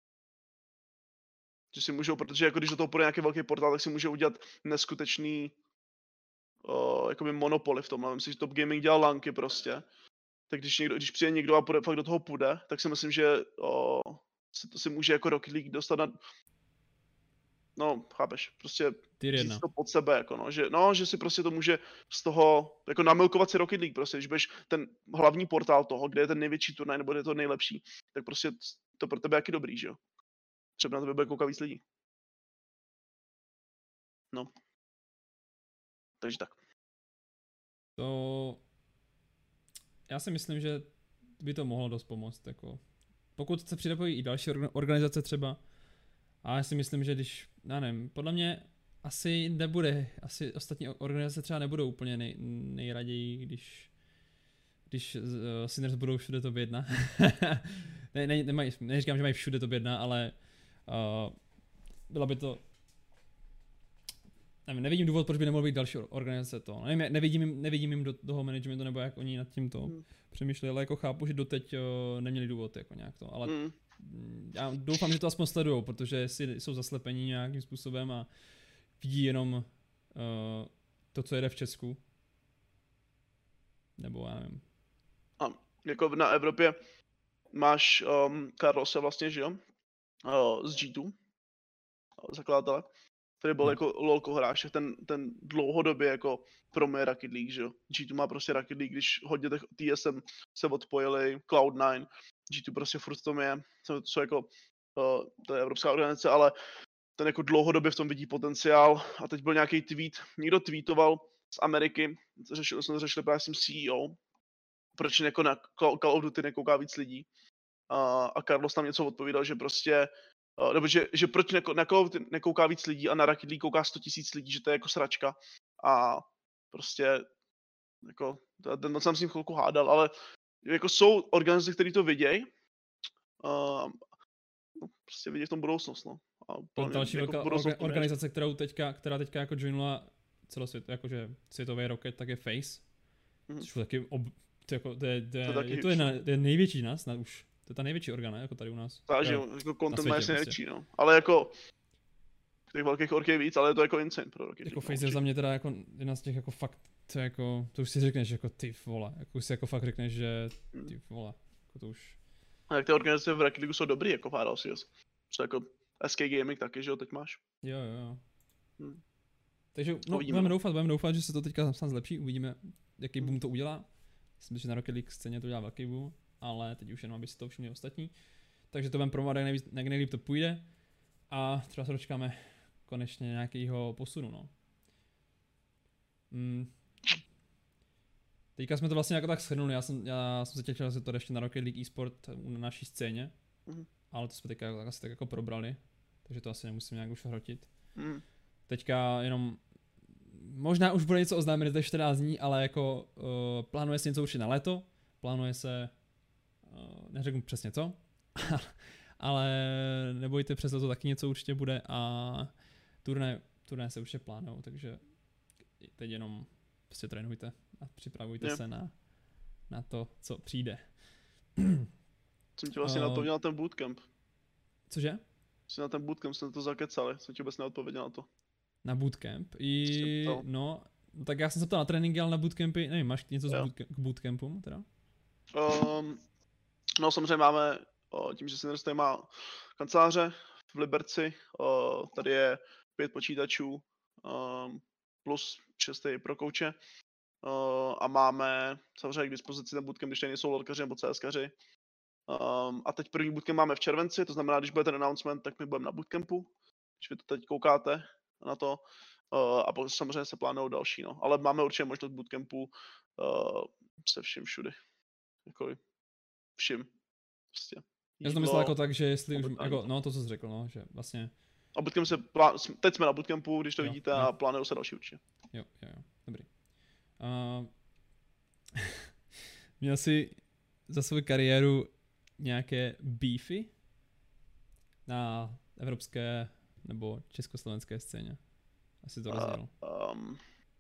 Že si můžou, protože jako když do toho půjde nějaký velký portál, tak si můžou udělat neskutečný o, jakoby monopoly v tom. Myslím si, že Top Gaming dělal lanky prostě. Tak když, někdo, když přijde někdo a půjde, fakt do toho půjde, tak si myslím, že o, si, to si může jako Rocket League dostat na... No, chápeš, prostě říct to pod sebe, jako no, že, no, že si prostě to může z toho, jako namilkovat si Rocket League prostě, když budeš ten hlavní portál toho, kde je ten největší turnaj, nebo kde je to nejlepší, tak prostě to pro tebe je jaký dobrý, že jo. Třeba na tebe bude koukat víc lidí. No. Takže tak. To... Já si myslím, že by to mohlo dost pomoct, jako... Pokud se přidají i další organizace třeba, a já si myslím, že když, já nevím, podle mě asi nebude, asi ostatní organizace třeba nebudou úplně nej, nejraději, když, když uh, Sinners budou všude top jedna. ne, ne, nemají, neříkám, že mají všude top jedna, ale uh, byla by to, nevím, nevidím důvod, proč by nemohlo být další organizace to. Nevím, nevidím, jim, nevidím jim do toho managementu, nebo jak oni nad tím to hmm. přemýšleli, ale jako chápu, že doteď uh, neměli důvod jako nějak to, ale hmm. já doufám, že to aspoň sledujou, protože si jsou zaslepení nějakým způsobem a vidí jenom uh, to, co jede v Česku. Nebo já nevím. A jako na Evropě máš um, Carlose vlastně, že jo? Uh, z G dva, zakladatele, který byl no. jako lolko hráč, ten, ten dlouhodobě jako promuje Rocket League, že jo? G dva má prostě Rocket League, když hodně těch T S M se odpojili, Cloud nine, G dva prostě furt v tom je, to jsou jako, uh, to je evropská organizace, ale ten jako dlouhodobě v tom vidí potenciál a teď byl nějaký tweet, někdo tweetoval z Ameriky, řešil, jsme řešili právě s tím C E O, proč jako na Call of Duty nekouká víc lidí a, a Carlos tam něco odpovídal, že prostě, uh, nebo že, že proč neko, na Call of Duty nekouká víc lidí a na Rocket League kouká sto tisíc lidí, že to je jako sračka a prostě jako, ten jsem s ním chvilku hádal, ale jako jsou organizace, které to vidějí, uh, prostě vidí v tom budoucnost, no. A další jako velká orga, organizace, kterou teďka, která teďka jako joinula celosvět, jakože světový Rocket, tak je Face, mm-hmm. což je taky, ob, to jako, to je, to je, to je, to je, na, to je největší nás, na, už, to je ta největší organa, jako tady u nás. Takže jako content má ještě největší, no, ale jako těch velkých ork je víc, ale je to jako insane pro Rocket. Jako Face je za mě teda jako jedna z těch jako fakt, to jako, to už si řekneš jako ty vole, jako už si jako fakt řekneš, že ty vole, jako to už. A jak ty organizace v Rocket League jsou dobrý, jako Far Alcius. Co jako S K Gaming taky, že jo, teď máš. Jo, jo, jo. Hmm. Takže no, budeme doufat, budeme doufat, že se to teďka snad zlepší, uvidíme, jaký boom to udělá. Myslím, že na Rocket League scéně to udělá velký boom. ale teď už jenom, aby si to všimli ostatní. Takže to budeme promovat, jak, nejvíc, jak nejlíp to půjde a třeba se dočkáme konečně nějakého posunu, no. Mm. Teďka jsme to vlastně jako tak shrnuli, já jsem, já jsem se těšil, že to ještě na Rocket League eSport na naší scéně, mm. ale to jsme teďka jako, asi tak jako probrali, takže to asi nemusím nějak už hrotit. Mm. Teďka jenom, možná už bude něco oznámené za čtrnáct dní, ale jako uh, plánuje se něco určitě na léto, plánuje se, uh, neřeknu přesně co, ale nebojte, přes to taky něco určitě bude a turné, turné se určitě plánují, takže teď jenom prostě trénujte a připravujte yep. se na, na to, co přijde. Jsem ti vlastně uh, na to měl ten bootcamp. Cože? Jsi na ten bootcamp, jsme to zakecali, jsem ti vůbec neodpověděl na to. Na bootcamp? I, no, tak já jsem se ptal na tréninky, ale na bootcampy, nevím, máš něco z bootcamp, k bootcampům teda? Um, no samozřejmě máme, o, tím, že Synerz má kanceláře v Liberci, o, tady je pět počítačů, um, plus šestý pro kouče. Uh, a máme samozřejmě k dispozici ten bootcamp, když tady nejsou lorkaři nebo CSkaři. Um, a teď první bootcamp máme v červenci, to znamená, když bude ten announcement, tak my budeme na bootcampu, když vy to teď koukáte na to. Uh, a potom samozřejmě se plánují další, no. Ale máme určitě možnost bootcampu uh, se vším všudy. Jako vším. Prostě. Já jsem to myslel jako tak, že jestli už, jako, no to co jsi řekl, no, že vlastně. A bootcamp se, plán, teď jsme na bootcampu, když to jo, vidíte jo. A plánují se další určitě. Jo, jo, jo, dobrý. Uh, měl jsi za svou kariéru nějaké beefy na evropské nebo československé scéně? Asi to rozdělil. Uh, um,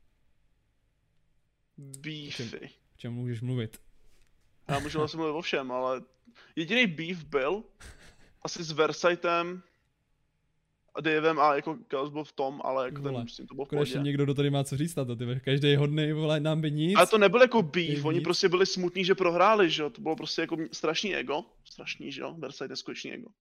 beefy. O čem, o čem můžeš mluvit? Já můžu vlastně mluvit o všem, ale jediný beef byl asi s Versitem a Davem a jako Chaos byl v tom, ale jako ten s tím to bylo v pohodě. Konečně někdo, do tady má co říct na to, ty každý hodnej, vole, nám by nic. Ale to nebyl jako beef, oni nic. Prostě byli smutní, že prohráli, že jo, to bylo prostě jako strašný ego, strašný, že jo, Versailles je skutečný ego.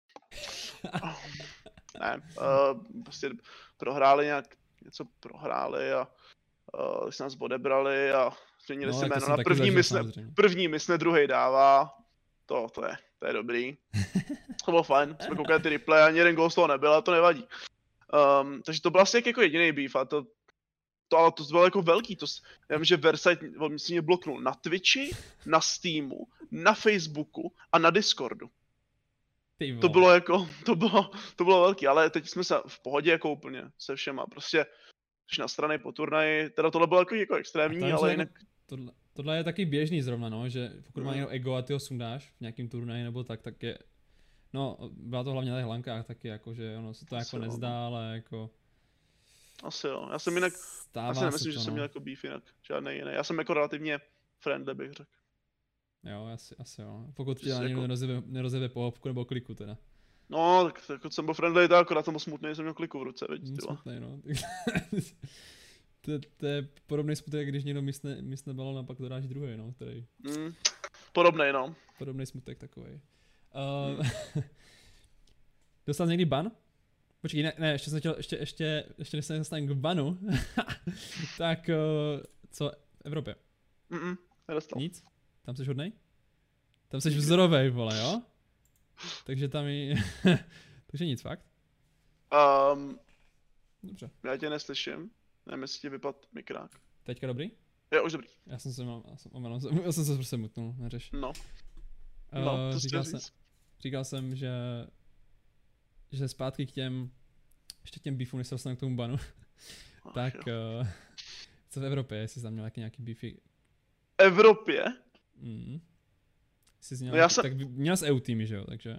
Ne, uh, prostě prohráli nějak, něco prohráli a uh, když se nás odebrali a změnili no, si jméno na první mysne, první mysne, druhý dává, to, to je, to je dobrý. To bylo fajn, jsme koukali ty replay, ani jeden gol z toho nebyl, ale to nevadí. Um, takže to byl asi jako jediný beef a to, to, ale to bylo jako velký, to, já vím, že Versailles, on si mě bloknul na Twitchi, na Steamu, na Facebooku a na Discordu. To bylo jako, to bylo, to bylo velký, ale teď jsme se v pohodě jako úplně se všema, prostě když na strany po turnaji, teda tohle bylo jako, jako extrémní, ale jinak... Tohle, tohle je taky běžný zrovna, no, že pokud mm. má někdo ego a ty ho sundáš v nějakým turnaji nebo tak, tak je, no, byla to hlavně na těch lankách taky, jako, že ono se to asi jako nezdá, no. Ale jako... Asi jo, já jsem jinak, asi nemyslím, že to, jsem no. měl jako beef jinak, žádnej jiný, já jsem jako relativně friendly, bych řekl. Jo, asi, asi jo. Pokud tě na někdo jako... nerozjebe pohopku nebo kliku teda. No, tak jako jsem byl friendly, tak akorát jsem byl smutný, jsem měl kliku v ruce, vidíš, tyva. Smutný, no. to, to je podobný smutek, když někdo mysne, mysne balon a pak to dáš druhý, no, který... Mm, podobnej, no. Podobný smutek takovej. Uh, mm. Dostal jsi někdy ban? Počkej, ne, ne, ještě jsem chtěl, ještě, ještě, ještě než se dostanu k banu, tak uh, co v Evropě? Mm, nedostal. Nic? Tam jsi hodnej? Tam jsi vzorovej, vole, jo? Takže tam i... Takže nic, fakt? Um, Dobře. Já tě neslyším. Nevím, jestli ti vypad mikrák. Teďka dobrý? Jo, už dobrý. Já jsem se, já jsem, omenil, já jsem se prostě mutnul, neřeš. No. Uh, no, to říkal, jsem, říkal jsem, že... Že zpátky k těm... Ještě k těm beefům, než se dostanu k tomu banu. Ach, tak... Uh, co v Evropě, jestli jsi tam měl nějaký beefy? Evropě? Mm. Jsi měl, no já jsem... Tak měl jsi E U týmy, že jo, takže...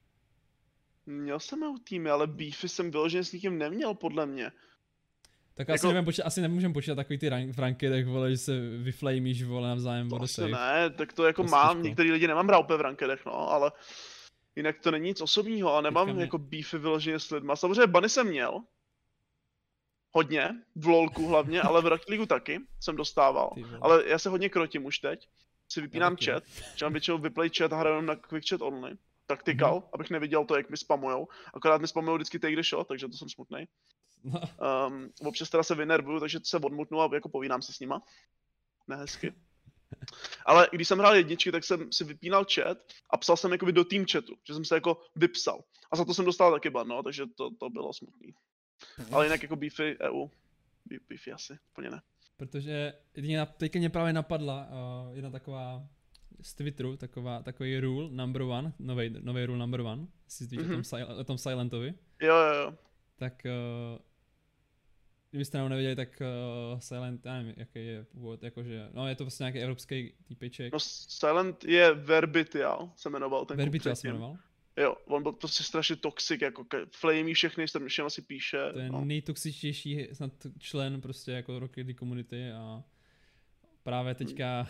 Měl jsem E U týmy, ale beefy jsem vyloženě s nikým neměl, podle mě. Tak jako... asi, nevím, počítat, asi nemůžem počítat takový ty rank, v rankedech, vole, že se vyflamíš, vole, navzájem, vole, safe. Ne, tak to jako to mám, některý lidi nemám rád úplně v rankedech, no, ale... Jinak to není nic osobního a nemám mě... jako beefy vyloženě s lidma. Samozřejmě bany jsem měl. Hodně, v lolku hlavně, ale v Rocket League taky jsem dostával. Ale já se hodně krotím už teď. Si vypínám chat, že mám většinou vyplay chat a hraju na quick chat only. Taktikal, mm-hmm. abych neviděl to, jak mi spamujou. Akorát mi spamujou vždycky take the shot, takže to jsem smutnej. Um, občas teda se vynervuju, takže se odmutnu a jako povídám si s nima. Nehezky. Ale když jsem hrál jedničky, tak jsem si vypínal chat a psal jsem jakoby do team chatu, že jsem se jako vypsal. A za to jsem dostal taky ban, no, takže to, to bylo smutný. Ale jinak jako beefy E U, beefy asi, úplně ne. Protože teďka mě právě napadla uh, jedna taková z Twitteru, taková, takový rule number one, nový, nový rule number one, jestli víš mm-hmm. o, tom, o tom Silentovi. Jo, jo, jo. Tak uh, kdybyste nám nevěděli, tak uh, Silent, já nevím, jaký je původ, jakože, no je to prostě nějaký evropský týpeček. No Silent je Verbitial, se jmenoval ten Verbitial se jmenoval? Jo, on byl prostě strašně toxic, jako flamey všechny, s všem asi píše. To je no. nejtoxičtější snad člen prostě jako Rocket League komunity a právě teďka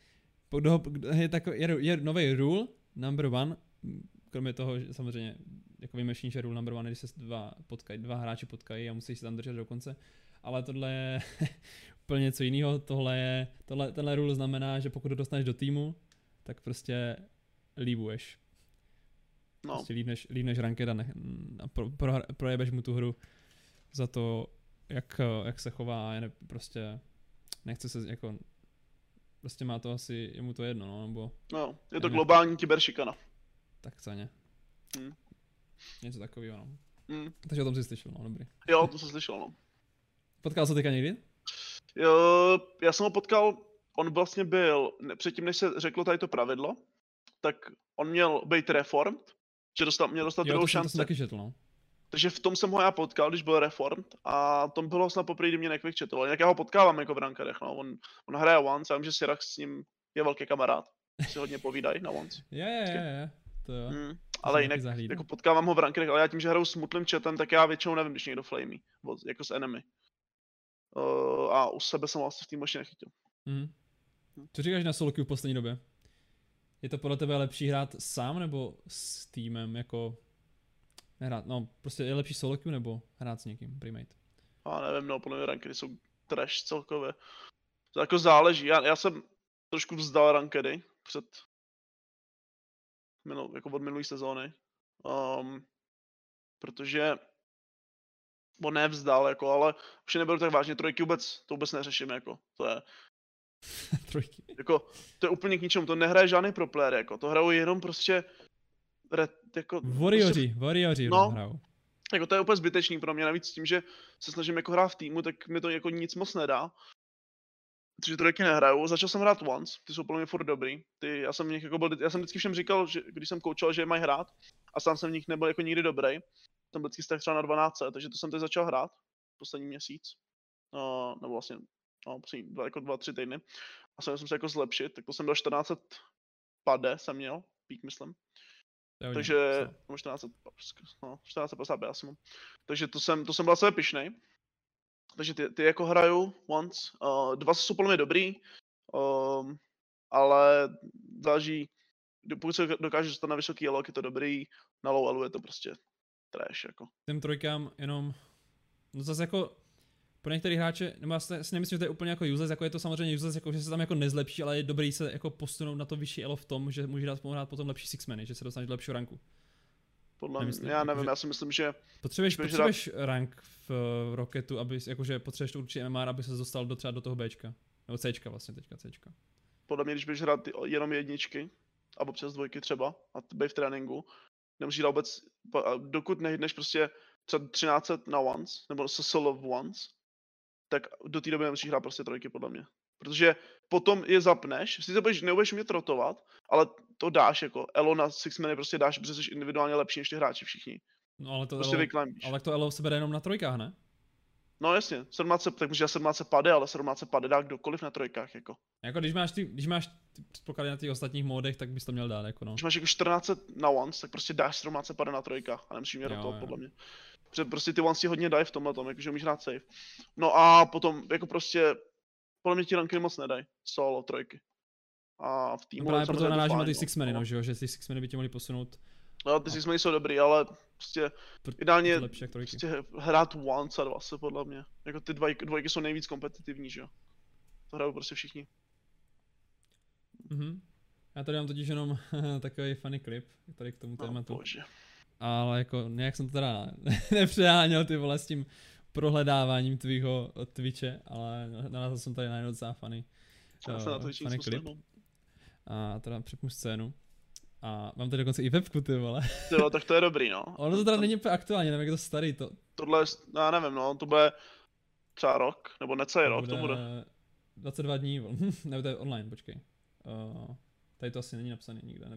je, takový, je, je nový rule number one, kromě toho, že samozřejmě jako vymešní, že rule number one, když se dva, potkají, dva hráči potkají a musí se tam držet do konce, ale tohle je úplně něco jiného, tohle je, tohle, tenhle rule znamená, že pokud to dostaneš do týmu, tak prostě líbuješ. No. Prostě líbneš, líbneš ranked a, ne, a pro, pro, projebeš mu tu hru za to, jak, jak se chová a je ne, prostě nechce se jako, prostě má to asi, je mu to jedno, no, nebo... No, je to globální kyberšikana. Tak ceně. Hmm. Něco takového, no. Hmm. Takže o tom jsi slyšel, no, dobrý. Jo, to jsem slyšel, no. Potkal jsi ho teďka někdy? Jo, já jsem ho potkal, on vlastně byl, ne, předtím než se řeklo tady to pravidlo, tak on měl být reformed, že dostal, měl dostat jo, druhou to šanci. Jo, to jsem taky četl, no. Takže v tom jsem ho já potkal, když byl reformed a to bylo snad poprvé, kdy mě nequick chatoval. Jinak já ho potkávám jako v rankedech, no. On, on hraje once, já vím, že Sirax s ním je velký kamarád. Si hodně povídají na once. Je, je, je, to jo. Mm, ale jinak jako potkávám ho v rankedech, ale já tím, že hraju s mutlým chatem, tak já většinou nevím, když někdo flamey, jako s enemy. Uh, a u sebe jsem vlastně v týmu ještě nechytil. Mm. Co říkáš na solo queue v poslední době? Je to podle tebe lepší hrát sám nebo s týmem, jako nehrát, no prostě je lepší solo queue nebo hrát s někým, primate? A nevím, no, podle mě rankedy jsou trash celkově. To jako záleží, já, já jsem trošku vzdal rankedy před, minul, jako od minulý sezóny, um, protože on nevzdal, jako, ale už je neberu tak vážně, trojky vůbec, to vůbec neřeším, jako, to je, trojky. Jako, to je úplně k ničemu, to nehraje žádný pro player, jako, to hrajou jenom prostě, re, jako... Warriori, prostě, warriori no, hrajou. Jako to je úplně zbytečný pro mě, navíc tím, že se snažím jako hrát v týmu, tak mi to jako nic moc nedá. Protože trojky nehraju, začal jsem hrát once, ty jsou podle mě furt dobrý, ty, já jsem v nich jako byl, já jsem vždycky všem říkal, že když jsem koučoval, že je mají hrát, a sám jsem v nich nebyl jako nikdy dobrý, jsem vždycky stah třeba na dvanáct, takže to jsem teď začal hrát, poslední měsíc, uh, nebo vlastně, no, poslední dva, jako dva, tři týdny, a jsem se jako zlepšit, tak to jsem byl čtrnáct set pade, jsem měl, pík myslím. Jo, Takže, no, čtrnáct set, no, čtrnáct set padesát já jsem mám. Takže to jsem, to jsem byl celé pyšnej. Takže ty, ty jako hraju once, uh, dva jsou podle mě dobrý, um, ale záleží, pokud se dokážeš dostat na vysoký elo, je to dobrý, na low elu je to prostě trash, jako. Těm trojkám jenom, no zase jako, pro některý hráče, nebo já si nemyslím, že to je úplně jako useless, jako je to samozřejmě useless, jako že se tam jako nezlepší, ale je dobrý se jako posunout na to vyšší elo v tom, že může dát pomoct potom lepší sixmany, že se dostaneš do lepšího ranku. Podle mě, já nevím, že... já si myslím, že... Potřebuješ, potřebuješ dát... rank v, v Rocketu, aby, jakože potřebuješ to určitě M M R, aby se dostal do třeba do toho Bčka. Nebo Cčka vlastně teďka, Cčka. Podle mě, když budeš hrát jenom jedničky, a občas dvojky třeba, a být v tréninku, nemusíš hrát vůbec, dokud nehneš prostě třeba třináct set na once, nebo se solo v once, tak do té doby nemusíš hrát prostě trojky, podle mě. Protože potom je zapneš, si to budeš, nebudeš umět rotovat, ale to dáš jako, elo na sixmany prostě dáš, protože jsi individuálně lepší než ty hráči všichni. No ale to prostě elo, ale tak to elo se bere jenom na trojkách, ne? No jasně, sedmnáct, tak může sedmnáct pade, ale sedmnáct pade dá kdokoliv na trojkách, jako. Jako když máš ty, když máš ty předpoklady na těch ostatních módech, tak bys to měl dát, jako no. Když máš jako čtrnáct na once, tak prostě dáš sedmnáct pade na trojkách a nemusíš mě rotovat, podle mě. Protože prostě ty once ti hodně dají v tomhle tom, jakože umíš hrát safe. No a potom jako prostě, podle mě ti ranky moc nedají, solo, trojky. A v týmu... No právě proto narážím na ty sixmany, no, že jo, že ty sixmany by tě mohli posunout. No, ty sixmany jsou dobrý, ale prostě ideálně lepší jak prostě hrát once a dva se podle mě. Jako ty dvojky, dvojky jsou nejvíc kompetitivní, že jo. To hrajou prostě všichni. Mhm. Já tady mám totiž jenom takový funny klip, tady k tomu tématu. No, bože. Ale jako nějak jsem to teda nepřeháněl ty vole s tím prohledáváním tvýho Twitche, ale na nás jsem tady najednou docela funny. Já se na to funny klip. A teda přepnu scénu. A mám tady dokonce i webku, ty vole. Jo, tak to je dobrý, no. Ono to teda není úplně aktuálně, nevím, jak je to starý to. Tohle je, já nevím, no, to bude třeba rok, nebo necelý to rok, bude to bude. dvacet dva dní, nebo to je online, počkej. Uh, tady to asi není napsaný nikde. Ne?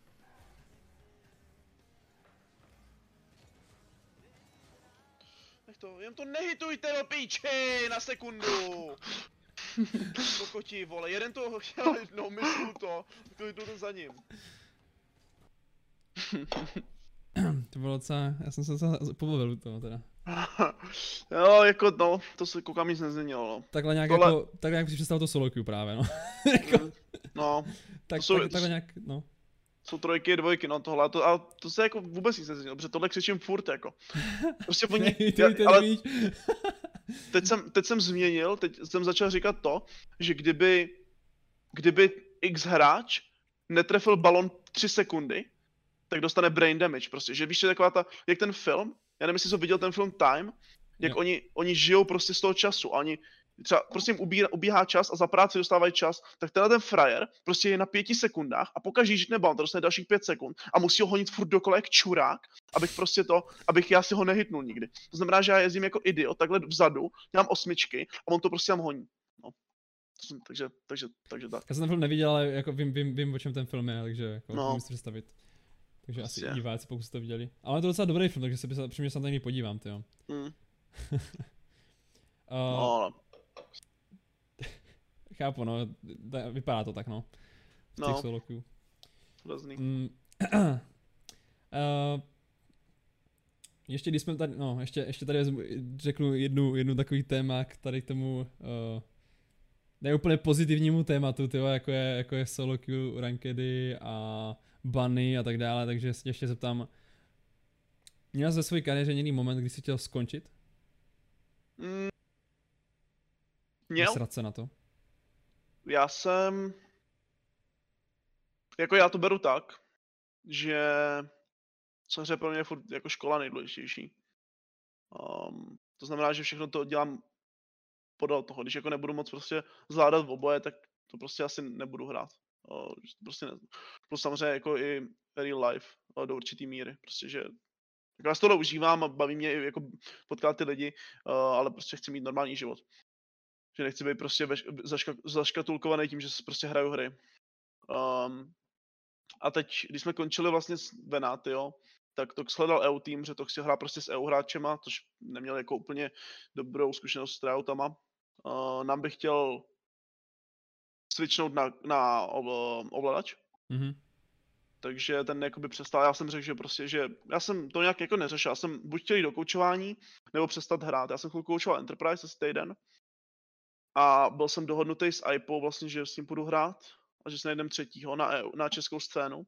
Tak to, jen to nehitujte do píči na sekundu. Kokoti, vole, jeden to chtěl jednou, myslu to, to jdu to za ním. To bylo docela, já jsem se docela pobavil u toho teda. Jo, jako no, to se koukám nic nezměnilo, no. Takhle nějak Tohle... jako, takhle nějak si představil to solo queue právě, no. mm, no. tak, to jsou, tak, takhle nějak, no. Jsou trojky, dvojky, no tohle, to, ale to se jako vůbec nic nezměnilo, protože tohle křičím furt, jako. Prostě oni, já, ale teď jsem, teď jsem změnil, teď jsem začal říkat to, že kdyby, kdyby X hráč netrefil balon tři sekundy, tak dostane brain damage, prostě, že víš, že taková ta, jak ten film, já nevím, jestli jsi viděl ten film Time, jak oni, oni žijou prostě z toho času a oni třeba prostě jim ubíhá, ubíhá čas a za práci dostávají čas, tak tenhle ten frajer prostě je na pěti sekundách a pokaždý žitne balon, to dostane dalších pět sekund a musí ho honit furt dokola jak čurák, abych prostě to, abych já si ho nehytnul nikdy. To znamená, že já jezdím jako idiot, takhle vzadu, mám osmičky a on to prostě tam honí. No. Takže, takže, takže tak. Já jsem ten film neviděl, ale jako vím, vím, vím, o čem ten film je, takže jako no. můžu si představit. Takže Prostě. asi diváci, pokud jste to viděli. Ale je to docela dobrý film, takže se při mě se tam někdy podívám, tyjo. Mm. uh, no, ale... Chápu, no, vypadá to tak, no. V těch no. solo queue. Rozný. Mm. uh, ještě když jsme tady, no, ještě, ještě tady řeknu jednu, jednu takový téma k tady k tomu uh, ne úplně pozitivnímu tématu, tyjo, jako je, jako je solo queue, rankedy a bany a tak dále, takže se ještě zeptám, měl jsi ve své kariéře někdy moment, kdy jsi chtěl skončit? Mm. Měl? Vysrat se na to? Já jsem, jako já to beru tak, že samozřejmě pro mě je furt jako škola nejdůležitější. Um, to znamená, že všechno to dělám podél toho, když jako nebudu moc prostě zvládat v oboje, tak to prostě asi nebudu hrát. Uh, prostě ne. Plus samozřejmě jako i real life uh, do určitý míry, prostě že tak já z toho užívám a baví mě i jako potkat ty lidi, uh, ale prostě chci mít normální život. Že nechci být prostě zaška, zaškatulkovaný tím, že prostě hraju hry. Um, a teď, když jsme končili vlastně s Venáty, jo, tak to shledal E U tým, že to chci hrát prostě s E U hráčema, což neměl jako úplně dobrou zkušenost s tryoutama. Uh, nám bych chtěl switchnout na, na ovladač. Mm-hmm. Takže ten jakoby přestal, já jsem řekl, že prostě, že já jsem to nějak jako neřešil, já jsem buď chtěl jít do koučování, nebo přestat hrát. Já jsem chvilku koučoval Enterprise asi týden. A byl jsem dohodnutý s I P O vlastně, že s ním půjdu hrát a že si najdem třetího na, E U, na českou scénu.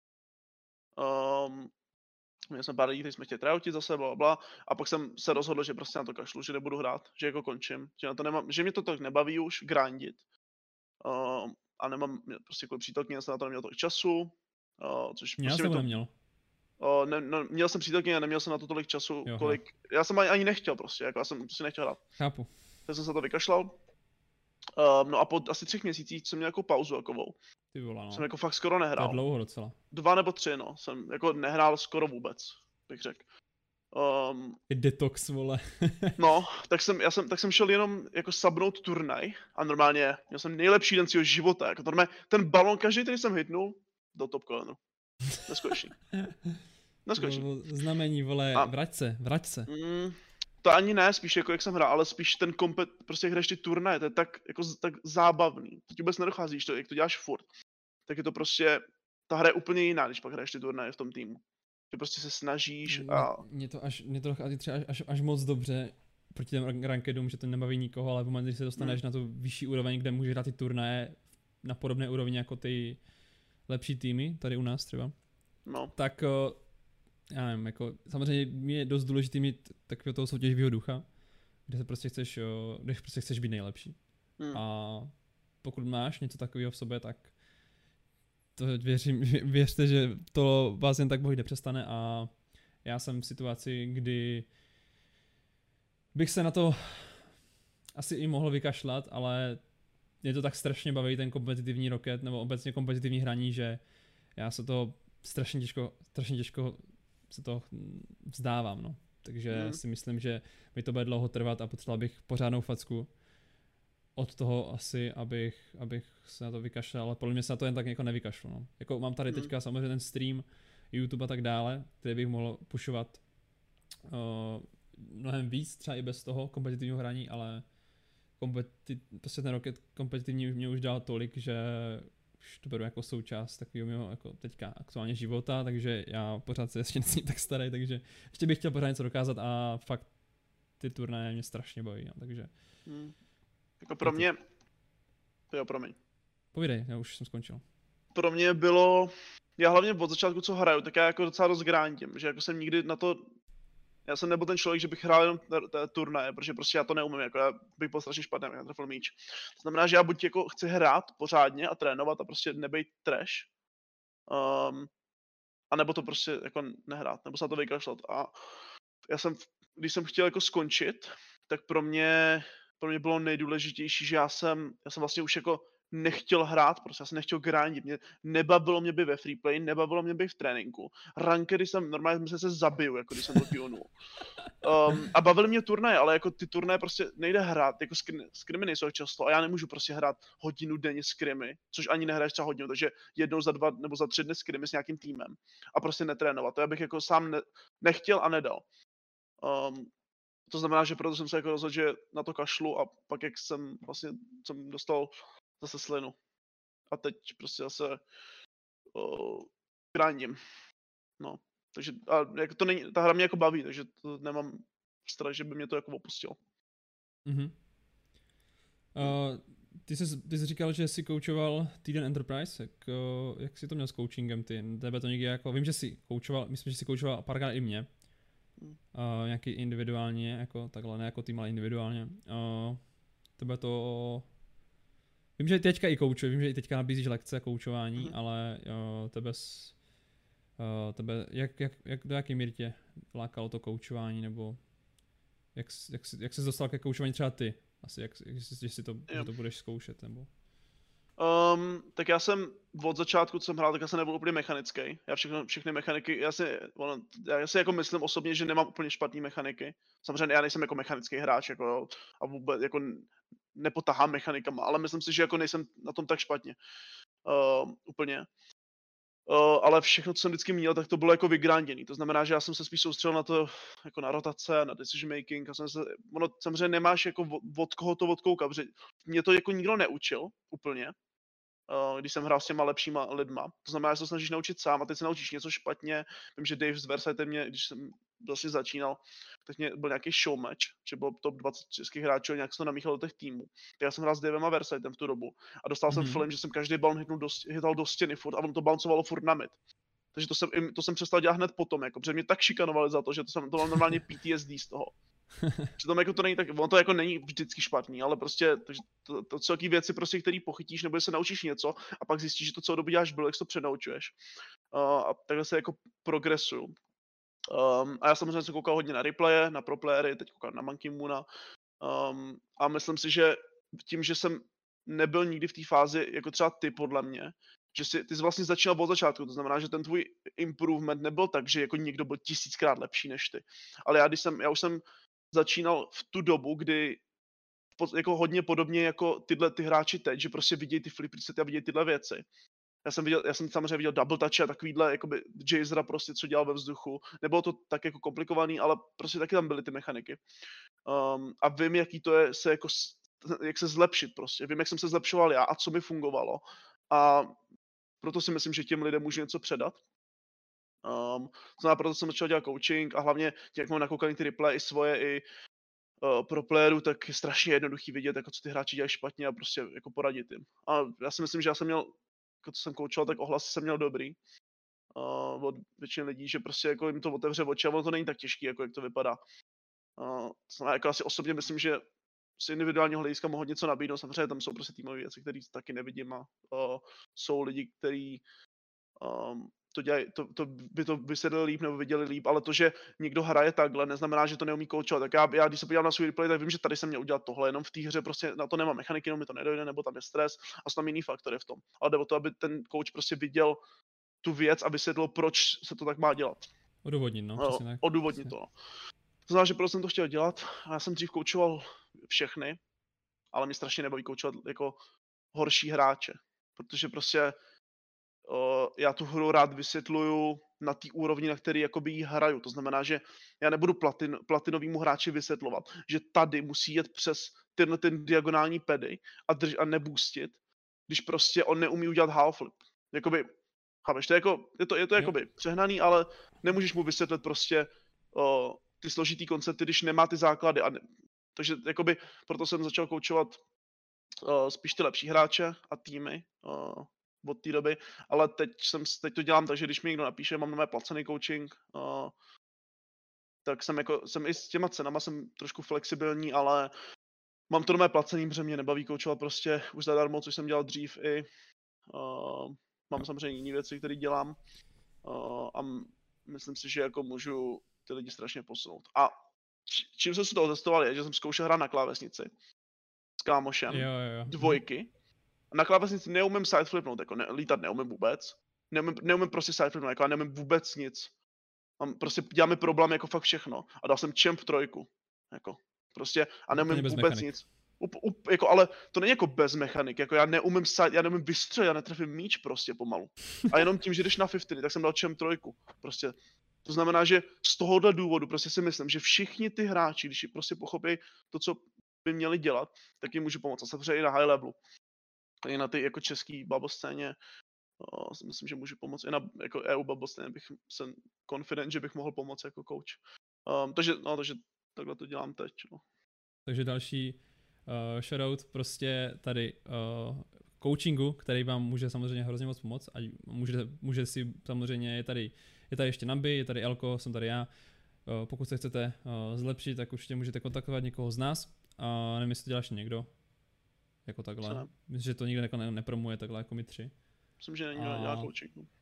Um, měli jsme pár lidí, kteří jsme chtěli tryoutit zase, bla, bla, a pak jsem se rozhodl, že prostě na to kašlu, že nebudu hrát, že jako končím, že, na to nemám, že mě to tak nebaví už grindit. Um, a nemám, prostě jako přítelkyně jsem na to neměl tolik času, uh, což Já prostě jsem to to neměl. Uh, ne, ne, měl jsem přítelkyně a neměl jsem na to tolik času, jo, kolik, já jsem ani, ani nechtěl prostě, jako já jsem prostě nechtěl hrát. Chápu. Tak jsem se to vykašlal. Um, no a po asi třech měsících jsem měl jako pauzu jakovou. Ty vole, no. Jsem jako fakt skoro nehrál. To je dlouho docela. Dva nebo tři, no. Jsem jako nehrál skoro vůbec, bych řekl. Um, je detox, vole. no, tak jsem, já jsem, tak jsem šel jenom jako subnout turnaj a normálně měl jsem nejlepší den svého života. Jako normálně ten balon, každý, který jsem hitnul, do top colonu. Neskutečný. Neskutečný. Znamení, vole, a, vrať se, vrať se. Mm, to ani ne, spíš jako jak jsem hrál, ale spíš ten kompet, prostě jak hraješ ty turnaje, to je tak, jako, tak zábavný. To ti vůbec nedocházíš, to, jak to děláš furt. Tak je to prostě, ta hra je úplně jiná, když pak hraješ ty turnaje v tom týmu. Že prostě se snažíš a... Mě to až, mě to dochází třeba až, až, až moc dobře proti těm rankedům, že to nebaví nikoho, ale v momentě, kdy se dostaneš hmm. na tu vyšší úroveň, kde můžeš hrát ty turnaje na podobné úrovni jako ty lepší týmy, tady u nás třeba. No. Tak já nevím, jako samozřejmě je dost důležitý mít takového toho soutěživého ducha, kde se prostě chceš, kde prostě chceš být nejlepší. Hmm. A pokud máš něco takového v sobě, tak to věřím, věřte, že to vás jen tak bohy nepřestane a já jsem v situaci, kdy bych se na to asi i mohl vykašlat, ale mě to tak strašně baví ten kompetitivní Rocket, nebo obecně kompetitivní hraní, že já se to strašně těžko, strašně těžko se to vzdávám, no. Takže Hmm. si myslím, že mi to bude dlouho trvat a potřeboval bych pořádnou facku od toho asi, abych, abych se na to vykašlal, ale podle mě se na to jen tak jako nevykašlu, no. Jako mám tady Hmm. teďka samozřejmě ten stream, YouTube a tak dále, který bych mohl pušovat uh, mnohem víc, třeba i bez toho kompetitivního hraní, ale kompeti- prostě ten Rocket kompetitivní mě už dal tolik, že už to beru jako součást takového mého jako teďka aktuálně života, takže já pořád se ještě nejsem tak starý, takže ještě bych chtěl pořád něco dokázat a fakt ty turnaje mě strašně baví, no, takže... Hmm. Jako pro mě... Jo, promiň. Povídej, já už jsem skončil. Pro mě bylo... Já hlavně od začátku, co hraju, tak já jako docela dost grindím, že jako jsem nikdy na to... Já jsem nebyl ten člověk, že bych hrál jenom té turnaje, protože prostě já to neumím, jako já bych byl strašně špatný, jak trefil míč. To znamená, že já buď jako chci hrát pořádně a trénovat a prostě nebejt trash, um, a nebo to prostě jako nehrát, nebo se na to vykašlat. A já jsem, když jsem chtěl jako skončit, tak pro mě, pro mě bylo nejdůležitější, že já jsem, já jsem vlastně už jako nechtěl hrát, prostě já jsem nechtěl grindit, mě nebavilo mě být ve freeplay, nebavilo mě být v tréninku. Rankedy jsem, normálně myslím, se zabiju, jako když jsem byl Q nula. Um, a bavily mě turnaje, ale jako ty turnaje prostě nejde hrát, jako skry, skrimy nejsou často a já nemůžu prostě hrát hodinu denně skrimy, což ani nehraješ třeba hodinu, takže jednou za dva nebo za tři dny skrimy s nějakým týmem a prostě netrénovat, to já bych jako sám ne, nechtěl a nedal. Um, to znamená, že proto jsem se jako rozhodl, že na to kašlu a pak jak jsem vlastně jsem dostal zase slinu. A teď prostě zase uh, grindím. No. Takže a jako to není, ta hra mě jako baví, takže to nemám strach, že by mě to jako opustilo. Mhm. Uh, ty, jsi, ty jsi říkal, že jsi koučoval týden Enterprise, jak, uh, jak jsi to měl s coachingem ty? Tebe to někdy jako, vím, že jsi koučoval, myslím, že jsi koučoval párkrát i mě. Uh, nějaký individuálně, jako takhle, ne jako tým, ale individuálně. Uh, tebe to... Vím, že teďka i koučuje, vím, že i teďka nabízíš lekce koučování, mm-hmm. ale uh, tebe, s, uh, tebe jak, jak, jak, do jaké míry tě lákalo to koučování, nebo jak, jak, jak jsi dostal ke koučování třeba ty? Asi, jak, jak že si to, že to budeš zkoušet, nebo... Um, tak já jsem od začátku, co jsem hrál, tak já jsem nebyl úplně mechanický. Já všechno, všechny mechaniky, já si, ono, já si jako myslím osobně, že nemám úplně špatný mechaniky. Samozřejmě já nejsem jako mechanický hráč, jako, a vůbec jako nepotahám mechanikama, ale myslím si, že jako nejsem na tom tak špatně. Uh, úplně. Uh, ale všechno, co jsem vždycky měl, tak to bylo jako vygranděný. To znamená, že já jsem se spíš soustředil na to, jako na rotace, na decision making. A jsem se, ono, samozřejmě nemáš jako od, od koho to odkoukat, protože mě to jako nikdo neučil úplně, uh, když jsem hrál s těma lepšíma lidma. To znamená, že se to snažíš naučit sám a teď se naučíš něco špatně. Vím, že Dave z Versailles mě, když jsem vlastně začínal, tak mě byl nějaký show match, že byl top dvacet českých hráčů a nějak se to namíchal do těch týmů. Tak já jsem hrál s Davem a Versaillesem v tu dobu a dostal mm-hmm. jsem film, že jsem každý balon hitnul do, hital do stěny furt a on to bouncovalo furt na mid. Takže to jsem, to jsem přestal dělat hned potom, jako, protože mě tak šikanovali za to, že to jsem to mám normálně P T S D z toho. Že tam jako to není tak, on to jako není vždycky špatný, ale prostě to, to, to jsou taky věci, prostě, které pochytíš, nebo se naučíš něco a pak zjistíš, že to celou dobu děláš bylo, jak to přenaučuješ. Uh, a takhle se jako progresuju. Um, a já samozřejmě jsem koukal hodně na replaye, na pro playery, teď koukám na Monkey Moona. Um, a myslím si, že tím, že jsem nebyl nikdy v té fázi, jako třeba ty podle mě, že jsi, ty jsi vlastně začínal od začátku, to znamená, že ten tvůj improvement nebyl tak, že jako někdo byl tisíckrát lepší než ty. Ale já, když jsem, já už jsem začínal v tu dobu, kdy jako hodně podobně jako tyhle ty hráči teď, že prostě vidějí ty flip resety a vidějí tyhle věci. Já jsem, viděl, já jsem samozřejmě viděl double touch a takovýhle jakoby Jazera prostě, co dělal ve vzduchu. Nebylo to tak jako komplikovaný, ale prostě taky tam byly ty mechaniky. Um, a vím, jaký to je se jako, jak se zlepšit prostě. Vím, jak jsem se zlepšoval já a co mi fungovalo. A proto si myslím, že těm lidem můžu něco předat. Um, znamená, proto jsem začal dělat coaching a hlavně, jak mám nakoukaný ty replay i svoje, i uh, pro playerů, tak je strašně jednoduchý vidět, jako co ty hráči dělají špatně a prostě jako poradit jim. A já si myslím, že já jsem měl, jako co jsem koučoval, tak ohlasy jsem měl dobrý. Uh, od většiny lidí, že prostě jako jim to otevře oči a ono to není tak těžký, jako jak to vypadá. Uh, to znamená, jako asi osobně myslím, že z individuálního hlediska mohu něco nabídnout, samozřejmě tam jsou prostě týmové věci, které taky nevidím a uh, jsou lidi, kteří um, to, dělaj, to, to by to vysvětlili líp nebo viděli líp, ale to, že někdo hraje takhle, neznamená, že to neumí koučovat. Tak já, já když se podívám na svůj replay, tak vím, že tady jsem měl udělat tohle, jenom v té hře prostě na to nemám mechaniky, jenom mi to nedojde, nebo tam je stres a jsou tam jiný faktory v tom. Ale jde o to, aby ten coach prostě viděl tu věc a vysvětlil, proč se to tak má dělat. Odůvodnit, no, přesně tak. Odůvodnit to, no. To znamená, že proto jsem to chtěl dělat a já jsem dřív koučoval všechny, ale mě strašně nebaví koučovat jako horší hráče, protože prostě uh, já tu hru rád vysvětluju na té úrovni, na který jakoby jí hraju. To znamená, že já nebudu platin, platinovýmu hráči vysvětlovat, že tady musí jet přes ten, ten diagonální pedy a, drž, a neboostit, když prostě on neumí udělat half flip. Jakoby, chápeš, to je, jako, je to, je to jakoby přehnaný, ale nemůžeš mu vysvětlit prostě uh, ty složitý koncepty, když nemá ty základy. A ne, takže jakoby, proto jsem začal koučovat uh, spíš ty lepší hráče a týmy uh, od té doby, ale teď, jsem, teď to dělám tak, že když mi někdo napíše, mám nové placený coaching, uh, tak jsem, jako, jsem i s těma cenama jsem trošku flexibilní, ale mám to nové placený, protože mě nebaví koučovat prostě už zadarmo, což jsem dělal dřív i. Uh, mám samozřejmě jiné věci, které dělám uh, a myslím si, že jako můžu ty lidi strašně posunout. A čím jsem si to testoval je, že jsem zkoušel hrát na klávesnici s kámošem, jo, jo, jo. dvojky. Na klávesnici neumím side flipnout, jako ne, lítat neumím vůbec. Neumím, neumím prostě side flipnout, jako já neumím vůbec nic. Mám, prostě děláme problém jako fakt všechno. A dal jsem champ trojku. Jako, prostě, a neumím vůbec mechanik. nic. Up, up, jako, ale to není jako bez mechanik, jako já neumím side, já neumím vystřelit, já netrefím míč prostě pomalu. A jenom tím, že jdeš na padesát, tak jsem dal champ trojku. Prostě. To znamená, že z tohohle důvodu prostě si myslím, že všichni ty hráči, když prostě pochopí to, co by měli dělat, tak jim můžu pomoct. A samozřejmě i na high levelu. I na ty jako český baboscéně o, si myslím, že můžu pomoct. I na jako E U baboscéně bych jsem confident, že bych mohl pomoct jako coach. Um, takže, no, takže takhle to dělám teď. No. Takže další uh, shoutout prostě tady uh, coachingu, který vám může samozřejmě hrozně moc pomoct a může, může si samozřejmě, je tady, je tady ještě Nambi, je tady Elko, jsem tady já. Uh, pokud se chcete uh, zlepšit, tak určitě můžete kontaktovat někoho z nás. A nevím, jestli to děláš někdo. Jako takhle. Myslím, že to nikdo jako ne- nepromuje takhle jako my tři. Myslím, že není a... coaching. No.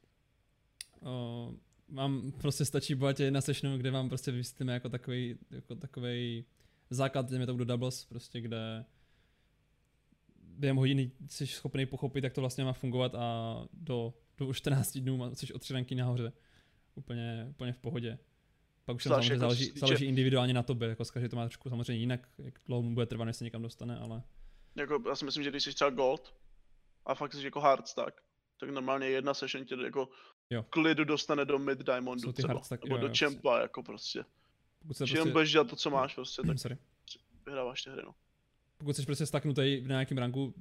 Uh, mám prostě stačí bohatě jedna sessionu, kde vám prostě vysvětlíme jako takový, jako takovej základ, jdeme to do doubles, prostě kde během hodiny jsi schopný pochopit, jak to vlastně má fungovat a do, do čtrnácti dnů jsi o tři ranky nahoře. Úplně, úplně v pohodě. Pak už samozřejmě jako záleží, týče... záleží individuálně na tobě, jako každý to má trošku samozřejmě jinak, jak dlouho mu bude trvat, než se někam dostane, ale... Jako, já si myslím, že když jsi třeba gold a fakt jsi jako hard stack, tak normálně jedna session tě jako jo. klidu dostane do mid diamondu třeba, stack, nebo jo, do jo, champa, prostě. Jako prostě. Pokud se prostě... jenom budeš dělat to, co máš prostě, tak Sorry. vyhráváš ty hry, no. Pokud jsi prostě staknutý v nějakém ranku,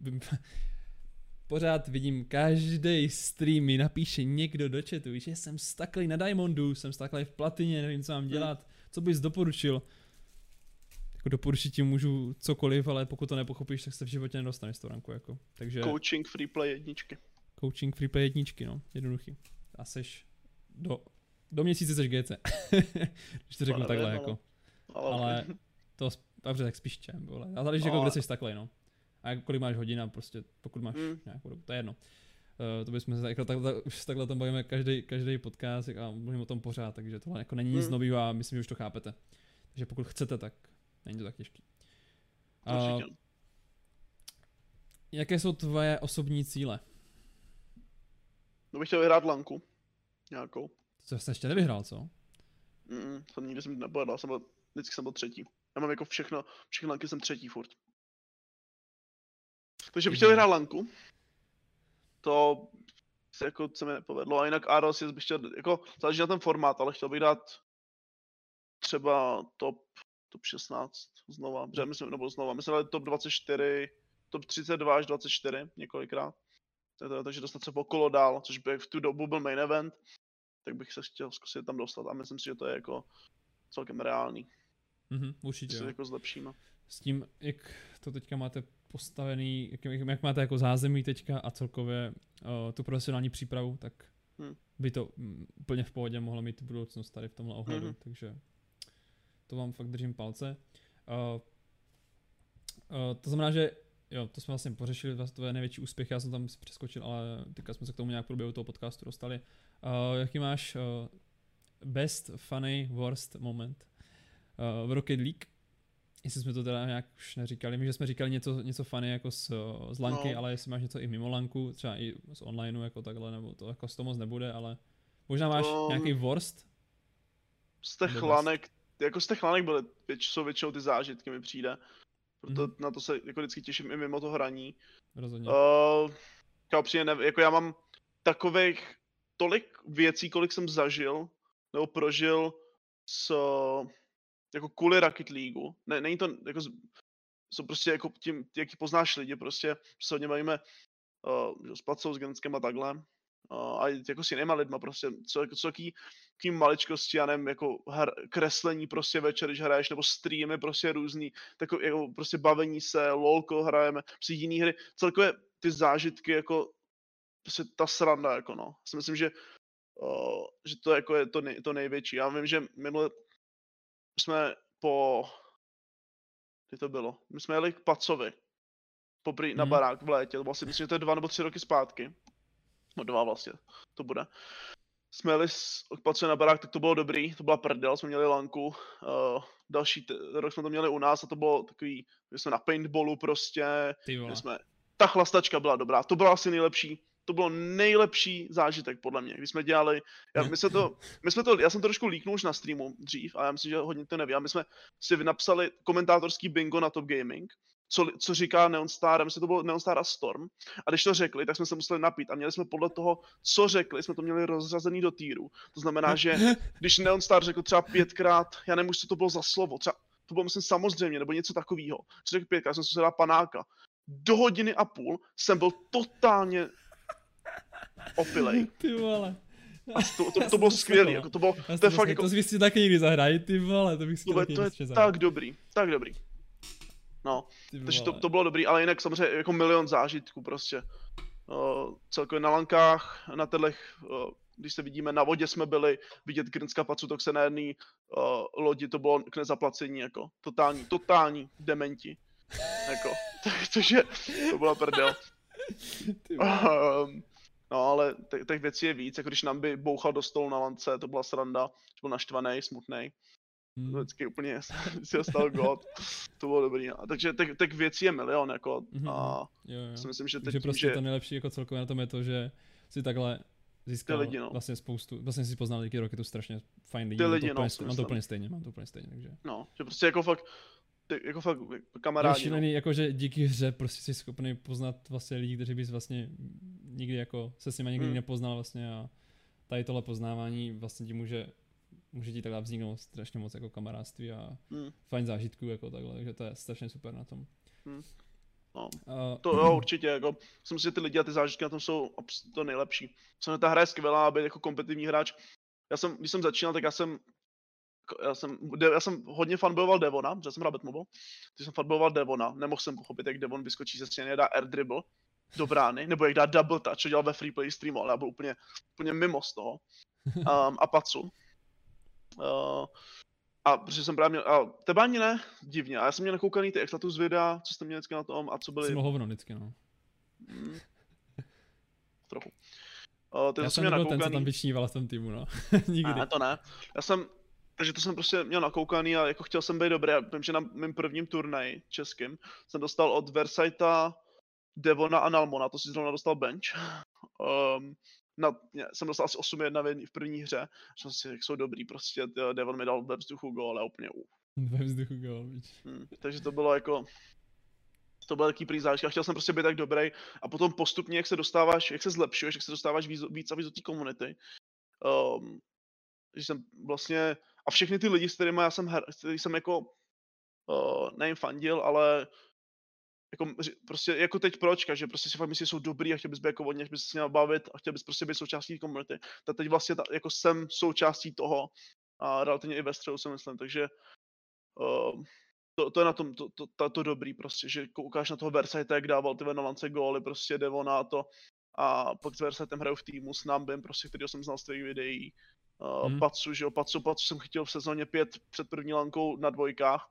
pořád vidím, každý stream mi napíše někdo do chatu, že jsem staklý na diamondu, jsem staklý v platině, nevím, co mám dělat, hmm. co bys doporučil. Jako doporučit ti můžu cokoliv, ale pokud to nepochopíš, tak se v životě nedostaneš z toho ranku, jako. Takže... Coaching free play jedničky. Coaching free play jedničky, no, jednoduchý. A seš do, do měsíce seš G C. Když to řeknu takhle, ale, jako. Ale, ale to, dobře, tak spíš čem, vole. A záleží, jako kde seš takhle, no. A jako kolik máš hodin a prostě, pokud máš mm. nějakou dobu, to je jedno. Uh, to bychom se takhle, takhle, už takhle tam bavíme každý, každý podcast a mluvím o tom pořád, takže tohle jako není nic mm. nového a myslím, že už to chápete. Takže pokud chcete, tak není to tak těžký. Uh, jaké jsou tvoje osobní cíle? No bych chtěl vyhrát lanku. Nějakou. Co jsi ještě nevyhrál, co? Mm, jsem nikdy jsem nepovedal, jsem byl, vždycky jsem byl třetí. Já mám jako všechno, všechny lanky jsem třetí furt. Takže bych chtěl vyhrát lanku. To se jako se mi nepovedlo. A jinak Aros bych chtěl, jako záleží na ten formát, ale chtěl bych dát třeba top, top šestnáct znova. Protože myslím, nebo znova, myslím, že top dvacet čtyři, top třicet dva až dvacet čtyři několikrát. Takže dostat se okolo dál, což by v tu dobu byl main event, tak bych se chtěl zkusit tam dostat a myslím si, že to je jako celkem reálný. Mhm, určitě se jako zlepšíme. S tím, jak to teďka máte postavený, jak, jak máte jako zázemí teďka a celkově uh, tu profesionální přípravu, tak hmm. by to um, úplně v pohodě mohlo mít budoucnost tady v tomhle ohledu, hmm. takže to vám fakt držím palce. Uh, uh, to znamená, že jo, to jsme vlastně pořešili, to je největší úspěch, já jsem tam přeskočil, ale teďka jsme se k tomu nějak v průběhu toho podcastu dostali. Uh, jaký máš uh, best, funny, worst moment uh, v Rocket League? Jestli jsme to teda nějak už neříkali, my že jsme říkali něco, něco funny jako z, z lanky, no. Ale jestli máš něco i mimo lanku, třeba i z onlineu jako takhle, nebo to jako z toho moc nebude, ale možná máš um, nějaký worst? Z těch lanek, jako z těch lanek byly, věč, jsou většinou ty zážitky mi přijde, proto mm-hmm. na to se jako vždycky těším i mimo to hraní. Rozhodně. Uh, jako, přijde, jako já mám takových tolik věcí, kolik jsem zažil, nebo prožil s, jako kvůli Rocket League. Ne, není to, jako, jsou prostě jako tím, jaký poznáš lidi, prostě se hodně bavíme uh, s Pacou, s Genskem a takhle. Uh, a jako s jinýma lidma prostě, co, co jaký, jaký maličkosti, já nevím, jako her, kreslení prostě večer, když hraješ, nebo streamy prostě různý, takový jako prostě bavení se, lolko hrajeme, prostě jiný hry, celkově ty zážitky jako prostě ta sranda, jako no. Já si myslím, že, uh, že to jako je to, nej, to největší. Já vím, že minule jsme po, kdy to bylo, my jsme jeli k Pacovi, poprý hmm. na barák v létě, to bylo asi, myslím, že to je dva nebo tři roky zpátky, no dva vlastně, to bude. Jsme jeli k Pacovi na barák, tak to bylo dobrý, to byla prdel, jsme měli lanku, uh, další t- rok jsme to měli u nás a to bylo takový, že jsme na paintballu prostě, jsme, ta chlastačka byla dobrá, to byla asi nejlepší. To bylo nejlepší zážitek podle mě, když jsme dělali, já, my jsme to, my jsme to, já jsem to trošku líknul už na streamu dřív, a já myslím, že hodně to neví, a my jsme si napsali komentátorský bingo na Top Gaming, co, co říká Neonstar, a myslím, že to bylo Neonstar a Storm, a když to řekli, tak jsme se museli napít a měli jsme podle toho, co řekli, jsme to měli rozřazený do týru. To znamená, že když Neonstar řekl třeba pětkrát, já nevím, co to bylo za slovo, třeba to bylo myslím samozřejmě, nebo něco takového, co řekl pětkrát, jsem si dal panáka. Do hodiny a půl jsem byl totálně opilej. Ty vole. A to, to, to bylo skvělé, jako to bylo, to je fakt jako... To jsi si taky někdy zahrají, ty vole, to bych si to, taky to je tak zahrát. dobrý, tak dobrý. No, takže to, to bylo dobrý, ale jinak samozřejmě jako milion zážitků prostě. Uh, celkově na lankách, na tělech, uh, když se vidíme, na vodě jsme byli, vidět Grnska Pacu, tak se na jedné uh, lodi, to bylo k nezaplacení, jako totální, totální dementi. Jako, takže to byla prdel. Um, no ale těch věcí je víc, jako když nám by bouchal do stolu na lance, to byla sranda, že byl naštvaný, smutnej. Hmm. Vždycky úplně si dostal god, to bylo dobrý. A takže těch věcí je milion, jako mm-hmm. a jo, jo. si myslím, že teď že prostě že... to nejlepší jako celkově na tom je to, že si takhle získal lidi, no. vlastně spoustu, vlastně si poznal díky roky, to strašně fajn lidi, ty mám, lidi, to no, úplně, mám to úplně stejně, mám to úplně stejně, takže. No, že prostě jako fakt, ty, jako fakt kamarádi. Je šílený, no. Jako že díky hře prostě jsi schopný poznat vlastně lidi, kteří bys vlastně nikdy jako se s nimi nikdy hmm. nepoznal vlastně a tady tohle poznávání vlastně ti může může ti takhle vzniknout strašně moc jako kamarádství a hmm. fajn zážitků jako takhle, takže to je strašně super na tom. Hmm. No, uh, to jo, určitě, jako, myslím si, že ty lidi a ty zážitky na tom jsou to nejlepší. Myslím, ta hra je skvělá, být jako kompetitivní hráč. Já jsem, když jsem začínal, tak já jsem, já jsem, já jsem hodně fanbojoval Devona, protože jsem hrál Batmobile, když jsem fanbojoval Devona, nemohl jsem pochopit, jak Devon vyskočí ze stěny a dá air dribble do brány, nebo jak dá double touch, co dělal ve free play streamu, ale já byl úplně, úplně mimo z toho. Um, a Pacu. Uh, a protože jsem právě měl, a teba ani ne, divně, a já jsem měl nakoukaný ty extratus videa, co jste měli vždycky na tom a co byly... Jsem hovno vždycky, no. Mm, trochu. Uh, já jsem nebyl nakoukaný... ten, co tam vyčníval v tom týmu, no. Nikdy. Ne, to ne. Já jsem, takže to jsem prostě měl nakoukaný a jako chtěl jsem být dobrý. Já vím, že na mém prvním turnaji českým jsem dostal od Versaita, Devona a Nalmona, to si zrovna dostal bench. Um, Na, ne, jsem dostal asi osm jedna v první hře, že si, jak jsou dobrý, prostě Devon mi dal ve vzduchu gól a úplně uf. Ve vzduchu gól, hmm, takže to bylo jako, to byl taký prý zážitek, chtěl jsem prostě být tak dobrý a potom postupně, jak se dostáváš, jak se zlepšuješ, jak se dostáváš víc, víc a víc do té komunity, um, že jsem vlastně, a všechny ty lidi, s kterými já jsem, her, který jsem jako, uh, nevím, fandil, ale jako, prostě jako teď pročka, že prostě si fakt myslí, že jsou dobrý a chtěl bys být jako vodně, bys se s nimi bavit a chtěl bys prostě být součástí komunity. Tak teď vlastně ta, jako jsem součástí toho a relativně i ve středu si myslím, takže uh, to, to je na tom to, to, to, to dobrý prostě, že koukáš na toho Versaita, jak dával ty na lance góly, prostě Devona a to a pak s Versaitem hraju v týmu s Nambem, prostě, kterýho jsem znal z tvých videí. Uh, hmm. Pacu, že jo, Pacu, Pacu jsem chytil v sezóně pět před první lankou na dvojkách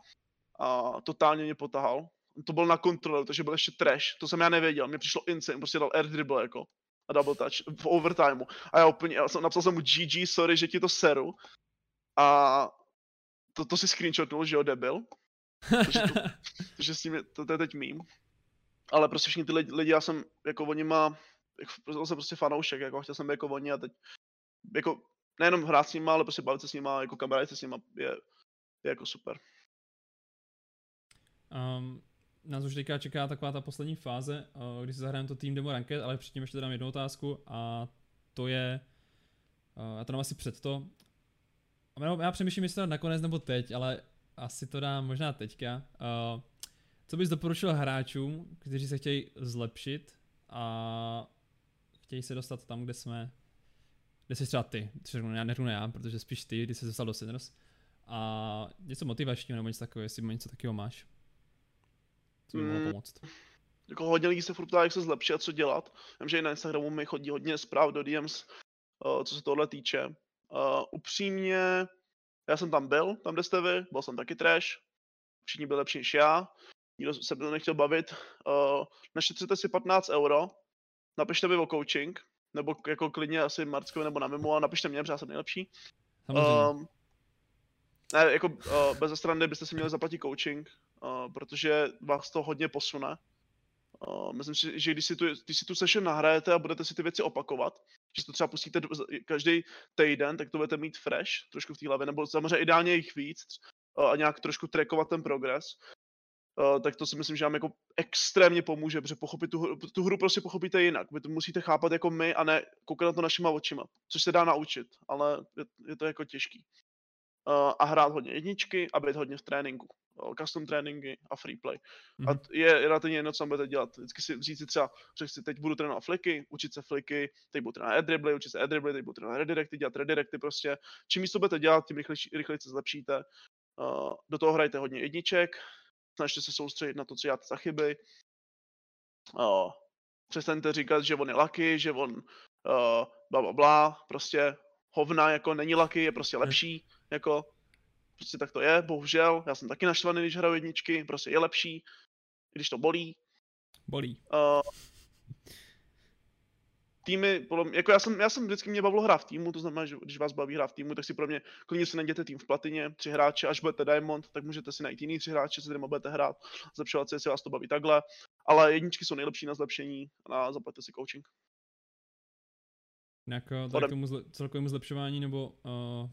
a totálně mě potahal. To byl na kontrole, takže byl ještě trash, to jsem já nevěděl, mě přišlo insane, prostě dal air dribble jako. a double touch v overtimeu. A já úplně, já jsem, napsal jsem mu G G, sorry, že ti to seru. A to, to si screenshotnul, že jo, debil. Takže, to, takže s tím je, to, to je teď mím. Ale prostě všichni ty lidi, lidi já jsem jako oni má, jako, jsem prostě fanoušek, jako chtěl jsem být jako oni a teď, jako nejenom hrát s nima, ale prostě bavit se s nima, jako kamarádit se s nima je, je jako super. Um, nás už teďka čeká taková ta poslední fáze, uh, kdy si zahrajeme to Team Demo Ranked, ale předtím ještě dám jednu otázku a to je, uh, já to dám asi před to, já přemýšlím, jestli to dám nakonec nebo teď, ale asi to dám možná teďka. Uh, co bys doporučil hráčům, kteří se chtějí zlepšit a chtějí se dostat tam, kde jsme, kde jsi třeba ty, já neřeknu já, protože spíš ty, když jsi dostal do Sinners, a něco motivačního nebo něco takového, jestli něco takového máš, co by mohlo pomoct. Mm, jako hodně lidí se furt ptá, jak se zlepšit a co dělat. Vím, že i na Instagramu mi chodí hodně zpráv do D Ms, uh, co se tohle týče. Uh, upřímně, já jsem tam byl, tam kde jste vy, byl jsem taky trash, všichni byli lepší než já, nikdo se mnou nechtěl bavit. Uh, našetřete si patnáct euro, napište mi o coaching, nebo jako klidně asi Marckovi nebo na Mimo a napište mě, protože já jsem nejlepší. Um, ne, jako uh, bez strany byste si měli zaplatit coaching, uh, protože vás to hodně posune. Uh, myslím si, že když si, tu, když si tu session nahrajete a budete si ty věci opakovat, že si to třeba pustíte každý týden, tak to budete mít fresh, trošku v té hlavě, nebo samozřejmě ideálně jich víc uh, a nějak trošku trackovat ten progres. Uh, tak to si myslím, že vám jako extrémně pomůže, protože pochopit tu, hru, tu hru prostě pochopíte jinak. Vy to musíte chápat jako my a ne koukat na to našima očima, což se dá naučit, ale je, je to jako těžký. Uh, a hrát hodně jedničky a být hodně v tréninku. Uh, custom tréninky a free play. Mm-hmm. A je relativně jedno, co budete dělat. Vždycky si říct si třeba, že si teď budu trénovat fliky, učit se fliky, teď budu trénovat adribly, učit se adribly, teď budu trénovat redirecty, dělat redirecty prostě. Čím víc to budete dělat, tím rychleji se zlepšíte. Uh, do toho hrajte hodně jedniček, snažte se soustředit na to, co děláte za chyby. Uh, přestaňte říkat, že on je lucky, že on uh, bla bla bla, prostě hovna jako není lucky, je prostě lepší, jako prostě tak to je, bohužel, já jsem taky naštvaný, když hraju jedničky, prostě je lepší, když to bolí. Bolí. Uh, týmy, podle mě, jako já jsem, já jsem vždycky mě bavilo hrát v týmu, to znamená, že když vás baví hrát v týmu, tak si pro mě klidně si najděte tým v platině, tři hráče, až budete Diamond, tak můžete si najít jiný tři hráče, se kterými budete hrát, zlepšovat se, jestli vás to baví takhle, ale jedničky jsou nejlepší na zlepšení a zaplaťte si coaching. Jako tak tomu zle, celkovému zlepšování, nebo uh,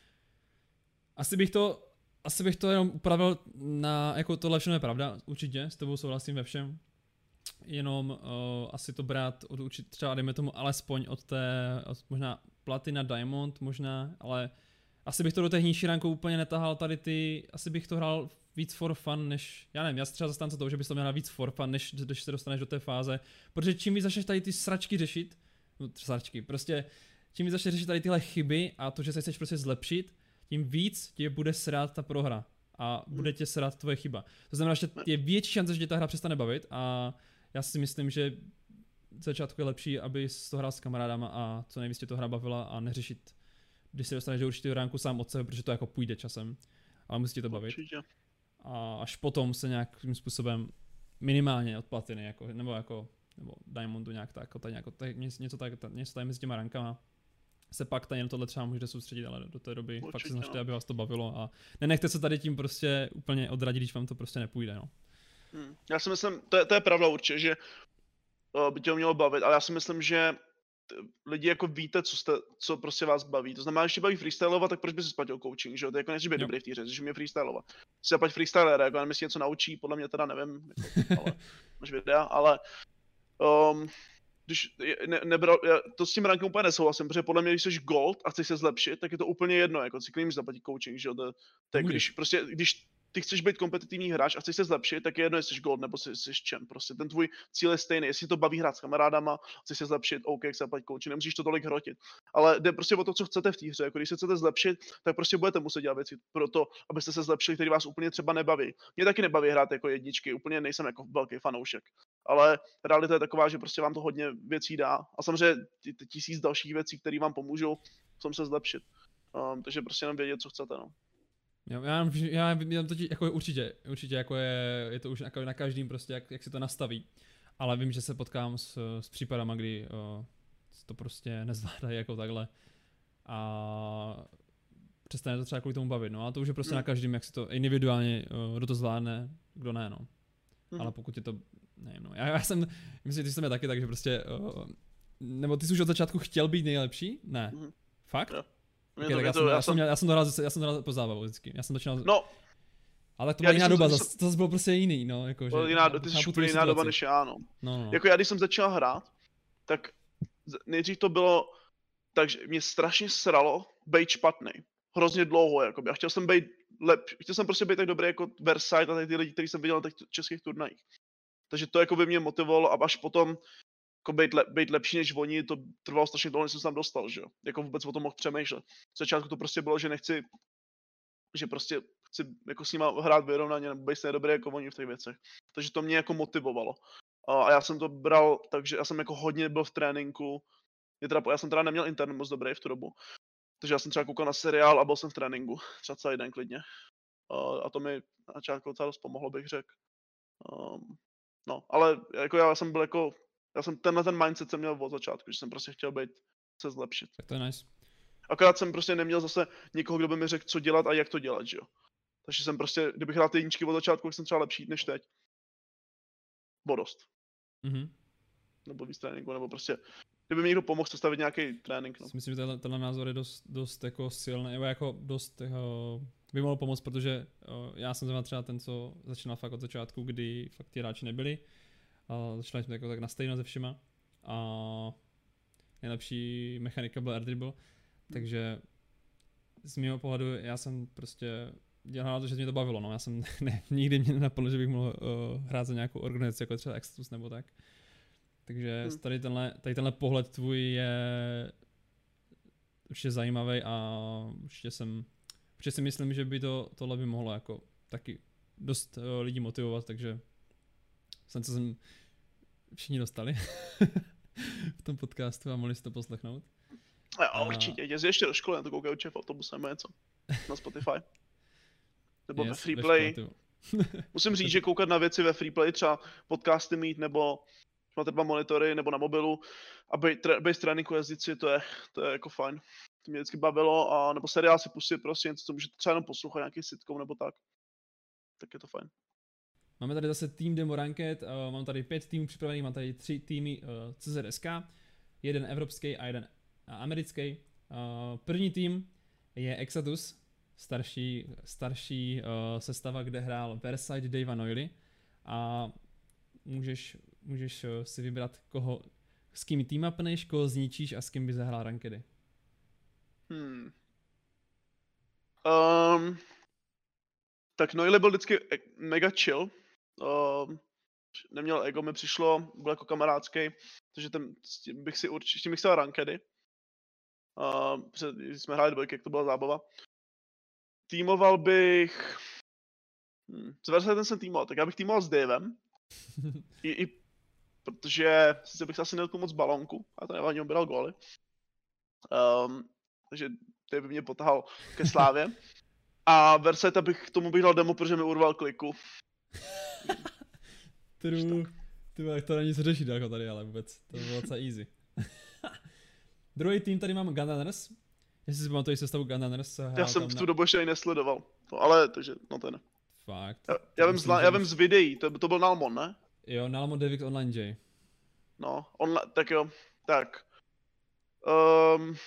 asi bych to, asi bych to jenom upravil na, jako tohle všechno je pravda, určitě, s tebou souhlasím ve všem. Jenom uh, asi to brát od určitě, třeba dejme tomu alespoň od té, od možná Platina, Diamond možná, ale asi bych to do té nižší rankou úplně netahal tady ty, asi bych to hrál víc for fun, než, já nevím, já třeba zastánce toho, že bys to měl víc for fun, než když se dostaneš do té fáze, protože čím víc začneš tady ty sračky řešit, no sračky, prostě čím víc začneš řešit tady tyhle chyby a to, že se chceš prostě zlepšit, tím víc tě bude srát ta prohra a bude tě srát tvoje chyba. To znamená, že je větší šance, že tě ta hra přestane bavit a já si myslím, že v začátku je lepší, aby to hrál s kamarádama a co nejvíc tě to hra bavila a neřešit, když se dostaneš do určitého ránku sám od sebe, protože to jako půjde časem, ale musí tě to bavit. Určitě. A až potom se nějakým způsobem minimálně od platiny, jako, nebo jako nebo Diamondu nějak tak, jako tady, jako, tady, něco, tak, něco tady mezi těma rankama se pak tady na tohle třeba můžete soustředit, ale do té doby určitě, fakt se snažte, aby vás to bavilo a nenechte se tady tím prostě úplně odradit, když vám to prostě nepůjde, no. Hmm. Já si myslím, to je, to je pravda určitě, že uh, by tě ho mělo bavit, ale já si myslím, že lidi jako víte, co, jste, co prostě vás baví. To znamená, když tě baví freestylovat, tak proč by si splatil coaching, že jo? To je jako než být dobrý v té hře, když mě freestylovat. Si zaplať freestylera, jako nevím, jestli něco naučí, podle mě teda nevím, jako, ale máš videa, ale um, když ne, nebral, já to s tím rankem úplně nesouhlasím, protože podle mě, když jsi gold a chceš se zlepšit, tak je to úplně jedno, jako si klidně zaplatit coaching, že jo? To, to je, když prostě, když ty chceš být kompetitivní hráč a chceš se zlepšit, tak je jedno, jestli jsi gold nebo jsi, jsi champ. Prostě ten tvůj cíl je stejný. Jestli to baví hrát s kamarádama, chceš se zlepšit, OK, jak se zaplatit coach, nemusíš to tolik hrotit. Ale jde prostě o to, co chcete v té hře. Jako když se chcete zlepšit, tak prostě budete muset dělat věci pro to, abyste se zlepšili, které vás úplně třeba nebaví. Mě taky nebaví hrát jako jedničky, úplně nejsem jako velký fanoušek. Ale realita je taková, že prostě vám to hodně věcí dá. A samozřejmě ty, ty tisíc dalších věcí, které vám pomůžou v tom se zlepšit. Um, takže prostě jenom vědět, co chcete, no. Jo, já, já, já to jako určitě, určitě jako je, je to už jako na každým prostě, jak, jak si to nastaví. Ale vím, že se potkám s, s případama, kdy uh, to prostě nezvládají jako takhle. A přestane to třeba kvůli tomu bavit, no a to už je prostě mm. na každém, jak si to individuálně, uh, kdo to zvládne, kdo ne, no. Mm. Ale pokud je to, nevím, no, já, já jsem, myslím, že ty jsi mě taky tak, že prostě, uh, nebo ty jsi už od začátku chtěl být nejlepší? Ne. Mm. Fakt? Jo. Okay, to, tak já, to, jsem, já, jsem, já jsem to hrál, já jsem to hrál po zábavu vždycky, já jsem začínal... No. Ale to byla jiná doba, zase, to zase bylo prostě jiný, no, jako, že... Jiná, ty jsi úplně jiná doba než já, no. No, no. Jako já, když jsem začal hrát, tak nejdřív to bylo, takže mě strašně sralo být špatný. Hrozně dlouho, jakoby. A chtěl jsem být lep, chtěl jsem prostě být tak dobrý jako Versailles a tady ty lidi, který jsem viděl na těch českých turnajích. Takže to jako by mě motivovalo a až potom jako být, le, být lepší než oni, to trvalo strašně dlouho, než jsem se tam dostal, že jo. Jako vůbec o tom mohl přemýšlet. V začátku to prostě bylo, že nechci, že prostě chci jako s nima hrát vyrovnaně nebo být stejně dobrý jako oni v těch věcech. Takže to mě jako motivovalo. A já jsem to bral, takže já jsem jako hodně byl v tréninku. Je teda, já jsem teda neměl internet moc dobrý v tu dobu. Takže já jsem třeba koukal na seriál a byl jsem v tréninku. Třeba celý den klidně. A to mi na začátku docela dost pomohlo, bych řekl. Um, no, ale jako já jsem byl jako, já jsem tenhle ten mindset jsem měl od začátku, že jsem prostě chtěl být, se zlepšit. Tak to je nice. Akorát jsem prostě neměl zase nikoho, kdo by mi řekl, co dělat a jak to dělat, že jo. Takže jsem prostě, kdybych hrál ty jedničky od začátku, tak jsem třeba lepší než teď. Bylo dost. Mhm. Nebo víc tréninku, nebo prostě, kdyby mi někdo pomohl sestavit nějaký trénink, no. Myslím, že tenhle, tenhle názor je dost, dost jako silný, nebo jako dost uh, by mohl pomoct, protože uh, já jsem třeba ten, co začínal fakt od začátku, kdy fakt ti hráči nebyli. A začínali jsme jako tak na stejno se všema. A nejlepší mechanika byl air dribble, takže z mého pohledu já jsem prostě dělal to, že mě to bavilo, no. Já jsem ne, nikdy mě nenapadlo, že bych mohl uh, hrát za nějakou organizaci, jako třeba Exodus nebo tak. Takže hmm. tady, tenhle, tady tenhle pohled tvůj je určitě zajímavý a určitě jsem, určitě si myslím, že by to, tohle by mohlo jako taky dost uh, lidí motivovat, takže jsem se sem všichni dostali v tom podcastu a mohli si to poslechnout. A, a určitě, jdi ještě do školy, na to koukají určitě v autobuse nebo něco, na Spotify. Nebo yes, ve Freeplay. Musím říct, že koukat na věci ve Freeplay, třeba podcasty mít, nebo máte dva monitory, nebo na mobilu a být tréninku jezdit si, to je, to je jako fajn. To mě vždycky bavilo, a nebo seriál si pustit prostě něco, co můžete třeba jenom poslouchat, nějaký sitcom nebo tak. Tak je to fajn. Máme tady zase tým Demo Ranked, uh, mám tady pět týmů připravených, mám tady tři týmy uh, C Z S K, jeden evropský a jeden uh, americký. Uh, první tým je Exodus, starší, starší uh, sestava, kde hrál Versailles Dave Noily a můžeš, můžeš uh, si vybrat, koho, s kým team upneš, koho zničíš a s kým by zahrál rankedy. Hmm. Um, tak Noily byl vždycky mega chill. Um, neměl ego, mi přišlo, byl jako kamarádský, takže ten, bych si určitě, s tím bych chtěl rankedy. Uh, před, když jsme hráli dvojky, jak to byla zábava. Týmoval bych... Hmm, co ten jsem týmoval? Tak já bych týmoval s Davem. I, i, protože sice bych asi nedotkl moc balonku, a to nevadí, on bral góly. Um, takže Dave by mě potahal ke slávě. A Verseta bych k tomu bych dal demo, protože mi urval kliku. True. Ty, to není co řešit jako tady, ale vůbec. To bylo docela easy. Druhý tým tady mám Gunrunners. Jestli si pamatuji sestavu Gunrunners. Já jsem v tu dobu ještě ani nesledoval. No, ale, takže, no to ne. Fakt. Já, já, vím, zla, já vím z videí, to, to byl Nalmon, ne? Jo, Nalmon Devix Online J. No, on, tak jo, tak. Um,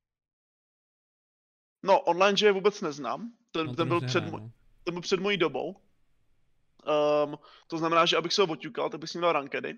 no, Online J vůbec neznám. Ten, no, ten, byl, před můj, ten byl před mojí dobou. Um, to znamená, že abych se ho oťukal, tak bych s ním dal rankedy.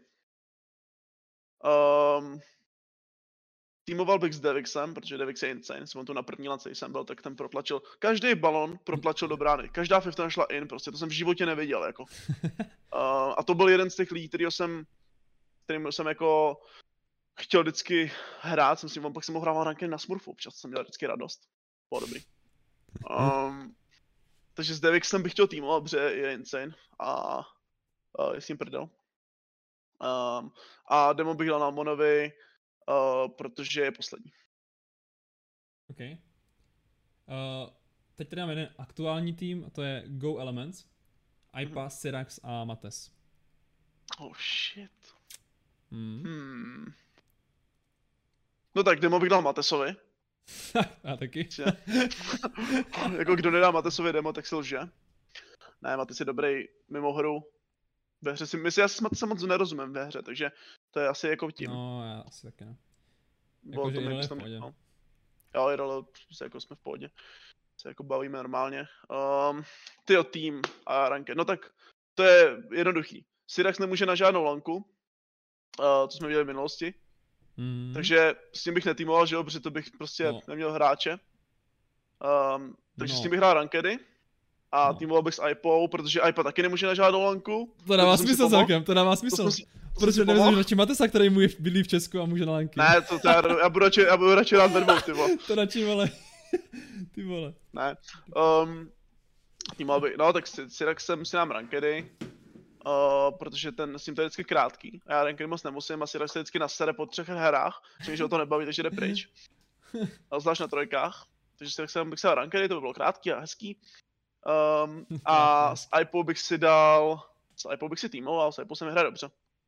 Um, týmoval bych s Devixem, protože Devix je insane, jsem tu na první lance jsem byl, tak ten protlačil, každý balon protlačil do brány, každá fifta šla in, prostě to jsem v životě neviděl, jako. Uh, a to byl jeden z těch lidí, kterýho jsem, kterým jsem jako chtěl vždycky hrát, jsem si vám pak jsem mohl hrát rankedy na Smurfu, občas jsem měl vždycky radost, bylo dobrý. Um, takže s Devixem bych chtěl týmovat, protože je insane a uh, je s ním prdel. Um, a demo bych dal na Monovi, uh, protože je poslední. OK. Uh, teď tady máme jeden aktuální tým, a to je Go Elements. Aipa, mm-hmm. Syrax a Mates. Oh shit. Mm. Hmm. No tak demo bych dal Matesovi. A taky. Jako kdo nedá Matesovi demo, tak si lže. Ne, Mates je dobrý mimo hru. Ve hře si, myslím, já si s Matesem moc nerozumím ve hře, takže to je asi jako tím. No, já asi taky ne. Bylo Jako, to že mi je v tam, pohodě. no. Jo, Irole, se jako jsme v pohodě. Se jako bavíme normálně. Um, tyjo, tým a ranked. No tak to je jednoduchý. Syrax nemůže na žádnou lanku, uh, to jsme viděli v minulosti. Mm. Takže s tím bych netýmoval, že jo, protože to bych prostě No. neměl hráče. Um, takže No. s tím bych hrál rankedy. A No. týmoval bych s Ipou, protože Ipa taky nemůže na žádnou lanku. To dává jsem si smysl pomohl. celkem, to dává To smysl. jsem si- to jsem si Protože pomohl. nevezmeš radši Matesa, který mu je bydlí v Česku a může na lanky. Ne, to, to já, já, budu radši, já budu radši rád ve dvou, ty vole. To radši, vole. Ty vole. Ne. Um, týmoval bych, no tak s Syraxem si dám rankedy. Uh, protože ten s tím to je vždycky krátký. A já rankedy moc nemusím a Syrax se vždycky nasere po třech hrách, což ho to nebaví, takže jde pryč. A zvlášť na trojkách. Takže Syraxem bych si dal rankedy, to by bylo krátký a hezký. Um, a s Ipou bych si dal, s Ipou bych si týmoval, s Ipou se mi hraje dobře.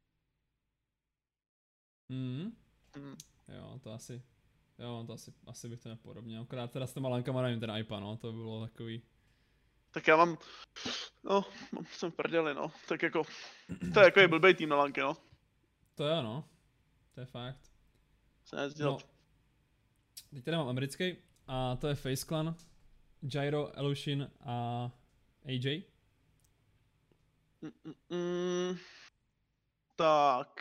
Mm. Mm. Jo, to asi, jo, to asi, asi bych to nepodobně. Akorát teda s těma lankama nevím, ten iPad, no, to by bylo takový. Tak já mám, no, mám, jsem v prdeli, no. Tak jako, to je jako je blbej tým na lanky, no. To je no, to je fakt. Se nedá dělat. No, teď tady mám americký a to je Face Clan, Gyro, Elushin a A J. Mm, mm, mm. Tak.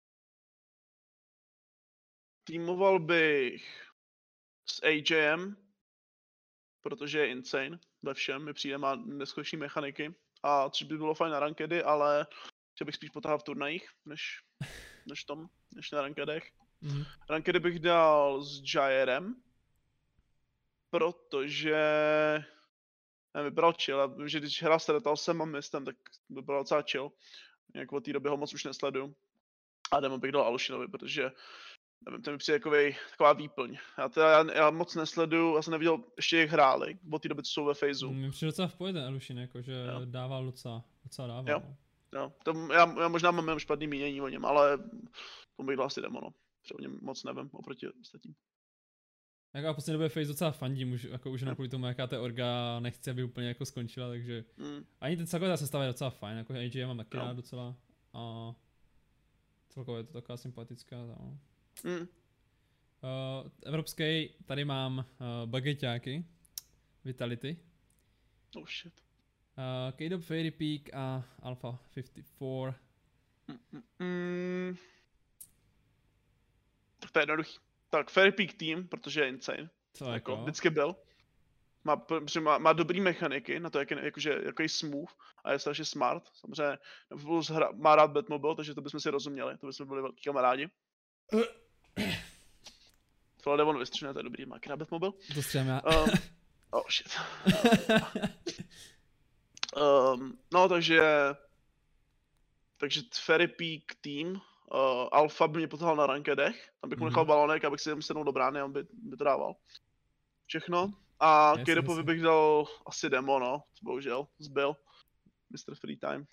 Týmoval bych s AJem, protože je insane ve všem, mi přijde, má neskutečné mechaniky, a což by bylo fajn na rankedy, ale chtěl bych spíš potáhat v turnajích, než, než tom, než na rankedech. Mhm. Rankedy bych dal s Gyrem, protože nevím, vypadal chill, já vím, že když hrál s Retalsem a Mistem, tak vypadal docela chill. Jak od té doby ho moc už nesleduju. A demo bych dal Alushinovi, protože nevím, ten mi přijde jakovej, taková výplň. Já, teda, já, já moc nesleduju, já jsem neviděl ještě jak hráli, od té doby, co jsou ve Phaseu. Mně přijde docela v pohodě ten Elushin, jakože Jo. dával docela, docela dával. Jo. No. Jo, to, já, já možná mám jenom špatný mínění o něm, ale tomu bych dal asi demo, no. Protože o něm moc nevím oproti ostatním. Jako a v poslední době Face docela fandím, už, jako už jenom kvůli tomu, jaká ta orga nechce, aby úplně jako skončila, takže Mm. ani ten celkově ta sestava je docela fajn, jako A J já mám taky Jo. rád docela a celkově je to taková sympatická, no. Mm. Uh, evropský, tady mám uh, bageťáky, Vitality, Oh shit. uh, K-Dop, Fairy Peak a Alpha padesát čtyři. Mm, mm, mm. Tak to je jednoduchý. Tak Fairy Peak Team, protože je insane. Co Jako, jako? vždycky byl. Má, protože má, má dobrý mechaniky na to, jak je, jakože, jaký je smooth a je strašně smart. Samozřejmě plus hra, má rád Batmobile, takže to bychom si rozuměli, to bychom byli velký kamarádi. Tohle Devon vystřihne, to je dobrý, má rád Batmobile. To střelím já. Um, oh shit. um, no takže, takže Fairy Peak Team, uh, Alpha by mě potáhl na rankedech, tam bych mu nechal Mhm. balonek, abych si tam sednul do brány a on by, by to dával. Všechno. A Jasně, K-Dopovi jasně. bych dal asi demo, no, bohužel, zbyl. mister Free Time.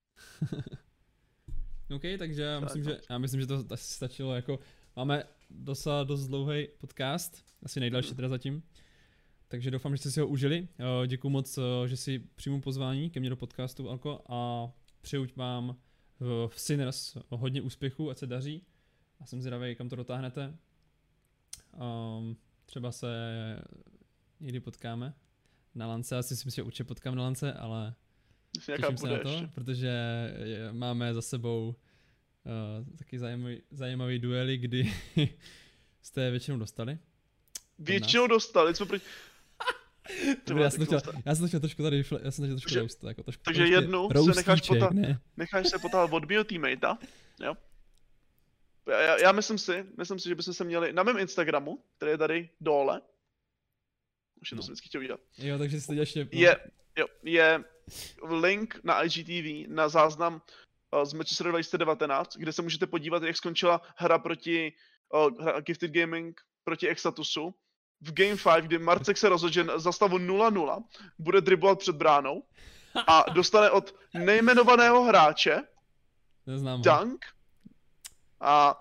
OK, takže já Tak, myslím, no. že, já myslím, že to asi stačilo, jako máme docela dost dlouhý podcast, asi nejdelší teda zatím. Takže doufám, že jste si ho užili. Eh, Děkuji moc, eh, že si přijmu pozvání ke mně do podcastu, Alko, a přeju vám v v Sinners hodně úspěchů, ať se daří. A jsem zvědavý, kam to dotáhnete. Um, třeba se někdy potkáme na lance, asi si myslím, že určitě potkám na lance, ale Jestli nějaká těším se bude na to, ještě. protože je, máme za sebou uh, taky zajímavý, zajímavý duely, kdy jste je většinou dostali. Většinou dostali, co proti... Ty Dobrý, vole, já, jsem to tak chtěl, já jsem to chtěl trošku tady, vyfle- já jsem to chtěl trošku Takže- roast, jako trošku, takže trošku jednou se roastíček, necháš pota- ne? necháš se potáhat od mýho teammatea, jo? Já, já, já myslím si, myslím si, že bychom se měli na mém Instagramu, který je tady dole, už je to No. jsem vždycky chtěl udělat, Jo, takže si to děláš ještě... je, jo, je link na I G T V na záznam uh, z Manchester dva tisíce devatenáct, kde se můžete podívat, jak skončila hra proti uh, hra Gifted Gaming proti Exatusu. V Game pět, kdy Marcek se rozhodl, že za stavu nula nula bude driblovat před bránou a dostane od nejmenovaného hráče Neznám ho. dunk a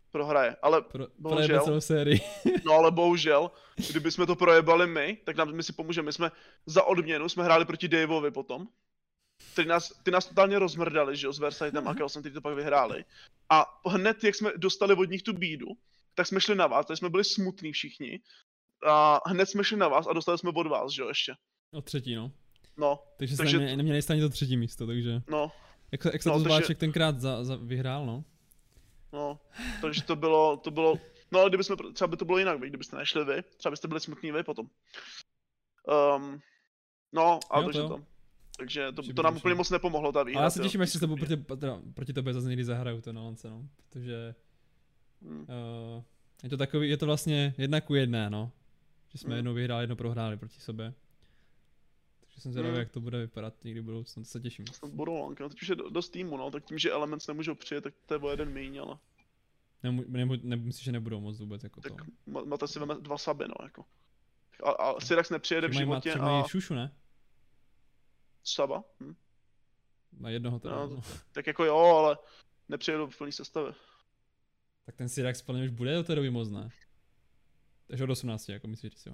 prohraje, ale Pro, bohužel, celou sérii. no ale bohužel, kdyby jsme to projebali my, tak nám my si pomůžeme. My jsme za odměnu jsme hráli proti Daveovi potom. Ty nás, ty nás totálně rozmrdali, že jo, s Versailles a Chaosem, ty to pak vyhráli. A hned, jak jsme dostali od nich tu bídu, tak jsme šli na vás, tady jsme byli smutní všichni. A hned jsme šli na vás a dostali jsme od vás, že jo, ještě. O třetí, no. No. Takže, takže... jsme neměli stejně to třetí místo, takže... No. Jak, jak se no, to Zváček takže... tenkrát za, za vyhrál, no? No, takže to bylo, to bylo... No ale kdybychom, třeba by to bylo jinak, kdybyste nešli vy, třeba byste byli smutní vy potom. Um, no, a takže to. Takže to, to nám úplně moc nepomohlo, ta výhra. Ale já se těším, až se to proti, proti tobě zase někdy zahraju to na lance, no. Protože... Hmm. Uh, je to takový, je to vlastně jedna ku jedné, no. Že jsme hmm. jednou vyhráli, jednou prohráli proti sobě. Takže jsem zvědavý, hmm. jak to bude vypadat někdy v budoucnu, to se těším. Snad budou lanky, no teď už je dost týmu, no, tak tím, že Elements nemůžou přijet, tak to je o jeden míň, ale... Nemu, nemu, ne, myslím, že nebudou moc vůbec jako tak to. Tak máte si veme dva saby, no, jako. A, a Syrax nepřijede v životě a... mají šušu, ne? Saba? Hm. Na jednoho teda. No, no. Tak jako jo, ale nepřijedou v plný sestavě. Tak ten Syrax plně už bude do té doby moc, ne? Takže od osmnácti, jako myslíš si jo.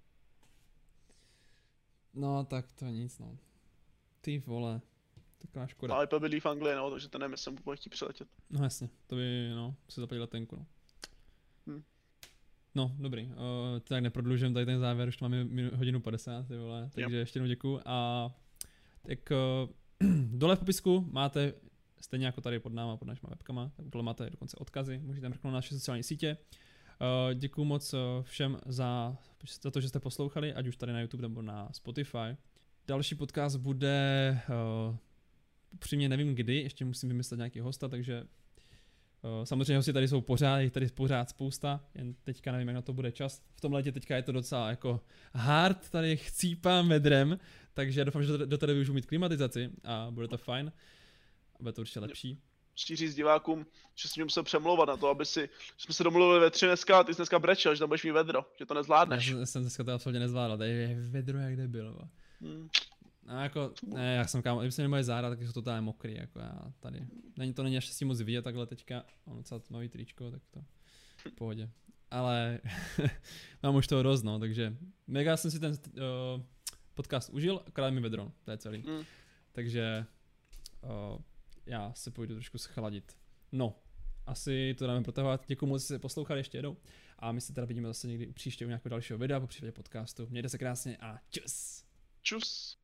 No tak to je nic, no. Ty vole. Taková škoda. Ale bydlí v Anglii, no, takže ten nevím, jestli bude chtít přiletět. No jasně, to by, no, si zaplatit letenku, no. Hmm. No, dobrý, uh, tak neprodlužujeme tady ten závěr, už máme minu, hodinu padesát, ty vole, takže yep. ještě jednou děkuju a tak uh, dole v popisku máte, stejně jako tady pod náma, pod našimi webkama, tak dole máte dokonce odkazy, můžete mrknout na naše sociální sítě. Uh, děkuju moc všem za, za to, že jste poslouchali, ať už tady na YouTube nebo na Spotify. Další podcast bude, uh, upřímně nevím kdy, ještě musím vymyslet nějaký hosta, takže uh, samozřejmě hosti tady jsou pořád, je tady pořád spousta, jen teďka nevím, jak na to bude čas. V tom létě teďka je to docela jako hard, tady chcípám vedrem, takže doufám, že do tady využiju mít klimatizaci a bude to fajn a bude to určitě lepší. Chci říct divákům, že jsem musel přemlouvat na to, aby si, že jsme se domluvili ve tři dneska a ty jsi dneska brečel, že tam budeš mít vedro, že to nezvládneš. Já jsem dneska to absolutně nezvládl, tady je vedro jak debil. Hmm. No jako, ne, já jsem kámo, kdyby se mě moje záda, tak jsou totálně mokrý, jako já tady. Není to není až si moc vidět takhle teďka, mám docela tmavý tričko, tak to v pohodě. Ale mám už toho dost, no, takže mega jsem si ten uh, podcast užil, akorát mi vedro, to je celý. Hmm. Takže uh, já se půjdu trošku schladit. No, asi to dáme protahovat. Děkuji moc, že jste poslouchali ještě jednou. A my se teda vidíme zase někdy příště u nějakého dalšího videa, po případě podcastu. Mějte se krásně a čus. Čus.